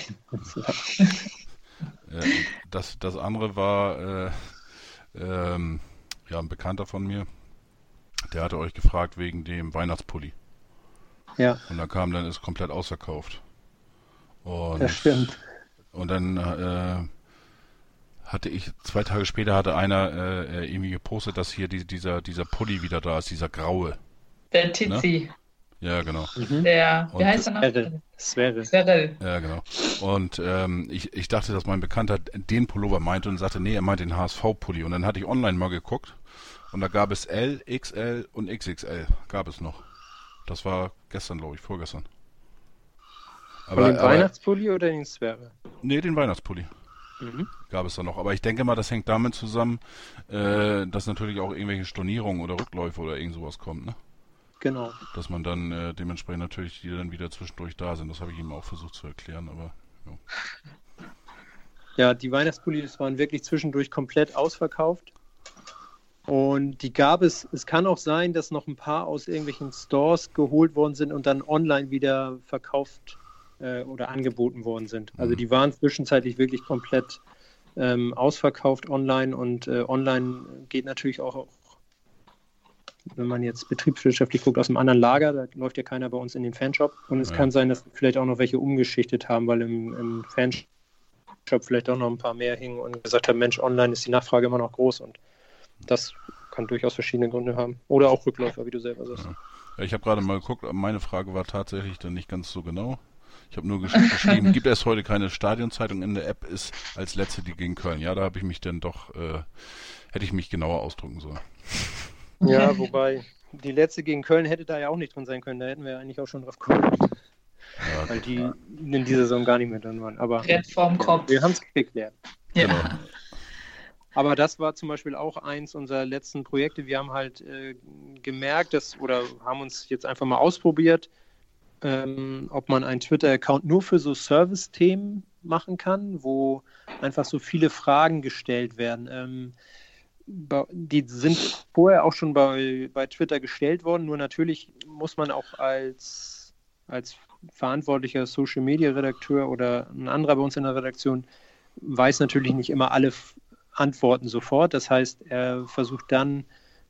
Das andere war ein Bekannter von mir, der hatte euch gefragt wegen dem Weihnachtspulli. Ja. Und dann ist komplett ausverkauft. Und, das stimmt. Und dann hatte ich, 2 Tage später hatte einer irgendwie gepostet, dass hier dieser Pulli wieder da ist, dieser graue. Der Tizi. Ne? Ja, genau. Wie heißt er noch? Sverre. Ja, genau. Und ich dachte, dass mein Bekannter den Pullover meinte und sagte, nee, er meint den HSV-Pulli. Und dann hatte ich online mal geguckt und da gab es L, XL und XXL. Gab es noch. Das war gestern, glaube ich, vorgestern. Aber den Weihnachtspulli oder den Sverre? Nee, den Weihnachtspulli. Gab es da noch. Aber ich denke mal, das hängt damit zusammen, dass natürlich auch irgendwelche Stornierungen oder Rückläufe oder irgend sowas kommt, ne? Genau. Dass man dann dementsprechend natürlich, die dann wieder zwischendurch da sind. Das habe ich ihm auch versucht zu erklären, aber ja. Ja, die Weihnachtspullis waren wirklich zwischendurch komplett ausverkauft. Und die gab es kann auch sein, dass noch ein paar aus irgendwelchen Stores geholt worden sind und dann online wieder verkauft oder angeboten worden sind. Also die waren zwischenzeitlich wirklich komplett ausverkauft online und online geht natürlich auch, wenn man jetzt betriebswirtschaftlich guckt, aus einem anderen Lager, da läuft ja keiner bei uns in den Fanshop und es kann sein, dass vielleicht auch noch welche umgeschichtet haben, weil im Fanshop vielleicht auch noch ein paar mehr hingen und gesagt haben, Mensch, online ist die Nachfrage immer noch groß und das kann durchaus verschiedene Gründe haben. Oder auch Rückläufer, wie du selber sagst. Ja, ich habe gerade mal geguckt, meine Frage war tatsächlich dann nicht ganz so genau. Ich habe nur geschrieben, gibt es heute keine Stadionzeitung in der App, ist als letzte die gegen Köln. Ja, da habe ich mich dann doch, hätte ich mich genauer ausdrücken sollen. Ja, wobei die letzte gegen Köln hätte da ja auch nicht drin sein können. Da hätten wir eigentlich auch schon drauf kommen. Ja, weil die in dieser Saison gar nicht mehr drin waren. Aber vorm Kopf. Wir haben es geklärt. Ja. Genau. Aber das war zum Beispiel auch eins unserer letzten Projekte. Wir haben halt gemerkt, oder haben uns jetzt einfach mal ausprobiert, ob man einen Twitter-Account nur für so Service-Themen machen kann, wo einfach so viele Fragen gestellt werden. Die sind vorher auch schon bei Twitter gestellt worden, nur natürlich muss man auch als verantwortlicher Social-Media-Redakteur oder ein anderer bei uns in der Redaktion weiß natürlich nicht immer alle Antworten sofort. Das heißt, er versucht dann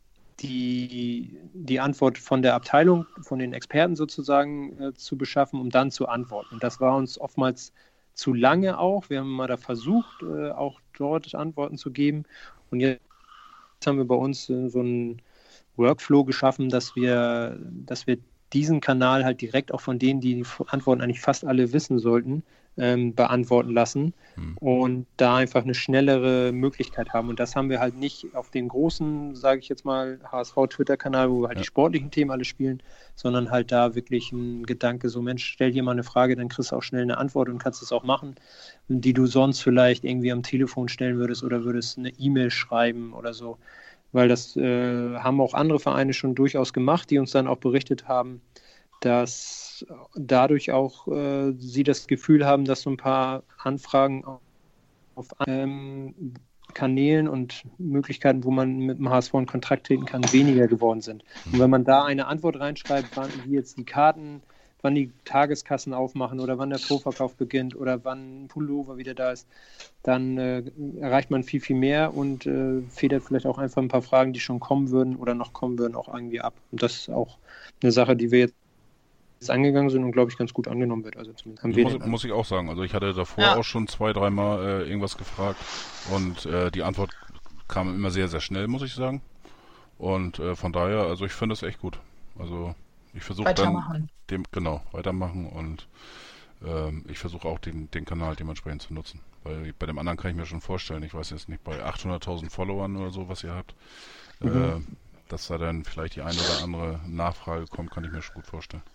die Antwort von der Abteilung, von den Experten sozusagen zu beschaffen, um dann zu antworten. Und das war uns oftmals zu lange auch. Wir haben mal da versucht, auch dort Antworten zu geben. Und jetzt haben wir bei uns so einen Workflow geschaffen, dass wir diesen Kanal halt direkt auch von denen, die die Antworten eigentlich fast alle wissen sollten, beantworten lassen und da einfach eine schnellere Möglichkeit haben. Und das haben wir halt nicht auf dem großen, sage ich jetzt mal, HSV-Twitter-Kanal, wo wir halt die sportlichen Themen alle spielen, sondern halt da wirklich ein Gedanke, so Mensch, stell dir mal eine Frage, dann kriegst du auch schnell eine Antwort und kannst es auch machen, die du sonst vielleicht irgendwie am Telefon stellen würdest oder würdest eine E-Mail schreiben oder so. Weil das haben auch andere Vereine schon durchaus gemacht, die uns dann auch berichtet haben, dass dadurch auch sie das Gefühl haben, dass so ein paar Anfragen auf Kanälen und Möglichkeiten, wo man mit dem HSV in Kontakt treten kann, weniger geworden sind. Und wenn man da eine Antwort reinschreibt, wie jetzt die Karten wann die Tageskassen aufmachen oder wann der Vorverkauf beginnt oder wann ein Pullover wieder da ist, dann erreicht man viel, viel mehr und federt vielleicht auch einfach ein paar Fragen, die schon kommen würden oder noch kommen würden, auch irgendwie ab. Und das ist auch eine Sache, die wir jetzt angegangen sind und, glaube ich, ganz gut angenommen wird. Also zumindest haben wir muss ich auch sagen. Also ich hatte davor auch schon 2-3 Mal irgendwas gefragt und die Antwort kam immer sehr, sehr schnell, muss ich sagen. Und von daher, also ich finde es echt gut. Also ich versuche dann weitermachen und ich versuche auch den Kanal dementsprechend zu nutzen. Weil bei dem anderen kann ich mir schon vorstellen, ich weiß jetzt nicht, bei 800.000 Followern oder so, was ihr habt, dass da dann vielleicht die eine oder andere Nachfrage kommt, kann ich mir schon gut vorstellen.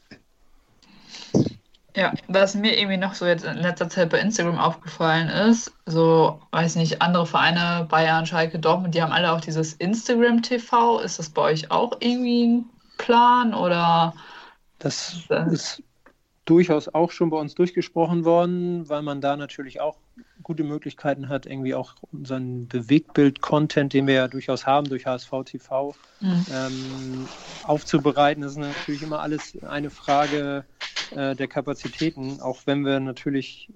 Ja, was mir irgendwie noch so jetzt in letzter Zeit bei Instagram aufgefallen ist, so, weiß nicht, andere Vereine, Bayern, Schalke, Dortmund, die haben alle auch dieses Instagram TV. Ist das bei euch auch irgendwie ein Plan oder? Das ist durchaus auch schon bei uns durchgesprochen worden, weil man da natürlich auch gute Möglichkeiten hat, irgendwie auch unseren Bewegtbild-Content, den wir ja durchaus haben durch HSV TV, aufzubereiten. Das ist natürlich immer alles eine Frage der Kapazitäten, auch wenn wir natürlich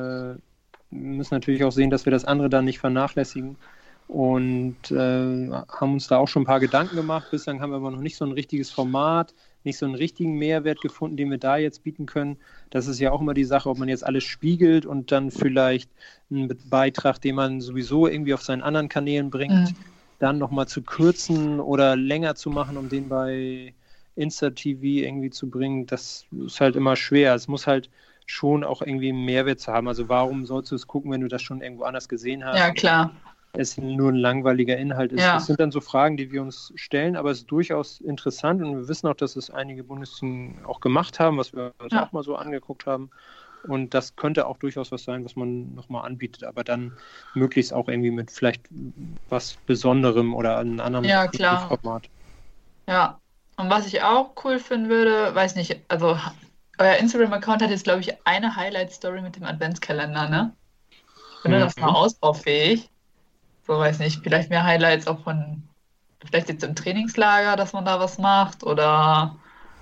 müssen natürlich auch sehen, dass wir das andere dann nicht vernachlässigen und haben uns da auch schon ein paar Gedanken gemacht. Bislang haben wir aber noch nicht so ein richtiges Format, nicht so einen richtigen Mehrwert gefunden, den wir da jetzt bieten können. Das ist ja auch immer die Sache, ob man jetzt alles spiegelt und dann vielleicht einen Beitrag, den man sowieso irgendwie auf seinen anderen Kanälen bringt, dann nochmal zu kürzen oder länger zu machen, um den bei Insta-TV irgendwie zu bringen. Das ist halt immer schwer. Es muss halt schon auch irgendwie einen Mehrwert zu haben. Also warum sollst du es gucken, wenn du das schon irgendwo anders gesehen hast? Ja, klar. Es nur ein langweiliger Inhalt ist. Ja. Das sind dann so Fragen, die wir uns stellen, aber es ist durchaus interessant und wir wissen auch, dass es einige Bundesligen auch gemacht haben, was wir uns auch mal so angeguckt haben. Und das könnte auch durchaus was sein, was man nochmal anbietet, aber dann möglichst auch irgendwie mit vielleicht was Besonderem oder einem anderen Format. Ja, und was ich auch cool finden würde, weiß nicht, also euer Instagram-Account hat jetzt, glaube ich, eine Highlight-Story mit dem Adventskalender, ne? Finde das mal ausbaufähig. So, weiß nicht, vielleicht mehr Highlights auch vielleicht jetzt im Trainingslager, dass man da was macht oder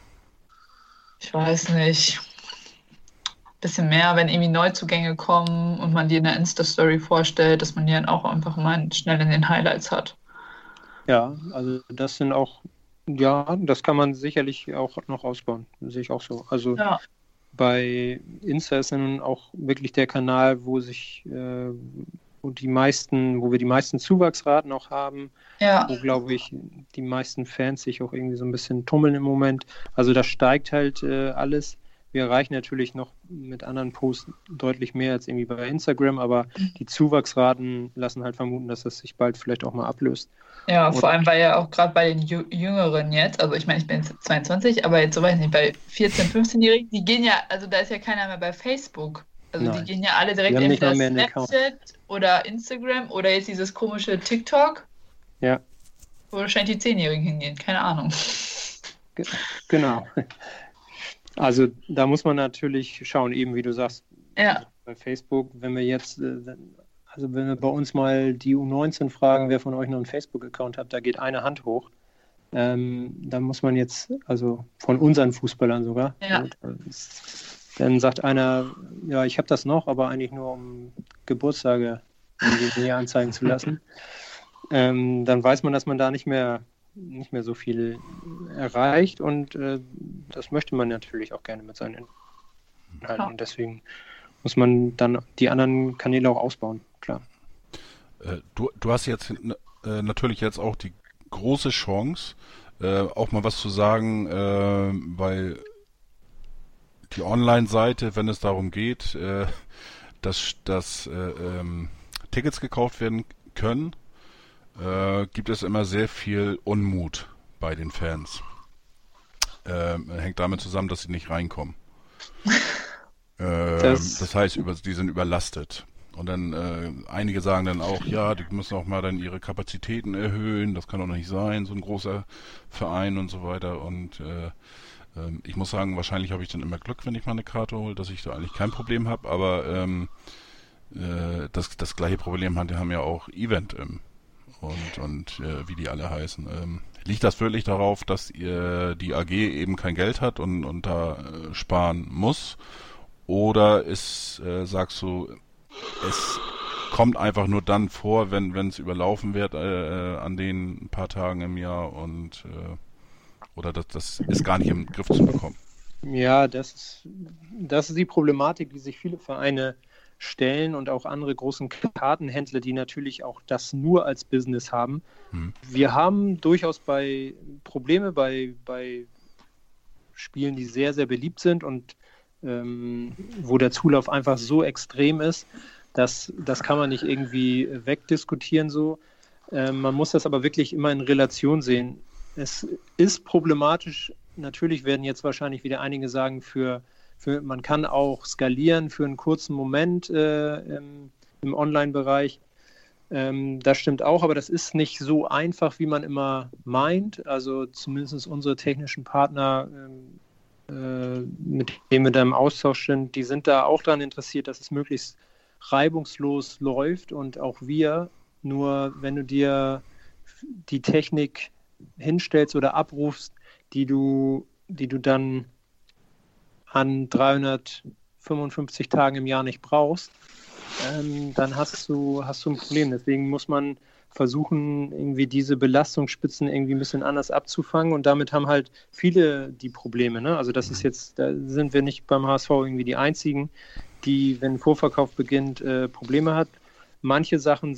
ich weiß nicht, ein bisschen mehr, wenn irgendwie Neuzugänge kommen und man die in der Insta-Story vorstellt, dass man die dann auch einfach mal schnell in den Highlights hat. Ja, also das sind auch, ja, das kann man sicherlich auch noch ausbauen, sehe ich auch so. Also bei Insta ist dann auch wirklich der Kanal, wo wir die meisten Zuwachsraten auch haben, wo, glaube ich, die meisten Fans sich auch irgendwie so ein bisschen tummeln im Moment. Also da steigt halt alles. Wir erreichen natürlich noch mit anderen Posts deutlich mehr als irgendwie bei Instagram, aber die Zuwachsraten lassen halt vermuten, dass das sich bald vielleicht auch mal ablöst. Ja, vor allem, weil ja auch gerade bei den Jüngeren jetzt, also ich meine, ich bin jetzt 22, aber jetzt so weiß ich nicht, bei 14-, 15-Jährigen, die gehen ja, also da ist ja keiner mehr bei Facebook. Also die gehen ja alle direkt entweder Snapchat oder Instagram oder jetzt dieses komische TikTok. Ja. Wo wahrscheinlich die 10-Jährigen hingehen, keine Ahnung. Genau. Also da muss man natürlich schauen, eben wie du sagst, bei Facebook, wenn wir jetzt, also wenn wir bei uns mal die U19 fragen, wer von euch noch einen Facebook-Account hat, da geht eine Hand hoch. Da muss man jetzt, also von unseren Fußballern sogar, dann sagt einer, ja, ich habe das noch, aber eigentlich nur um Geburtstage mir anzeigen zu lassen. Dann weiß man, dass man da nicht mehr so viel erreicht und das möchte man natürlich auch gerne mit seinen Inhalten. Und deswegen muss man dann die anderen Kanäle auch ausbauen, klar. Du hast jetzt natürlich jetzt auch die große Chance, auch mal was zu sagen, weil die Online-Seite, wenn es darum geht, dass Tickets gekauft werden können, gibt es immer sehr viel Unmut bei den Fans. Hängt damit zusammen, dass sie nicht reinkommen. Das heißt, die sind überlastet. Und dann einige sagen dann auch, ja, die müssen auch mal dann ihre Kapazitäten erhöhen, das kann doch nicht sein, so ein großer Verein und so weiter. Und ich muss sagen, wahrscheinlich habe ich dann immer Glück, wenn ich mal eine Karte hole, dass ich da eigentlich kein Problem habe, aber das gleiche Problem haben ja auch Event und wie die alle heißen. Liegt das wirklich darauf, dass ihr die AG eben kein Geld hat und da sparen muss? Oder sagst du, es kommt einfach nur dann vor, wenn es überlaufen wird an den paar Tagen im Jahr und oder das ist gar nicht im Griff zu bekommen? Ja, das ist die Problematik, die sich viele Vereine stellen und auch andere großen Kartenhändler, die natürlich auch das nur als Business haben. Wir haben durchaus Probleme bei Spielen, die sehr, sehr beliebt sind und wo der Zulauf einfach so extrem ist, das kann man nicht irgendwie wegdiskutieren so. Man muss das aber wirklich immer in Relation sehen. Es ist problematisch. Natürlich werden jetzt wahrscheinlich wieder einige sagen, man kann auch skalieren für einen kurzen Moment im Online-Bereich. Das stimmt auch, aber das ist nicht so einfach, wie man immer meint. Also zumindest unsere technischen Partner, mit denen wir da im Austausch sind, die sind da auch daran interessiert, dass es möglichst reibungslos läuft und auch wir. Nur wenn du dir die Technik hinstellst oder abrufst, die du dann an 355 Tagen im Jahr nicht brauchst, dann hast du ein Problem. Deswegen muss man versuchen, irgendwie diese Belastungsspitzen irgendwie ein bisschen anders abzufangen und damit haben halt viele die Probleme. Ne? Also da sind wir nicht beim HSV irgendwie die Einzigen, die, wenn Vorverkauf beginnt, Probleme hat. Manche Sachen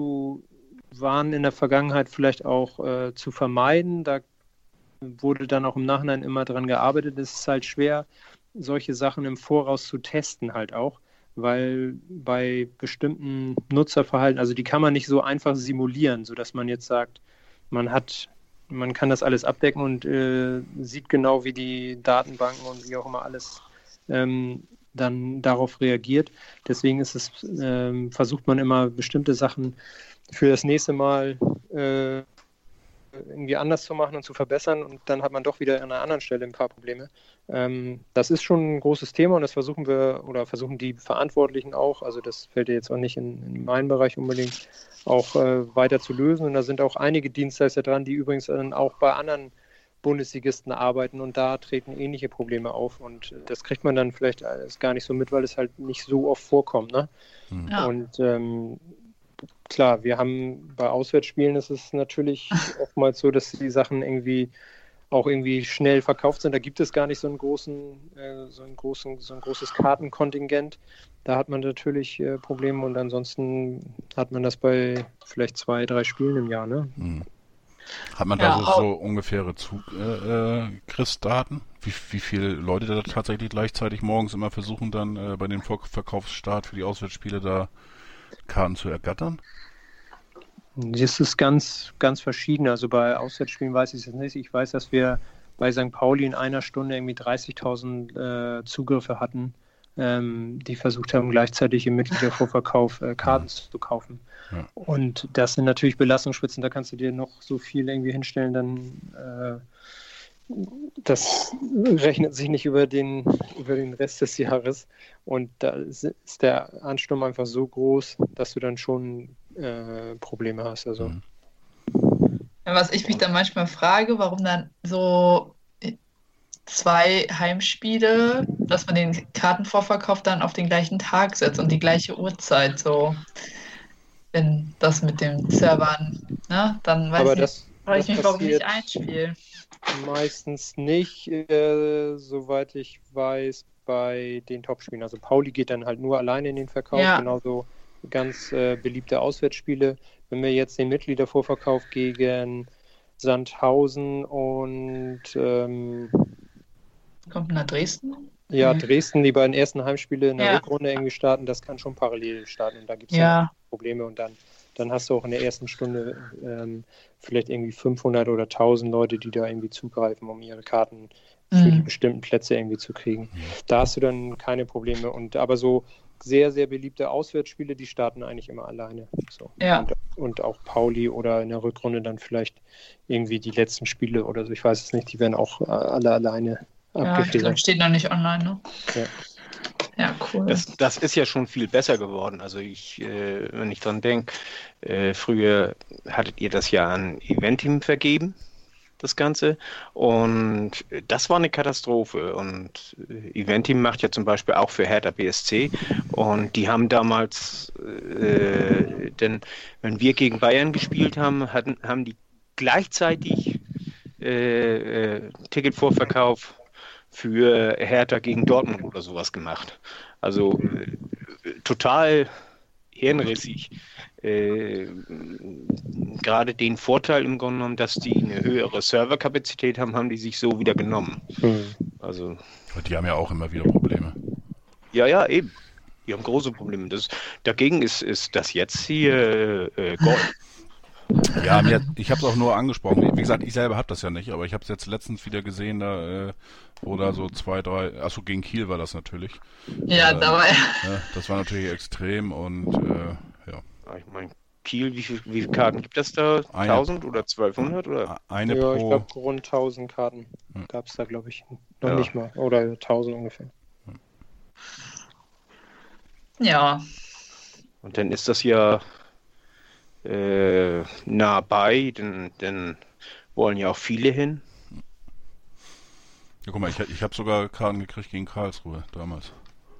waren in der Vergangenheit vielleicht auch zu vermeiden. Da wurde dann auch im Nachhinein immer dran gearbeitet. Es ist halt schwer, solche Sachen im Voraus zu testen halt auch, weil bei bestimmten Nutzerverhalten, also die kann man nicht so einfach simulieren, sodass man jetzt sagt, man kann das alles abdecken und sieht genau, wie die Datenbanken und wie auch immer alles dann darauf reagiert. Deswegen versucht man immer bestimmte Sachen für das nächste Mal irgendwie anders zu machen und zu verbessern und dann hat man doch wieder an einer anderen Stelle ein paar Probleme. Das ist schon ein großes Thema und das versuchen die Verantwortlichen auch, also das fällt ja jetzt auch nicht in meinen Bereich unbedingt, auch weiter zu lösen und da sind auch einige Dienstleister dran, die übrigens dann auch bei anderen Bundesligisten arbeiten und da treten ähnliche Probleme auf und das kriegt man dann vielleicht alles gar nicht so mit, weil es halt nicht so oft vorkommt. Ne? Ja. Und klar, wir haben bei Auswärtsspielen ist es natürlich oftmals so, dass die Sachen irgendwie schnell verkauft sind. Da gibt es gar nicht so ein großes Kartenkontingent. Da hat man natürlich Probleme und ansonsten hat man das bei vielleicht 2-3 Spielen im Jahr. Ne? Hat man da so ungefähre Zugriffsdaten? Wie viele Leute da tatsächlich gleichzeitig morgens immer versuchen, dann bei dem Verkaufsstart für die Auswärtsspiele da Karten zu ergattern? Das ist ganz, ganz verschieden. Also bei Auswärtsspielen weiß ich es nicht. Ich weiß, dass wir bei St. Pauli in einer Stunde irgendwie 30.000 Zugriffe hatten, die versucht haben, gleichzeitig im Mitgliedervorverkauf Karten zu kaufen. Ja. Und das sind natürlich Belastungsspitzen, da kannst du dir noch so viel irgendwie hinstellen, dann das rechnet sich nicht über den Rest des Jahres und da ist der Ansturm einfach so groß, dass du dann schon Probleme hast. Also. Was ich mich dann manchmal frage, warum dann so 2 Heimspiele, dass man den Kartenvorverkauf dann auf den gleichen Tag setzt und die gleiche Uhrzeit, so wenn das mit den Servern, ne, dann frage ich mich, warum nicht ein Spiel. Meistens nicht, soweit ich weiß, bei den Topspielen. Also Pauli geht dann halt nur alleine in den Verkauf, genauso ganz beliebte Auswärtsspiele. Wenn wir jetzt den Mitgliedervorverkauf gegen Sandhausen und kommt nach Dresden? Ja, Dresden, die beiden ersten Heimspiele in der Rückrunde irgendwie starten, das kann schon parallel starten und da gibt es ja Probleme und dann hast du auch in der ersten Stunde vielleicht irgendwie 500 oder 1000 Leute, die da irgendwie zugreifen, um ihre Karten für die bestimmten Plätze irgendwie zu kriegen. Da hast du dann keine Probleme. Aber so sehr, sehr beliebte Auswärtsspiele, die starten eigentlich immer alleine. So. Ja. Und auch Pauli oder in der Rückrunde dann vielleicht irgendwie die letzten Spiele oder so, ich weiß es nicht, die werden auch alle alleine abgefedert. Ich glaube, steht noch nicht online, ne? Ja. Ja, cool. Das ist ja schon viel besser geworden. Also wenn ich dran denke, früher hattet ihr das ja an Eventim vergeben. das Ganze. Und das war eine Katastrophe. Und Eventim macht ja zum Beispiel auch für Hertha BSC. Und die haben damals, denn wenn wir gegen Bayern gespielt haben, haben die gleichzeitig Ticketvorverkauf für Hertha gegen Dortmund oder sowas gemacht. Also total hirnrissig. Gerade den Vorteil im Grunde genommen, dass die eine höhere Serverkapazität haben, haben die sich so wieder genommen. Also Die haben ja auch immer wieder Probleme. ja, eben. Die haben große Probleme. Dagegen ist das jetzt hier Gold. Ja, ich habe es auch nur angesprochen. Wie gesagt, ich selber habe das ja nicht, aber ich habe es jetzt letztens wieder gesehen, da, wo da so 2, 3, achso, gegen Kiel war das natürlich. Ja, da war er. Ja, das war natürlich extrem und ja. Ich meine, Kiel, wie viele Karten gibt es da? 1000 oder 1200? Oder? Eine Ja, ich pro. glaube, rund 1000 Karten gab es da, glaube ich, noch nicht mal. Oder 1000 ungefähr. Ja. Und dann ist das ja nah bei, denn wollen ja auch viele hin. Ja, guck mal, ich habe sogar Karten gekriegt gegen Karlsruhe damals.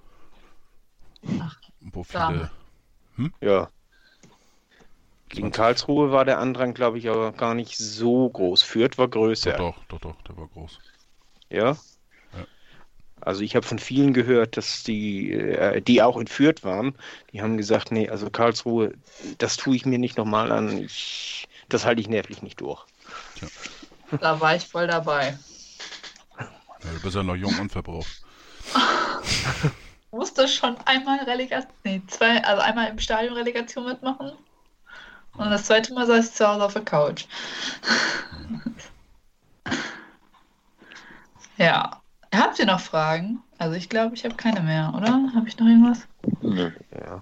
Wo viele. Ja. Gegen Karlsruhe war der Andrang, glaube ich, aber gar nicht so groß. Fürth war größer. Doch, der war groß. Ja? Also ich habe von vielen gehört, dass die auch in Fürth waren, die haben gesagt, nee, also Karlsruhe, das tue ich mir nicht nochmal an. Das halte ich nervlich nicht durch. Tja. Da war ich voll dabei. Ja, du bist ja noch jung und verbraucht. Musste schon einmal einmal im Stadion Relegation mitmachen. Und das zweite Mal saß ich zu Hause auf der Couch. Ja. Habt ihr noch Fragen? Also ich glaube, ich habe keine mehr, oder? Habe ich noch irgendwas? Ja.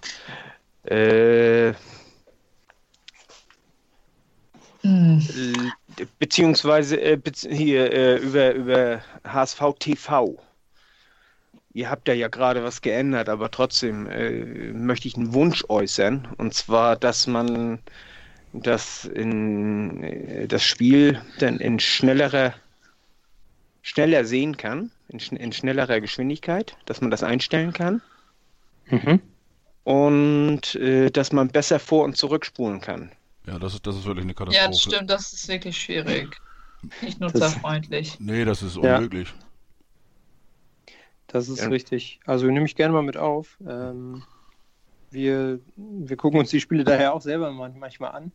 Beziehungsweise hier über HSV TV. Ihr habt ja gerade was geändert, aber trotzdem möchte ich einen Wunsch äußern. Und zwar, dass man das Spiel dann in schneller sehen kann, in schnellerer Geschwindigkeit, dass man das einstellen kann. Und dass man besser vor- und zurückspulen kann. Ja, das ist wirklich eine Katastrophe. Ja, das stimmt, das ist wirklich schwierig. Nicht nutzerfreundlich. Nee, das ist unmöglich. Das ist richtig. Also nehme ich gerne mal mit auf. Wir gucken uns die Spiele daher auch selber manchmal an.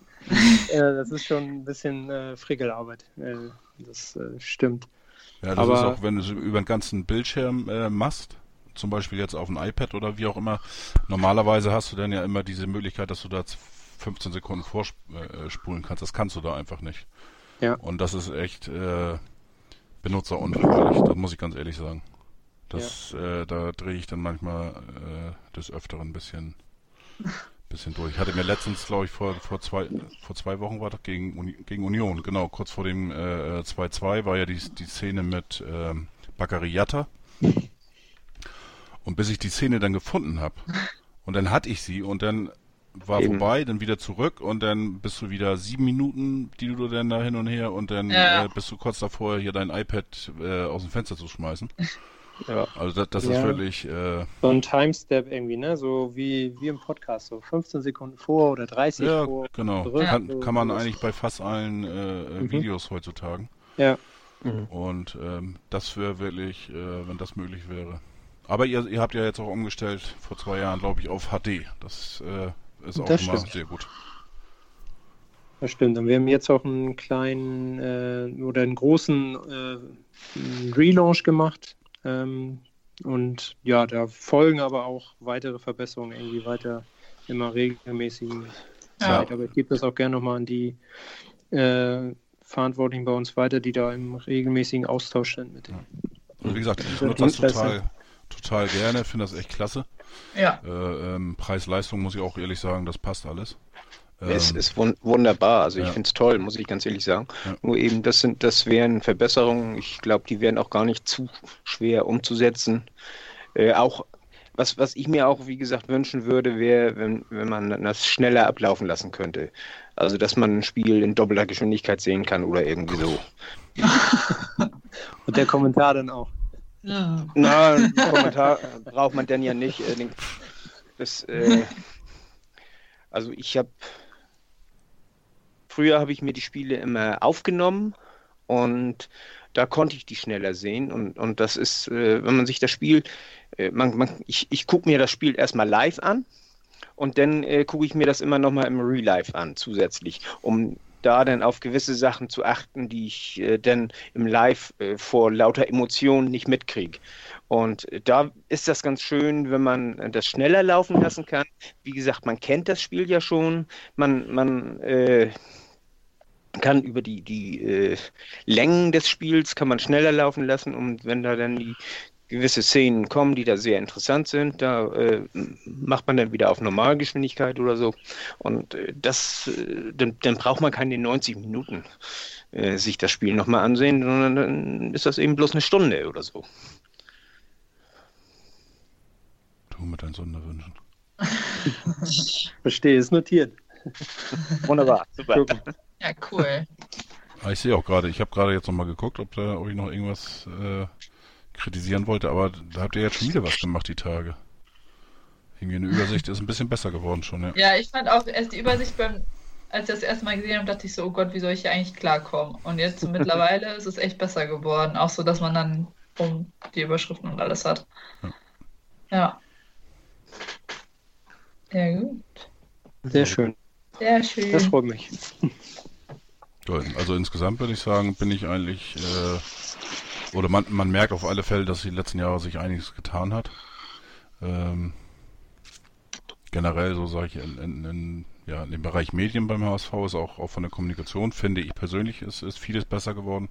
Das ist schon ein bisschen Frickelarbeit. Das stimmt. Ja, das ist auch, wenn du es über den ganzen Bildschirm machst, zum Beispiel jetzt auf dem iPad oder wie auch immer, normalerweise hast du dann ja immer diese Möglichkeit, dass du da 15 Sekunden vorspulen kannst. Das kannst du da einfach nicht. Ja. Und das ist echt benutzerunfreundlich, das muss ich ganz ehrlich sagen. Da drehe ich dann manchmal des Öfteren ein bisschen durch. Ich hatte mir letztens, glaube ich, vor 2 Wochen war das gegen Union, genau, kurz vor dem 2-2 war ja die Szene mit Bakary Jatta. Und bis ich die Szene dann gefunden habe, und dann hatte ich sie und dann war vorbei, dann wieder zurück und dann bist du wieder 7 Minuten, die du dann da hin und her und dann bist du kurz davor, hier dein iPad aus dem Fenster zu schmeißen. Ja. Also das ist wirklich... so ein Timestep irgendwie, ne? So wie im Podcast, so 15 Sekunden vor oder 30 vor. Ja, genau. Zurück, Kann man eigentlich bei fast allen Videos heutzutage. Ja. Und das wäre wirklich, wenn das möglich wäre. Aber ihr habt ja jetzt auch umgestellt, vor 2 Jahren, glaube ich, auf HD. Das ist auch immer sehr gut. Das stimmt. Und wir haben jetzt auch einen kleinen oder einen großen Relaunch gemacht. Und ja, da folgen aber auch weitere Verbesserungen irgendwie weiter immer regelmäßigen Zeit. Aber ich gebe das auch gerne nochmal an die Verantwortlichen bei uns weiter, die da im regelmäßigen Austausch sind mit denen. Und wie gesagt, ich nutze das total gerne, finde das echt klasse. Ja. Preis-Leistung muss ich auch ehrlich sagen, das passt alles. Es ist wunderbar, also ich finde es toll, muss ich ganz ehrlich sagen. Ja. Nur eben, das wären Verbesserungen, ich glaube, die wären auch gar nicht zu schwer umzusetzen. Auch Was ich mir auch, wie gesagt, wünschen würde, wäre, wenn man das schneller ablaufen lassen könnte. Also, dass man ein Spiel in doppelter Geschwindigkeit sehen kann oder irgendwie so. Und der Kommentar dann auch. Ja. Na, einen Kommentar braucht man dann ja nicht. Also früher habe ich mir die Spiele immer aufgenommen und da konnte ich die schneller sehen und das ist, wenn man sich das Spiel, ich gucke mir das Spiel erstmal live an und dann gucke ich mir das immer nochmal im Real Life an zusätzlich, um da dann auf gewisse Sachen zu achten, die ich dann im Live vor lauter Emotionen nicht mitkriege. Und da ist das ganz schön, wenn man das schneller laufen lassen kann. Wie gesagt, man kennt das Spiel ja schon. Man kann über die Längen des Spiels kann man schneller laufen lassen. Und wenn da dann die gewisse Szenen kommen, die da sehr interessant sind, da macht man dann wieder auf Normalgeschwindigkeit oder so. Und dann braucht man keine 90 Minuten sich das Spiel nochmal ansehen, sondern dann ist das eben bloß eine Stunde oder so. Du mit deinen Sonderwünschen. Verstehe, ist notiert. Wunderbar, super. Ja, cool. Ich sehe auch gerade, ich habe gerade jetzt nochmal geguckt, ob ich noch irgendwas kritisieren wollte, aber da habt ihr jetzt schon wieder was gemacht, die Tage. Irgendwie eine Übersicht ist ein bisschen besser geworden schon, ja. Ja, ich fand auch erst die Übersicht als ich das erste Mal gesehen habe, dachte ich so, oh Gott, wie soll ich hier eigentlich klarkommen? Und jetzt so mittlerweile ist es echt besser geworden. Auch so, dass man dann die Überschriften und alles hat. Ja. Sehr gut. Sehr schön. Sehr schön. Das freut mich. Toll. Also insgesamt würde ich sagen, bin ich eigentlich, oder man merkt auf alle Fälle, dass die letzten Jahre sich einiges getan hat. Generell, so sage ich, in dem Bereich Medien beim HSV ist auch von der Kommunikation, finde ich persönlich, ist vieles besser geworden.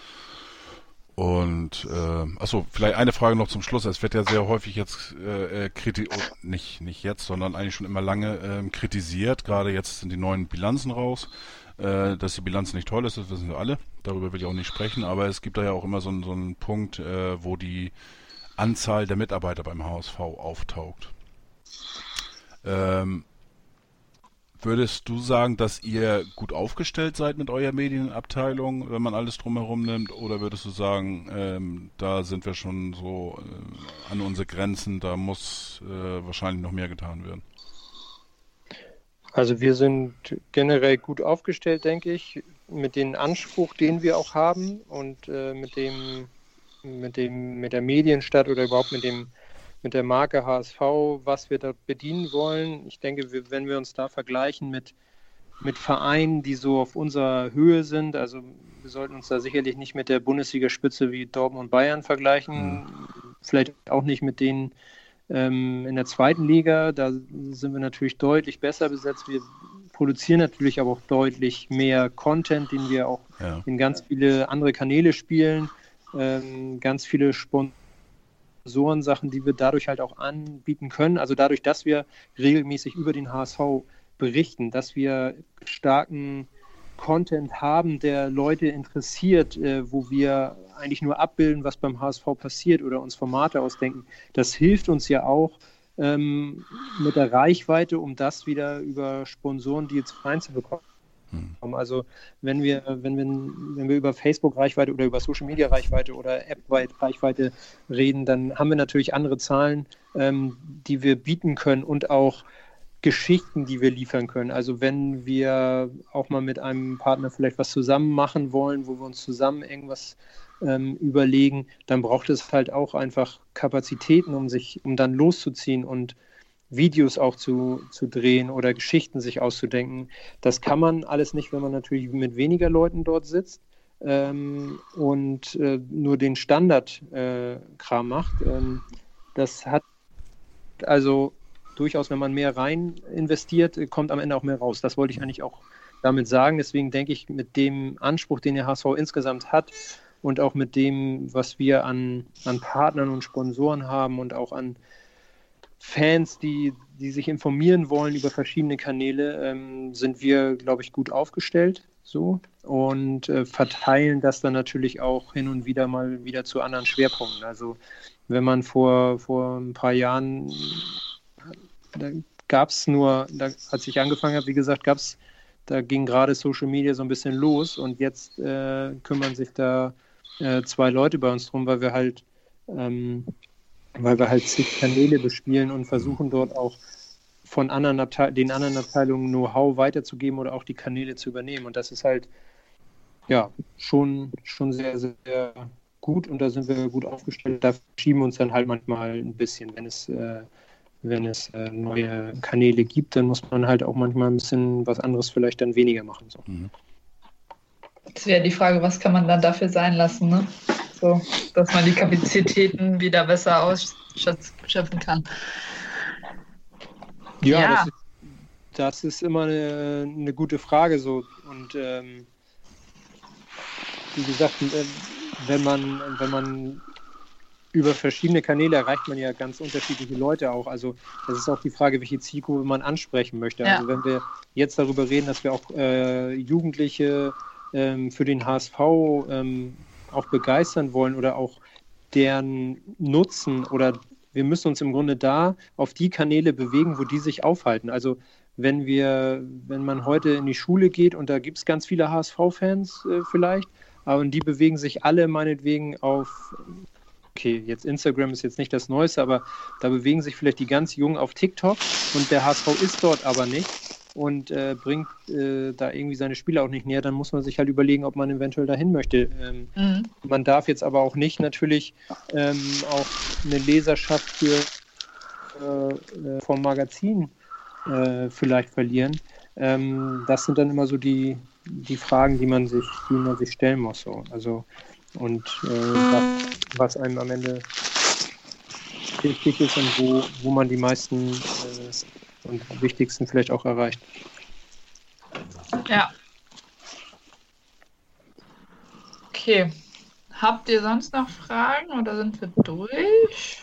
Und, vielleicht eine Frage noch zum Schluss. Es wird ja sehr häufig jetzt nicht jetzt, sondern eigentlich schon immer lange kritisiert. Gerade jetzt sind die neuen Bilanzen raus. Dass die Bilanz nicht toll ist, das wissen wir alle. Darüber will ich auch nicht sprechen. Aber es gibt da ja auch immer so einen Punkt, wo die Anzahl der Mitarbeiter beim HSV auftaucht. Würdest du sagen, dass ihr gut aufgestellt seid mit eurer Medienabteilung, wenn man alles drumherum nimmt? Oder würdest du sagen, da sind wir schon so an unsere Grenzen, da muss wahrscheinlich noch mehr getan werden? Also wir sind generell gut aufgestellt, denke ich, mit dem Anspruch, den wir auch haben und mit der Medienstadt oder überhaupt mit der Marke HSV, was wir da bedienen wollen. Ich denke, wenn wir uns da vergleichen mit Vereinen, die so auf unserer Höhe sind, also wir sollten uns da sicherlich nicht mit der Bundesligaspitze wie Dortmund und Bayern vergleichen, vielleicht auch nicht mit denen in der zweiten Liga, da sind wir natürlich deutlich besser besetzt. Wir produzieren natürlich aber auch deutlich mehr Content, den wir auch in ganz viele andere Kanäle spielen, ganz viele Sponsorensachen, die wir dadurch halt auch anbieten können. Also dadurch, dass wir regelmäßig über den HSV berichten, dass wir starken Content haben, der Leute interessiert, wo wir eigentlich nur abbilden, was beim HSV passiert oder uns Formate ausdenken. Das hilft uns ja auch mit der Reichweite, um das wieder über Sponsorendeals reinzubekommen. Also wenn wir über Facebook-Reichweite oder über Social-Media-Reichweite oder App-Reichweite reden, dann haben wir natürlich andere Zahlen, die wir bieten können und auch Geschichten, die wir liefern können. Also wenn wir auch mal mit einem Partner vielleicht was zusammen machen wollen, wo wir uns zusammen irgendwas überlegen, dann braucht es halt auch einfach Kapazitäten, um dann loszuziehen und Videos auch zu drehen oder Geschichten sich auszudenken. Das kann man alles nicht, wenn man natürlich mit weniger Leuten dort sitzt und nur den Standardkram macht. Das hat also durchaus, wenn man mehr rein investiert, kommt am Ende auch mehr raus. Das wollte ich eigentlich auch damit sagen. Deswegen denke ich, mit dem Anspruch, den der HSV insgesamt hat und auch mit dem, was wir an Partnern und Sponsoren haben und auch an Fans, die sich informieren wollen über verschiedene Kanäle, sind wir, glaube ich, gut aufgestellt so und verteilen das dann natürlich auch hin und wieder mal wieder zu anderen Schwerpunkten. Also wenn man vor ein paar Jahren, da gab es nur, als ich angefangen habe, wie gesagt, da ging gerade Social Media so ein bisschen los und jetzt kümmern sich da 2 Leute bei uns drum, weil wir halt zig Kanäle bespielen und versuchen dort auch von den anderen Abteilungen Know-how weiterzugeben oder auch die Kanäle zu übernehmen. Und das ist halt ja schon sehr, sehr gut und da sind wir gut aufgestellt. Da verschieben wir uns dann halt manchmal ein bisschen, wenn es neue Kanäle gibt, dann muss man halt auch manchmal ein bisschen was anderes vielleicht dann weniger machen. So. Das wäre die Frage, was kann man dann dafür sein lassen, ne? So, dass man die Kapazitäten wieder besser ausschöpfen kann. Ja. Das ist immer eine gute Frage so und wie gesagt, wenn man über verschiedene Kanäle erreicht man ja ganz unterschiedliche Leute auch. Also das ist auch die Frage, welche Zielgruppe man ansprechen möchte. Ja. Also wenn wir jetzt darüber reden, dass wir auch Jugendliche für den HSV auch begeistern wollen oder auch deren Nutzen oder wir müssen uns im Grunde da auf die Kanäle bewegen, wo die sich aufhalten. Also wenn man heute in die Schule geht und da gibt es ganz viele HSV-Fans vielleicht, aber die bewegen sich alle meinetwegen auf, okay, jetzt Instagram ist jetzt nicht das Neueste, aber da bewegen sich vielleicht die ganz Jungen auf TikTok und der HSV ist dort aber nicht und bringt da irgendwie seine Spieler auch nicht näher, dann muss man sich halt überlegen, ob man eventuell dahin möchte. Man darf jetzt aber auch nicht natürlich auch eine Leserschaft vom Magazin vielleicht verlieren. Das sind dann immer so die Fragen, die man sich stellen muss. So. Also und was einem am Ende wichtig ist und wo man die meisten und wichtigsten vielleicht auch erreicht. Ja. Okay. Habt ihr sonst noch Fragen oder sind wir durch?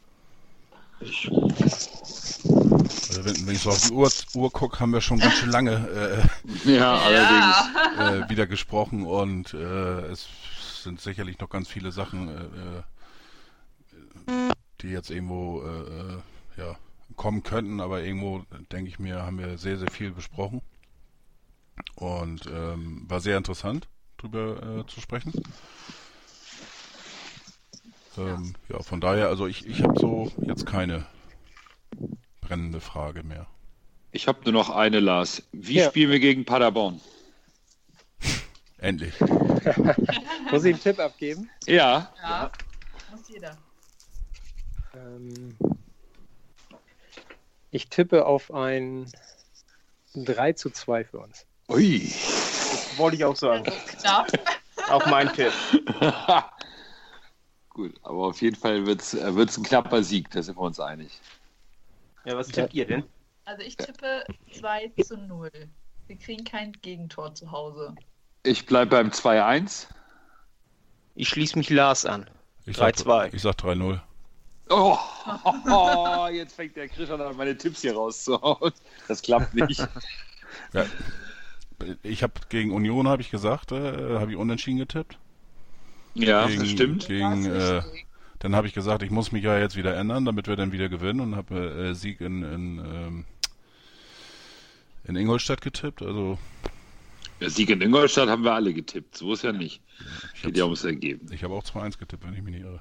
Also wenn ich so auf die Uhr gucke, haben wir schon ganz schön lange allerdings wieder gesprochen und es sind sicherlich noch ganz viele Sachen, die jetzt irgendwo kommen könnten, aber irgendwo, denke ich mir, haben wir sehr, sehr viel besprochen und war sehr interessant, drüber zu sprechen. Von daher, also ich habe so jetzt keine brennende Frage mehr. Ich habe nur noch eine, Lars. Wie spielen wir gegen Paderborn? Endlich. Muss ich einen Tipp abgeben? Ja. Muss jeder. Ich tippe auf ein 3:2 für uns. Ui. Das wollte ich auch sagen. Knapp. Auch mein Tipp. Gut, aber auf jeden Fall wird's ein knapper Sieg, da sind wir uns einig. Ja, was tippt ihr denn? Also ich tippe 2:0. Wir kriegen kein Gegentor zu Hause. Ich bleibe beim 2-1. Ich schließe mich Lars an. 3-2. Ich sag 3-0. Jetzt fängt der Christian an, meine Tipps hier rauszuhauen. Das klappt nicht. Ja. Ich habe gegen Union, habe ich gesagt, habe ich unentschieden getippt. Ja, das stimmt. Dann habe ich gesagt, ich muss mich ja jetzt wieder ändern, damit wir dann wieder gewinnen und habe Sieg in Ingolstadt getippt. Also der Sieg in Ingolstadt haben wir alle getippt, so ist ja nicht. Geht ja ums Ergebnis. Ich habe auch 2-1 getippt, wenn ich mich nicht irre.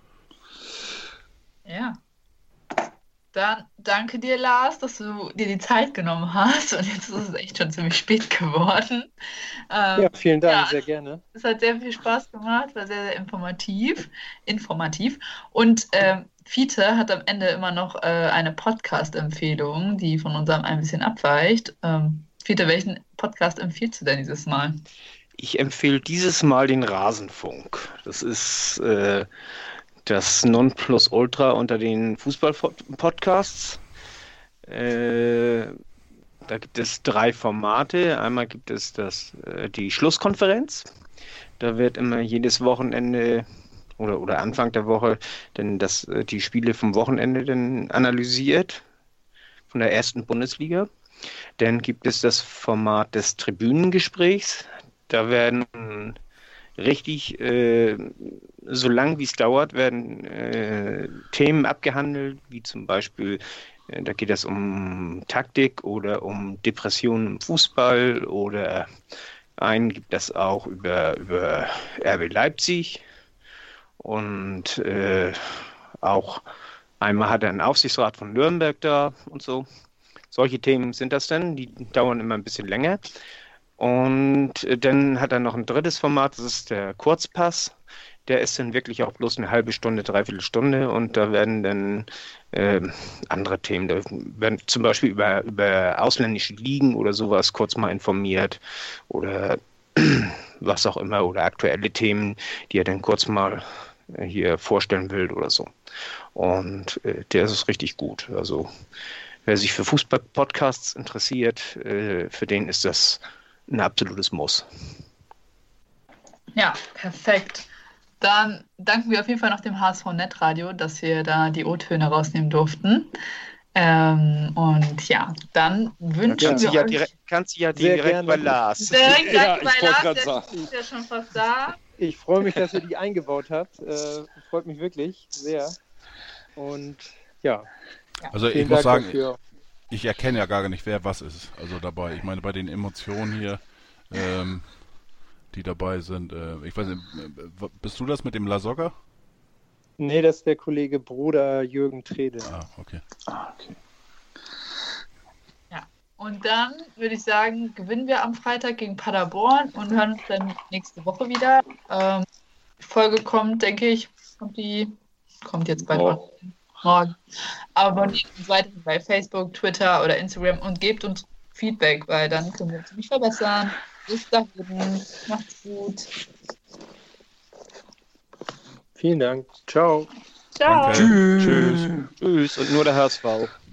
Ja. Dann danke dir, Lars, dass du dir die Zeit genommen hast. Und jetzt ist es echt schon ziemlich spät geworden. Ja, vielen Dank, sehr gerne. Es hat sehr viel Spaß gemacht, war sehr, sehr informativ. Und Fiete hat am Ende immer noch eine Podcast-Empfehlung, die von unserem ein bisschen abweicht. Fiete, welchen Podcast empfiehlst du denn dieses Mal? Ich empfehle dieses Mal den Rasenfunk. Das ist das Nonplusultra unter den Fußball-Podcasts. Da gibt es 3 Formate. Einmal gibt es die Schlusskonferenz. Da wird immer jedes Wochenende oder Anfang der Woche dann die Spiele vom Wochenende dann analysiert von der 1. Bundesliga. Dann gibt es das Format des Tribünengesprächs. Da werden richtig, so lang wie es dauert, werden Themen abgehandelt, wie zum Beispiel, da geht es um Taktik oder um Depressionen im Fußball oder einen gibt es auch über RB Leipzig und auch einmal hat er einen Aufsichtsrat von Nürnberg da und so. Solche Themen sind das dann, die dauern immer ein bisschen länger. Und dann hat er noch ein drittes Format, das ist der Kurzpass. Der ist dann wirklich auch bloß eine halbe Stunde, dreiviertel Stunde und da werden dann andere Themen, da werden zum Beispiel über ausländische Ligen oder sowas kurz mal informiert oder was auch immer oder aktuelle Themen, die er dann kurz mal hier vorstellen will oder so. Und der ist richtig gut. Also wer sich für Fußball-Podcasts interessiert, für den ist das ein absolutes Muss. Ja, perfekt. Dann danken wir auf jeden Fall noch dem HSV Netradio, dass wir da die O-Töne rausnehmen durften. Und ja, dann wünschen wir euch... Kannst du ja direkt bei Lars. Direkt Ja, bei ich wollte Lars, gerade der sagen. ist ja schon fast da. Ich freue mich, dass ihr die eingebaut habt. Freut mich wirklich sehr. Und ja. Also ich Vielen muss Dank sagen, dafür. ich erkenne ja gar nicht, wer was ist. Also dabei. Ich meine, bei den Emotionen hier, die dabei sind. Ich weiß nicht, bist du das mit dem Lasogga? Nee, das ist der Kollege Bruder Jürgen Trede. Ah, okay. Ja, und dann würde ich sagen, gewinnen wir am Freitag gegen Paderborn und hören uns dann nächste Woche wieder. Die Folge kommt, denke ich, kommt jetzt bald morgen. Abonniert uns weiterhin bei Facebook, Twitter oder Instagram und gebt uns Feedback, weil dann können wir uns nämlich verbessern. Bis dahin, macht's gut. Vielen Dank. Ciao. Ciao. Danke. Tschüss. Tschüss und nur der HSV.